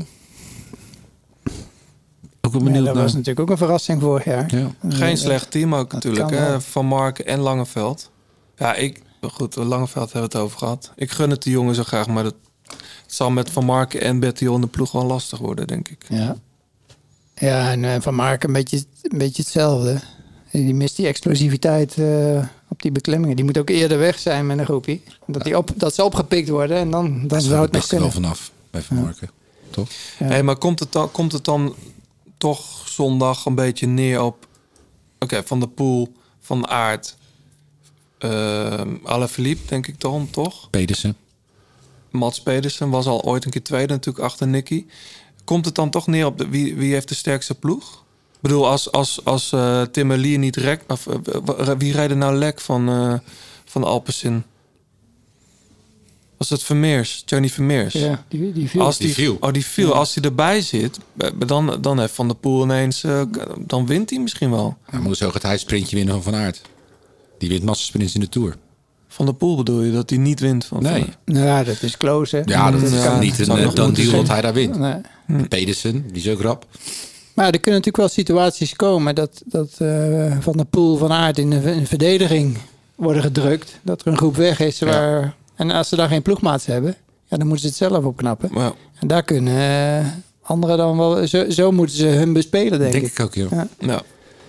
Ook wel Ja, benieuwd dat naar. was natuurlijk ook een verrassing vorig jaar. Ja. Geen slecht team ook dat natuurlijk. kan Hè? wel. Van Marken en Langeveld. Ja, ik... Goed, Langeveld hebben we het over gehad. Ik gun het de jongen zo graag, maar dat, het zal met Van Marken en Bettiol in de ploeg wel lastig worden, denk ik. Ja, ja en uh, Van Marken een beetje, een beetje hetzelfde. Die mist die explosiviteit uh, op die beklemmingen. Die moet ook eerder weg zijn met een groepje. Dat, die op, dat ze opgepikt worden en dan, dan Daar zou het het nog er wel kunnen. vanaf bij Van Marken. Toch? Ja. Hey, maar komt het, dan, komt het dan toch zondag een beetje neer op... Oké, okay, Van der Poel, Van Aert, uh, Alaphilippe, denk ik dan, toch? Pedersen. Mats Pedersen was al ooit een keer tweede natuurlijk achter Nicky. Komt het dan toch neer op de, wie, wie heeft de sterkste ploeg? Ik bedoel, als, als, als uh, Tim Merlier niet rek... Of, uh, wie rijdt er nou lek van, uh, van Alpecin? Was het Vermeers? Johnny Vermeers? Ja, die, die viel. Als die, Die viel. Oh, die viel. Ja. Als hij erbij zit, dan, dan heeft Van der Poel ineens... Uh, dan wint hij misschien wel. Ja, maar zo gaat hij het sprintje winnen van Van Aert. Die wint massasprints in de Tour. Van der Poel bedoel je, dat hij niet wint? Van Nee. Van, Nou ja, dat is close, hè? Ja, dat Mm, is ja, niet zou een nog dan moeten deal zijn. dat hij daar wint. Nee. Hm. Pedersen, die is ook rap. Maar er kunnen natuurlijk wel situaties komen dat, dat uh, Van der Poel, Van Aert in een, een verdediging worden gedrukt. Dat er een groep weg is. Waar, en als ze daar geen ploegmaats hebben, ja, dan moeten ze het zelf opknappen. ja. En daar kunnen uh, anderen dan wel... Zo, zo moeten ze hun bespelen, denk, Denk ik. ik ook, joh. Ja. Ja.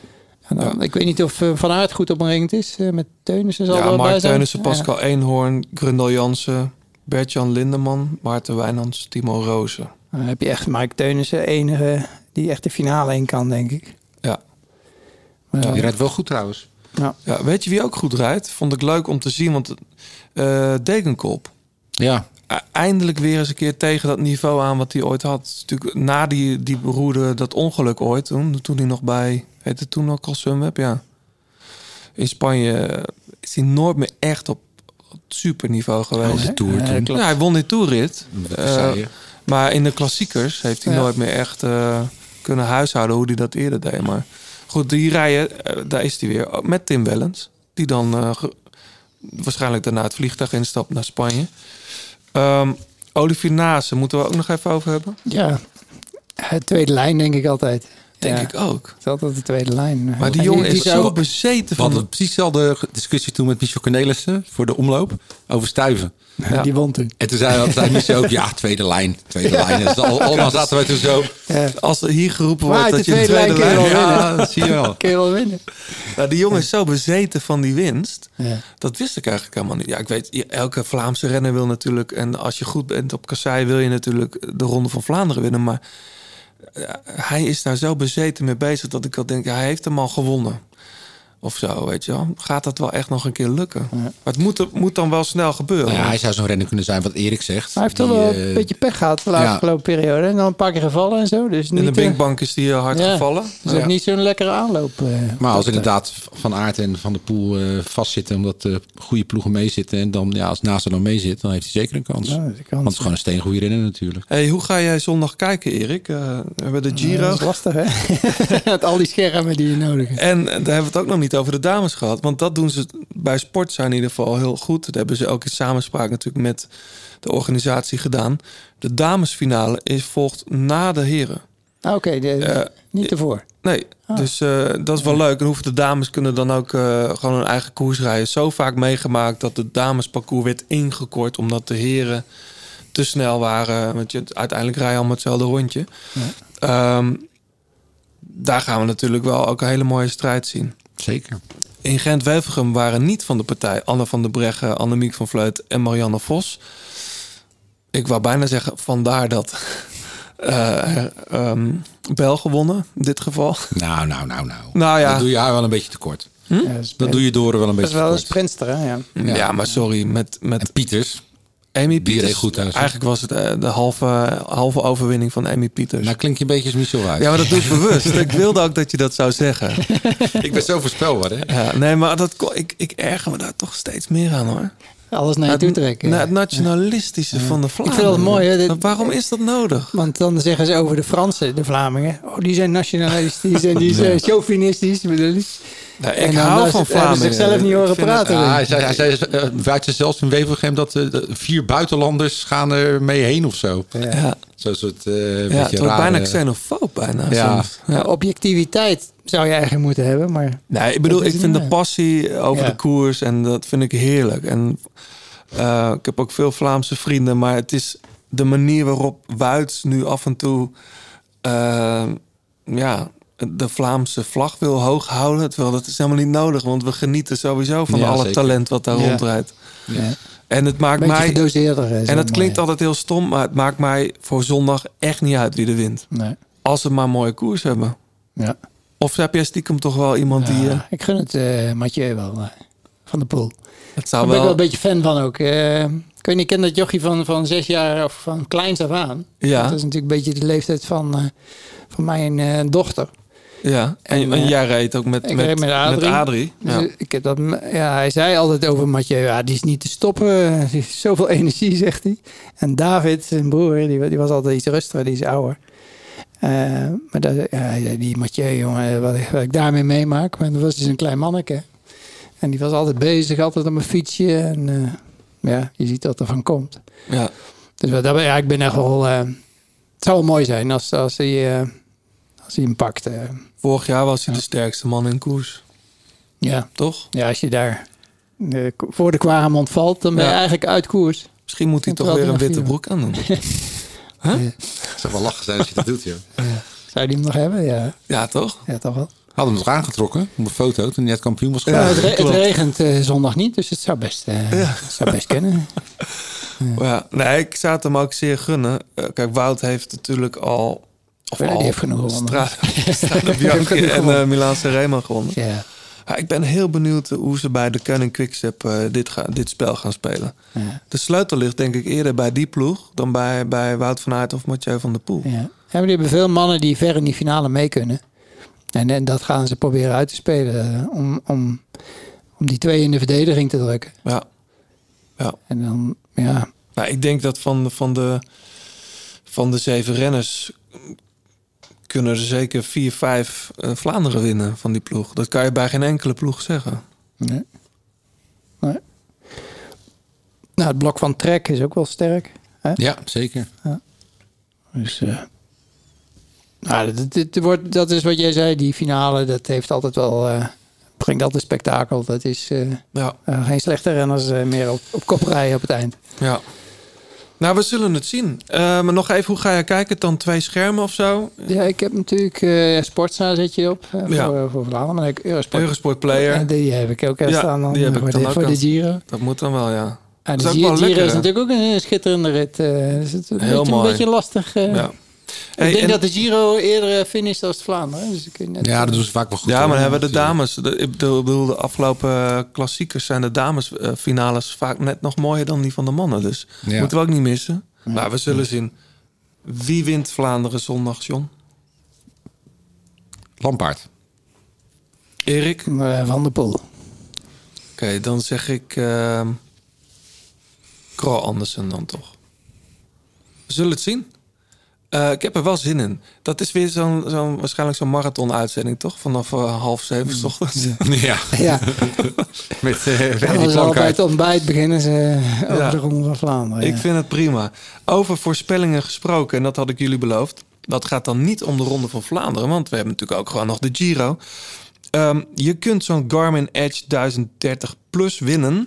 En dan, Ja. Ik weet niet of uh, Van Aert goed opbrengend is. Uh, met Teunissen zal Ja, er wel bij Mark zijn. Teunissen, Pascal Ja. Eenhoorn, Grundel Jansen, Bert-Jan Lindeman, Maarten Wijnands, Timo Rozen. Dan heb je echt Mike Teunissen, enige die echt de finale in kan, denk ik. Ja. Maar, Die ja. rijdt wel goed trouwens. Ja. Ja, weet je wie ook goed rijdt? Vond ik leuk om te zien, want uh, Degenkolb. Ja. Eindelijk weer eens een keer tegen dat niveau aan wat hij ooit had. Het is natuurlijk na die, die beroerde dat ongeluk ooit, toen, toen hij nog bij, heet het toen ook al Sunweb? Ja. In Spanje is hij nooit meer echt op, op superniveau geweest. Oh, de Tour Ja, toen. klopt. Ja, hij won die toerrit. Dat Uh, zei je. maar in de klassiekers heeft hij Ja. nooit meer echt uh, kunnen huishouden hoe hij dat eerder deed. Maar goed, die rijden, uh, daar is hij weer. Met Tim Wellens. Die dan uh, ge- waarschijnlijk daarna het vliegtuig instapt naar Spanje. Um, Olivier Naassen, moeten we ook nog even over hebben? ja, het tweede lijn denk ik altijd. Denk ja. ik ook. Het is altijd de tweede lijn. Maar die En jongen die is zou- zo bezeten We van... hadden precies dezelfde discussie toen met Michel Cornelissen voor de omloop over stuiven. Ja. Die won toen. En toen zei, zei Michel ook, ja, tweede lijn, tweede lijn. Dus al- allemaal zaten wij toen zo. Ja. Als er hier geroepen Maar wordt uit dat de je de tweede tweede lijn kun je lijn... wel Ja, winnen. dat zie je wel. Kun je wel winnen. nou, die jongen is zo bezeten van die winst. Ja. Dat wist ik eigenlijk helemaal niet. Ja, ik weet, elke Vlaamse renner wil natuurlijk... en als je goed bent op kassei wil je natuurlijk de Ronde van Vlaanderen winnen. Maar ja, hij is daar zo bezeten mee bezig dat ik al denk... Ja, hij heeft hem al gewonnen. Of zo, weet je wel. Gaat dat wel echt nog een keer lukken? Ja. Maar het moet, moet dan wel snel gebeuren. Nou ja, hij zou zo'n renner kunnen zijn wat Erik zegt. Maar hij heeft toch Die, wel eh, een beetje pech gehad de ja. afgelopen periode. En dan een paar keer gevallen en zo. Dus In de niet, Binkbank is die hard ja. gevallen. Het is ook Ja. niet zo'n lekkere aanloop. eh, Maar als dat, inderdaad Van Aert en Van der Poel uh, vastzitten... omdat de goede ploegen meezitten... en dan ja, als Naast er dan mee zit, dan heeft hij zeker een kans. Ja, dat is een kans. Want het is gewoon een steengoede renner natuurlijk. Hey, hoe ga jij zondag kijken, Erik? Uh, we hebben de eh, Giro. dat is lastig, hè? Met al die schermen die je nodig hebt. En daar hebben we het ook nog niet over de dames gehad. Want dat doen ze bij Sportza in ieder geval heel goed. Dat hebben ze ook in samenspraak natuurlijk met de organisatie gedaan. De damesfinale is volgt na de heren. Ah, Oké, okay, Uh, niet ervoor. Nee, Ah. dus uh, dat is wel leuk. En hoeven de dames kunnen dan ook uh, gewoon hun eigen koers rijden. Zo vaak meegemaakt dat het damesparcours werd ingekort... omdat de heren te snel waren. Want je, uiteindelijk rijden allemaal hetzelfde rondje. Ja. Um, daar gaan we natuurlijk wel ook een hele mooie strijd zien. Zeker. In Gent-Wevelgem waren niet van de partij Anne van der Breggen, Annemiek van Vleut en Marianne Vos. Ik wou bijna zeggen, vandaar dat uh, um, Bel gewonnen in dit geval. Nou, nou, nou, nou. nou ja. Dat doe je haar wel een beetje tekort. Hm? Ja, dat, dat doe je door wel een beetje tekort. Dat is wel een sprinster, hè? Ja. Ja. ja, maar sorry. Met, met en Pieters. Amy Pieters. Goed thuis, eigenlijk was het de halve, halve overwinning van Amy Pieters. Nou klink je een beetje als Michel Wuits. Ja, maar dat doe ik bewust. Ik wilde ook dat je dat zou zeggen. Ik ben zo voorspelbaar, hè? Ja, nee, maar dat, ik, ik erger me daar toch steeds meer aan, hoor. Alles naar je toe trekken. Naar het nationalistische ja. van de Vlamingen. Ik vind het mooi, hè? Dit, waarom is dat nodig? Want dan zeggen ze over de Fransen, de Vlamingen... oh, die zijn nationalistisch en die zijn ja. chauvinistisch, bedoel ik. Nou, ik hou van Vlamingen. Ze zichzelf niet horen praten. Het, ah, hij zei, hij zei uh, Wuits zelfs in Wevelgem dat uh, vier buitenlanders gaan er mee heen of zo. Ja. ja. Zo'n soort uh, ja, het wordt bijna xenofoob bijna. Ja. Soms. Ja. Ja, objectiviteit zou je eigenlijk moeten hebben, maar... Nee, ik bedoel, ik vind de passie over ja. de koers en dat vind ik heerlijk. En uh, ik heb ook veel Vlaamse vrienden, maar het is de manier waarop Wuits nu af en toe... Uh, ja... de Vlaamse vlag wil hoog houden. Terwijl dat is helemaal niet nodig. Want we genieten sowieso van ja, alle zeker. talent wat daar ja. rondrijdt. Ja. En het maakt Beetje mij... gedoseerder. En het klinkt altijd heel stom. Maar het maakt mij voor zondag echt niet uit wie er wint. Nee. Als ze maar een mooie koers hebben. Ja. Of heb jij stiekem toch wel iemand ja, die... Uh... Ik gun het uh, Mathieu wel. Uh, van de Poel. Het zou Daar ben wel... ik wel een beetje fan van ook. Uh, ik weet niet, ken dat jochie van, van zes jaar of van kleins af aan. Ja. Dat is natuurlijk een beetje de leeftijd van, uh, van mijn uh, dochter. Ja, en, en, en jij reed ook met, met, met Adrie. Met Adrie. Dus ja. ik heb dat, ja, hij zei altijd over Mathieu, ja, die is niet te stoppen. Die heeft zoveel energie, zegt hij. En David, zijn broer, die, die was altijd iets rustiger, die is ouder. Uh, maar dat, ja, die Mathieu, jongen, wat ik, wat ik daarmee meemaak. Maar dat was dus een klein manneke. En die was altijd bezig, altijd op een fietsje. En uh, ja, je ziet wat er van komt. Ja. Dus dat, ja, ik ben echt wel... Uh, het zou wel mooi zijn als, als hij... Uh, Als hij hem pakt. Uh. Vorig jaar was hij ja. de sterkste man in koers. Ja. Toch? Ja, als je daar uh, voor de Quaremont valt, dan ben je ja. eigenlijk uit koers. Misschien moet hij toch weer een witte broek aan doen. huh? ja. Het zou wel lachen zijn als je dat doet, joh. Ja. Zou die hem nog hebben? Ja. Ja, toch? Ja, toch wel. Hadden hem nog aangetrokken op een foto toen hij net kampioen was Ja, geworden. het, re- het regent uh, zondag niet, dus het zou best, uh, ja. zou best kunnen. Ja. Ja, nee, ik zou het hem ook zeer gunnen. Uh, kijk, Wout heeft natuurlijk al... Of ja, al die heeft genoeg gewonnen. Strade Bianchi en uh, Milan Sanremo gewonnen. Ja. Ja, ik ben heel benieuwd hoe ze bij de Koenig Quickstep uh, dit, ga, dit spel gaan spelen. Ja. De sleutel ligt denk ik eerder bij die ploeg... dan bij, bij Wout van Aert of Mathieu van der Poel. Ja. Ja, maar die hebben veel mannen die ver in die finale mee kunnen. En, en dat gaan ze proberen uit te spelen... Uh, om, om, om die twee in de verdediging te drukken. Ja. Ja. En dan, ja... Nou, ik denk dat van de, van de, van de zeven renners... kunnen er zeker vier, vijf uh, Vlaanderen winnen van die ploeg. Dat kan je bij geen enkele ploeg zeggen. Nee. Nee. Nou, het blok van Trek is ook wel sterk. Hè? Ja, zeker. Ja. Dus, uh, nou, dat, dat, dat, wordt, dat is wat jij zei, die finale, dat heeft altijd wel... Uh, brengt altijd spektakel. Dat is uh, ja. uh, geen slechte renners uh, meer op, op kop rijden op het eind. Ja. Nou, we zullen het zien. Uh, maar nog even, hoe ga je kijken? Dan twee schermen of zo? Ja, ik heb natuurlijk uh, Sportza zet je op uh, ja. voor, voor Vlaanderen. Maar ik Eurosport, Eurosport Player. Uh, die heb ik ook ja, staan dan, die heb voor, ik dan de, ook voor de Giro. Dat moet dan wel, ja. Ah, de Giro, Giro lekker, is natuurlijk ook een schitterende rit. Uh, dus het is heel een mooi. Een beetje lastig. Uh, ja. Hey, ik denk en... dat de Giro eerder finisht als het Vlaanderen. Dus ik net ja, dat doen ze vaak wel goed. Ja, maar dan hebben we de dames. De, ik bedoel, de afgelopen klassiekers zijn de damesfinales vaak net nog mooier dan die van de mannen. Dus ja. moeten we ook niet missen. Ja. Maar we zullen zien. Wie wint Vlaanderen zondag, John? Lampaard. Erik? Uh, Van der Poel. Oké, okay, dan zeg ik... Uh, Krol Andersen dan toch. We zullen het zien. Uh, ik heb er wel zin in. Dat is weer zo'n, zo'n waarschijnlijk zo'n marathon-uitzending, toch? Vanaf uh, half zeven 's ochtends. Ja. ja. Met uh, ja, ze al bij het ontbijt beginnen ze over ja. de Ronde van Vlaanderen. Ik ja. vind het prima. Over voorspellingen gesproken, en dat had ik jullie beloofd. Dat gaat dan niet om de Ronde van Vlaanderen, want we hebben natuurlijk ook gewoon nog de Giro. Um, je kunt zo'n Garmin Edge duizend dertig Plus winnen...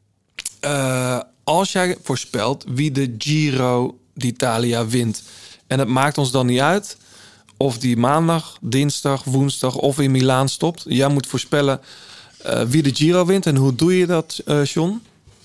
Uh, als jij voorspelt wie de Giro d'Italia wint. En het maakt ons dan niet uit of die maandag, dinsdag, woensdag of in Milaan stopt. Jij moet voorspellen uh, wie de Giro wint. En hoe doe je dat, uh, John?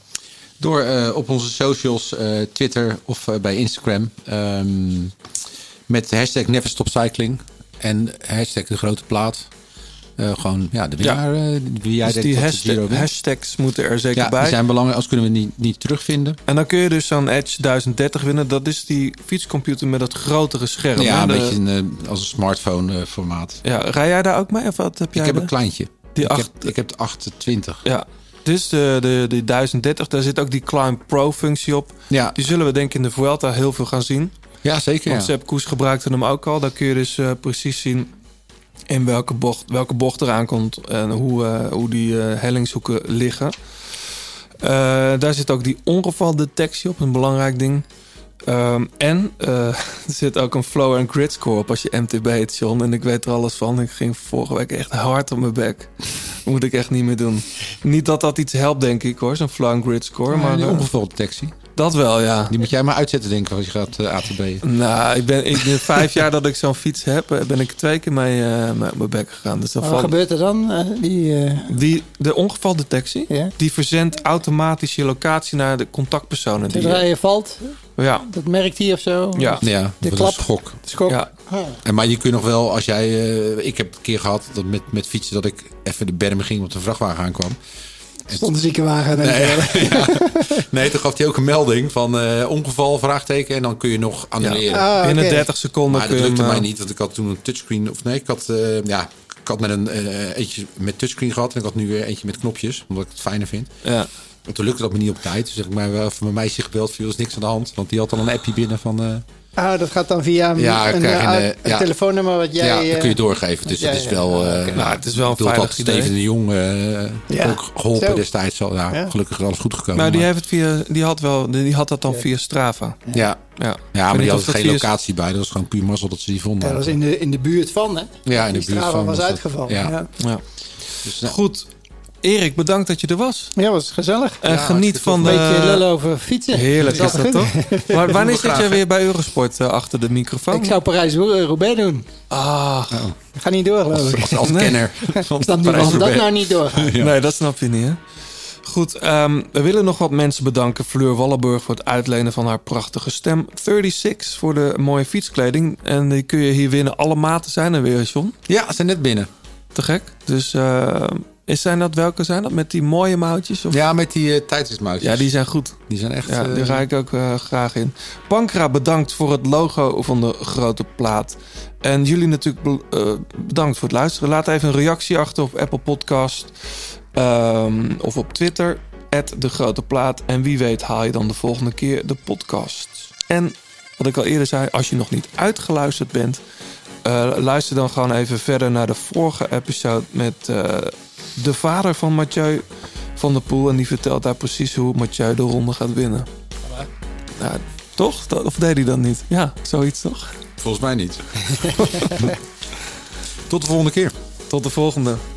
Door uh, op onze socials, uh, Twitter of uh, bij Instagram... Um, met de hashtag NeverStopCycling en hashtag de grote plaat... Uh, gewoon ja, de winnaar. Ja. Uh, wie jij dus denkt die dat hashtag, de Giro hashtags moeten er zeker ja, bij. Die zijn belangrijk, als kunnen we niet, niet terugvinden. En dan kun je dus zo'n Edge duizend dertig winnen. Dat is die fietscomputer met dat grotere scherm. Ja, een de... beetje een, uh, als een smartphone uh, formaat. Ja, rij jij daar ook mee? Of wat heb jij ik heb de... een kleintje. Die ik, acht... heb, ik heb de achtentwintig. Ja, dus de, de, de duizend dertig. Daar zit ook die Climb Pro functie op. Ja. Die zullen we denk ik in de Vuelta heel veel gaan zien. Ja, zeker. Want ja. Sepp Koes gebruikte hem ook al. Daar kun je dus uh, precies zien in welke bocht, welke bocht eraan komt en hoe, uh, hoe die uh, hellingshoeken liggen. Uh, daar zit ook die ongevaldetectie op, een belangrijk ding. Um, en uh, er zit ook een flow and grid score op als je M T B heet, John. En ik weet er alles van. Ik ging vorige week echt hard op mijn bek. Dat moet ik echt niet meer doen. Niet dat dat iets helpt, denk ik hoor, zo'n flow and grid score. Ja, maar die uh, ongevaldetectie. Dat wel, ja. Die moet jij maar uitzetten, denk ik, als je gaat uh, A T B'en. Nou, ik ben, ik ben vijf jaar dat ik zo'n fiets heb, ben ik twee keer mee uh, met mijn bek gegaan. Dus wat valt... gebeurt er dan? Uh, die, uh... die, de ongevaldetectie, ja? die verzendt automatisch je locatie naar de contactpersonen. Zodra die je valt, ja. dat merkt hij of zo? Ja, ja de dat klap. is een schok. De schok. Ja. Ah. En, maar je kunt nog wel, als jij... Uh, ik heb een keer gehad dat met, met fietsen dat ik even de bermen ging op de vrachtwagen aankwam. Stond de ziekenwagen. Nee, ja. nee, toen gaf hij ook een melding van uh, ongeval, vraagteken. En dan kun je nog annuleren. Ja. Ah, binnen okay. dertig seconden maar kun je dat lukte hem, mij niet, want ik had toen een touchscreen. Of nee, ik had, uh, ja, ik had met een uh, eentje met touchscreen gehad. En ik had nu weer eentje met knopjes, omdat ik het fijner vind. Ja. En toen lukte dat me niet op tijd. Dus zeg ik maar wel van mijn meisje gebeld, viel is niks aan de hand. Want die had dan een appje binnen van... Uh, Ah, dat gaat dan via een, ja, een, een, een, uh, een ja. telefoonnummer wat jij... Ja, dat kun je doorgeven. Dus ja, het is ja, wel... ja, Uh, okay. Nou, het is wel een veilig idee. Steven de Jong uh, ja. ook geholpen Zo. destijds. Al, ja, ja. Gelukkig is alles goed gekomen. Nou, die, maar... heeft het via, die, had wel, die had dat dan ja. via Strava. Ja, ja. ja. ja maar die had geen via... locatie bij. Dat was gewoon puur mazzel dat ze die vonden. Ja, dat was in de, in de buurt van, hè? Ja, in de die buurt Strava van. was was uitgevallen. Ja. Ja. Ja. Dus, nou, goed. Erik, bedankt dat je er was. Ja, was gezellig. En ja, geniet van de... Een beetje lullen over fietsen. Heerlijk is dat toch? Maar wanneer zit jij weer bij Eurosport uh, achter de microfoon? Ik zou Parijs-Roubaix doen. Ah. Oh. Ik ga niet door, geloof ik. Als, als nee. kenner. Snap niet waarom dat nou niet doorgaat. Ja. Nee, dat snap je niet, hè? Goed, um, we willen nog wat mensen bedanken. Fleur Wallenburg voor het uitlenen van haar prachtige stem. drieëndertig voor de mooie fietskleding. En die kun je hier winnen. Alle maten zijn er weer, John. Ja, ze zijn net binnen. Te gek. Dus uh, is zijn dat, welke zijn dat? Met die mooie mouwtjes? Of? Ja, met die uh, tijdritmouwtjes. Ja, die zijn goed. Die zijn echt... Ja, uh... daar ga ik ook uh, graag in. Pankra, bedankt voor het logo van de grote plaat. En jullie natuurlijk be- uh, bedankt voor het luisteren. Laat even een reactie achter op Apple Podcast. Um, of op Twitter. De Grote Plaat. En wie weet haal je dan de volgende keer de podcast. En wat ik al eerder zei. Als je nog niet uitgeluisterd bent. Uh, luister dan gewoon even verder naar de vorige episode. Met uh, de vader van Mathieu van der Poel. En die vertelt daar precies hoe Mathieu de ronde gaat winnen. Ja, toch? Of deed hij dat niet? Ja, zoiets toch? Volgens mij niet. Tot de volgende keer. Tot de volgende.